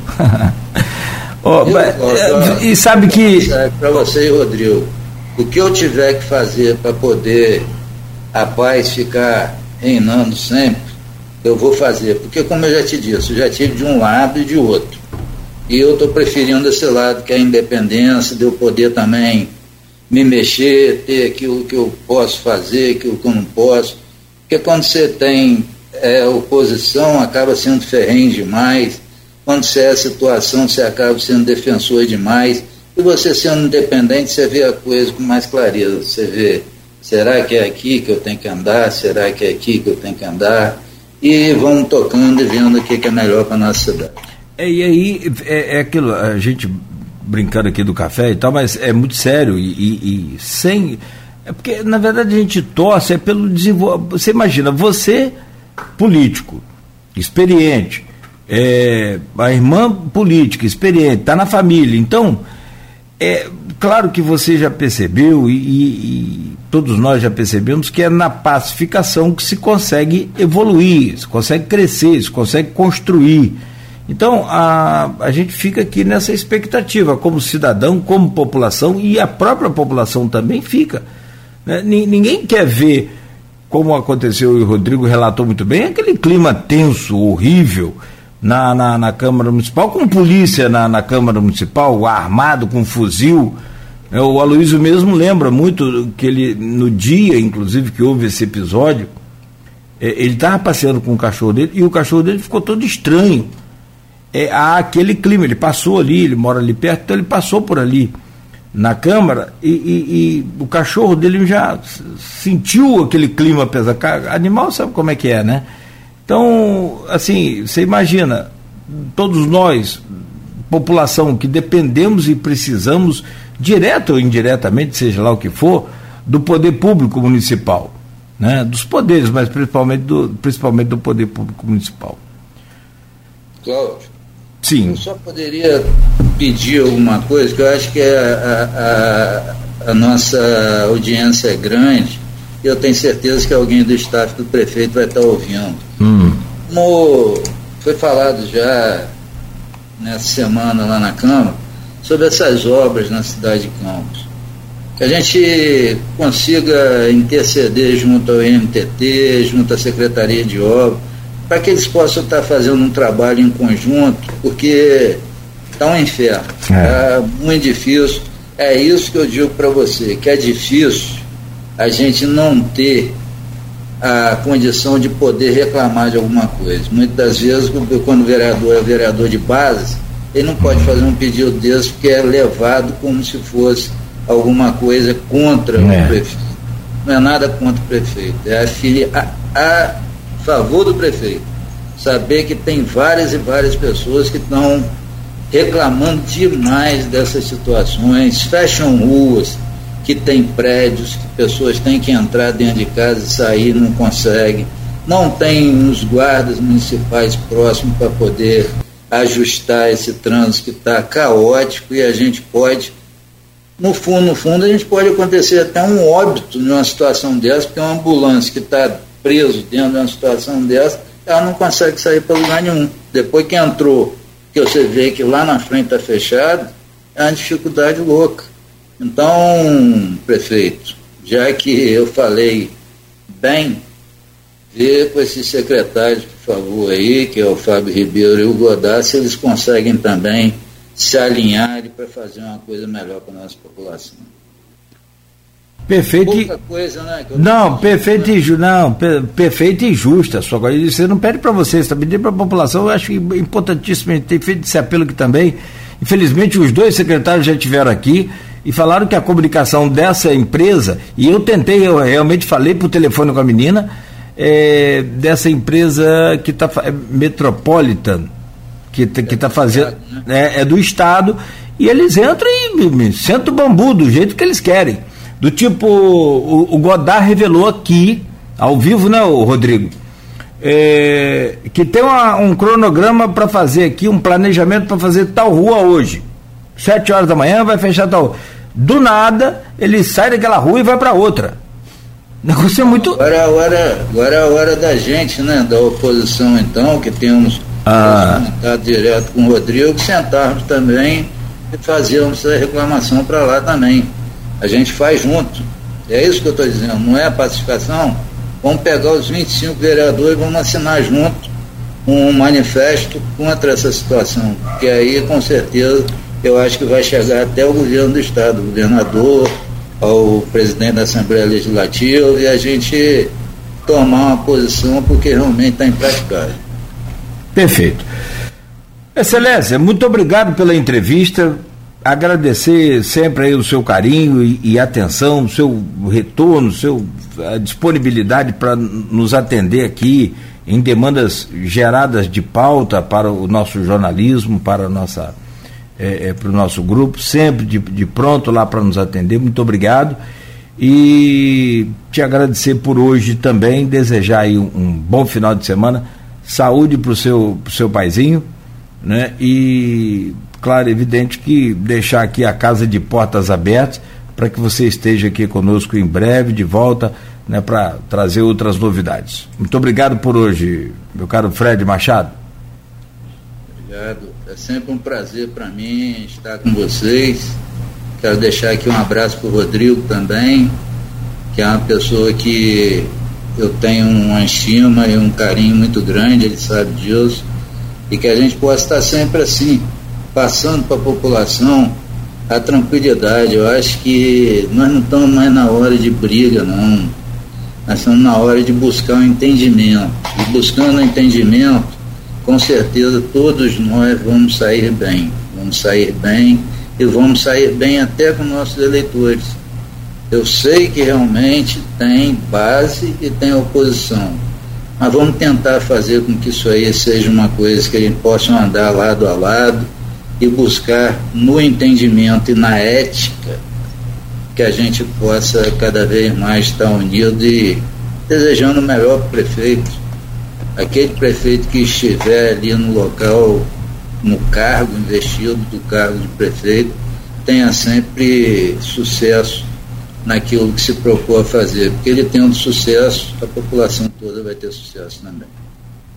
Speaker 2: oh,
Speaker 3: eu,
Speaker 2: mas,
Speaker 3: ó,
Speaker 2: e sabe que.
Speaker 3: Para você, Rodrigo, o que eu tiver que fazer para poder a paz ficar reinando sempre, eu vou fazer, porque como eu já te disse, eu já tive de um lado e de outro, e eu estou preferindo esse lado, que é a independência, de eu poder também me mexer, ter aquilo que eu posso fazer, aquilo que eu não posso, porque quando você tem é, oposição, acaba sendo ferrenho demais, quando você é situação, você acaba sendo defensor demais, e você sendo independente, você vê a coisa com mais clareza, você vê, será que é aqui que eu tenho que andar, será que é aqui que eu tenho que andar, e vamos tocando e vendo o que é melhor para a nossa cidade.
Speaker 2: É, e aí, é, é aquilo, a gente brincando aqui do café e tal, mas é muito sério e, e, e sem... É porque, na verdade, a gente torce é pelo desenvolvimento... Você imagina, você, político, experiente, é, a irmã política, experiente, está na família, então... É claro que você já percebeu e, e, e todos nós já percebemos que é na pacificação que se consegue evoluir, se consegue crescer, se consegue construir. Então a, a gente fica aqui nessa expectativa como cidadão, como população, e a própria população também fica, né? Ninguém quer ver, como aconteceu e o Rodrigo relatou muito bem, aquele clima tenso, horrível, Na, na, na Câmara Municipal, com polícia na, na Câmara Municipal, armado com fuzil. É, o Aloysio mesmo lembra muito que ele, no dia, inclusive, que houve esse episódio, é, ele estava passeando com o cachorro dele e o cachorro dele ficou todo estranho. É, há aquele clima, ele passou ali, ele mora ali perto, então ele passou por ali na Câmara e, e, e o cachorro dele já sentiu aquele clima pesado. Animal sabe como é que é, né? Então, assim, você imagina, todos nós, população que dependemos e precisamos, direto ou indiretamente, seja lá o que for, do poder público municipal, né? Dos poderes, mas principalmente do, principalmente do poder público municipal.
Speaker 3: Cláudio,
Speaker 2: sim.
Speaker 3: Eu só poderia pedir alguma coisa, que eu acho que a, a, a nossa audiência é grande, e eu tenho certeza que alguém do staff do prefeito vai estar ouvindo.
Speaker 2: Hum.
Speaker 3: Como foi falado já nessa semana lá na Câmara sobre essas obras na cidade de Campos. Que a gente consiga interceder junto ao I M T T, junto à Secretaria de Obras, para que eles possam estar fazendo um trabalho em conjunto, porque está um inferno, está é. muito difícil. É isso que eu digo para você, que é difícil a gente não ter a condição de poder reclamar de alguma coisa. Muitas das vezes, quando o vereador é vereador de base, ele não pode fazer um pedido desse porque é levado como se fosse alguma coisa contra é. o prefeito. Não é nada contra o prefeito, é a, filia, a, a favor do prefeito. Saber que tem várias e várias pessoas que estão reclamando demais dessas situações, fecham ruas, que tem prédios, que pessoas têm que entrar dentro de casa e sair, não conseguem, não tem os guardas municipais próximos para poder ajustar esse trânsito que está caótico, e a gente pode, no fundo, no fundo, a gente pode acontecer até um óbito numa situação dessa, porque uma ambulância que está preso dentro de uma situação dessa, ela não consegue sair para lugar nenhum. Depois que entrou, que você vê que lá na frente está fechado, é uma dificuldade louca. Então, prefeito, já que eu falei bem, vê com esses secretários, por favor, aí, que é o Fábio Ribeiro e o Godard, se eles conseguem também se alinharem para fazer uma coisa melhor para a nossa população.
Speaker 2: Perfeito.
Speaker 3: Pouca coisa, né?
Speaker 2: Não, perfeito e justo, não, per, perfeito e justa. Só agora você não pede para você, você está pedindo para a população. Eu acho importantíssimo a gente ter feito esse apelo aqui também. Infelizmente, os dois secretários já estiveram aqui e falaram que a comunicação dessa empresa, e eu tentei, eu realmente falei por telefone com a menina, é, dessa empresa que está, Metropolitan, que está fazendo, né? é, é do Estado, e eles entram e sentam o bambu do jeito que eles querem. Do tipo, o, o Godard revelou aqui, ao vivo, né, o Rodrigo, é, que tem uma, um cronograma para fazer aqui, um planejamento para fazer tal rua hoje. Sete horas da manhã vai fechar tal. Do nada, ele sai daquela rua e vai para outra. O negócio é muito.
Speaker 3: Agora é a hora, agora é a hora da gente, né, da oposição, então, que temos
Speaker 2: ah.
Speaker 3: contato direto com o Rodrigo, sentarmos também e fazermos essa reclamação para lá também. A gente faz junto. É isso que eu estou dizendo, não é pacificação? Vamos pegar os vinte e cinco vereadores e vamos assinar junto um manifesto contra essa situação, que aí, com certeza, eu acho que vai chegar até o governo do Estado, o governador, ao presidente da Assembleia Legislativa, e a gente tomar uma posição, porque realmente está impraticável.
Speaker 2: Perfeito. Excelência, muito obrigado pela entrevista. Agradecer sempre aí o seu carinho e, e atenção, o seu retorno, seu, a disponibilidade para nos atender aqui em demandas geradas de pauta para o nosso jornalismo, para a nossa, é, é, para o nosso grupo, sempre de, de pronto lá para nos atender. Muito obrigado e te agradecer por hoje também, desejar aí um, um bom final de semana, saúde para o seu, pro seu paizinho, né? E claro, evidente que deixar aqui a casa de portas abertas para que você esteja aqui conosco em breve, de volta, né, para trazer outras novidades. Muito obrigado por hoje, meu caro Fred Machado.
Speaker 3: Obrigado, é sempre um prazer para mim estar com vocês. Quero deixar aqui um abraço para o Rodrigo também, que é uma pessoa que eu tenho uma estima e um carinho muito grande, ele sabe disso, e que a gente possa estar sempre assim, passando para a população a tranquilidade. Eu acho que nós não estamos mais na hora de briga, não. Nós estamos na hora de buscar um entendimento. E buscando um entendimento, com certeza todos nós vamos sair bem. Vamos sair bem e vamos sair bem até com nossos eleitores. Eu sei que realmente tem base e tem oposição, mas vamos tentar fazer com que isso aí seja uma coisa que a gente possa andar lado a lado e buscar no entendimento e na ética que a gente possa cada vez mais estar unido e desejando o melhor para o prefeito. Aquele prefeito que estiver ali no local, no cargo, investido do cargo de prefeito, tenha sempre sucesso naquilo que se propôs a fazer, porque ele tendo sucesso, a população toda vai ter sucesso também.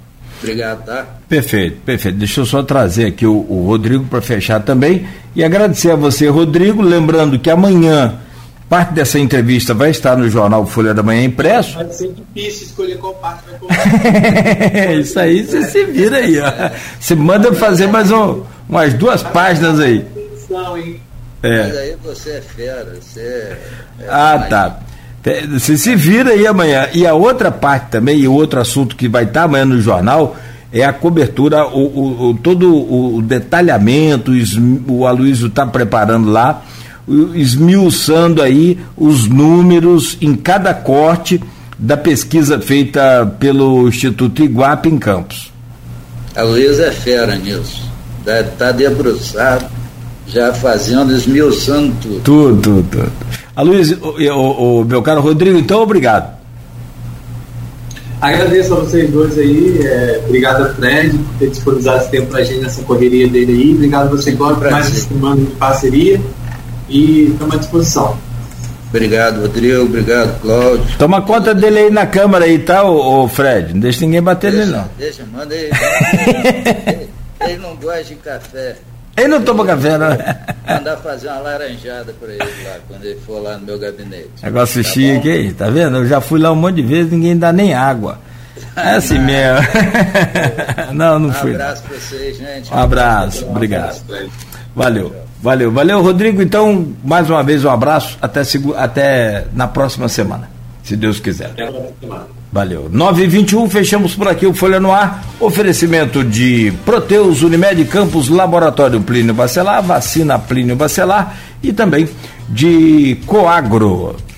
Speaker 3: Obrigado, tá?
Speaker 2: Perfeito, perfeito. Deixa eu só trazer aqui o, o Rodrigo para fechar também e agradecer a você, Rodrigo, lembrando que amanhã parte dessa entrevista vai estar no jornal Folha da Manhã impresso.
Speaker 4: Vai ser difícil escolher qual parte vai colocar.
Speaker 2: Isso aí, você se vira aí, ó. Você manda fazer mais um, umas duas páginas aí.
Speaker 3: É. Mas aí você é fera, você é... é
Speaker 2: ah, tá. Você se vira aí amanhã. E a outra parte também, e outro assunto que vai estar amanhã no jornal, é a cobertura, o, o, o, todo o, o detalhamento, o Aloysio está preparando lá, esmiuçando aí os números em cada corte da pesquisa feita pelo Instituto Iguape em Campos.
Speaker 3: A Luísa é fera nisso, está debruçado, já fazendo, esmiuçando tudo.
Speaker 2: Tudo, tudo, tudo. Aloysio, o, o, o meu caro Rodrigo, então, obrigado.
Speaker 4: Agradeço a vocês dois aí, é, obrigado a Fred por ter disponibilizado esse tempo pra gente nessa correria dele aí, obrigado a você, Cláudio, por mais esse comando de parceria. E estamos à disposição.
Speaker 3: Obrigado, Rodrigo. Obrigado, Cláudio.
Speaker 2: Toma conta dele aí na câmara aí, tá, ô, ô Fred? Não deixa ninguém bater
Speaker 3: deixa,
Speaker 2: nele, não.
Speaker 3: Deixa, manda ele. ele. Ele não gosta de café.
Speaker 2: Ele não toma café, não?
Speaker 3: Mandar fazer uma laranjada para ele lá, quando ele for lá no meu gabinete.
Speaker 2: Negócio tá chique aí, tá vendo? Eu já fui lá um monte de vezes, ninguém dá nem água. É assim não. mesmo. Não, não
Speaker 3: um
Speaker 2: fui.
Speaker 3: Um abraço para vocês, gente.
Speaker 2: Um abraço, um obrigado. Abraço, Valeu. Valeu, valeu, Rodrigo. Então, mais uma vez um abraço, até, até na próxima semana, se Deus quiser.
Speaker 4: Até a próxima semana.
Speaker 2: Valeu. nove e vinte e um, fechamos por aqui o Folha no Ar. Oferecimento de Proteus, Unimed Campos, Laboratório Plínio Bacelar, Vacina Plínio Bacelar e também de Coagro.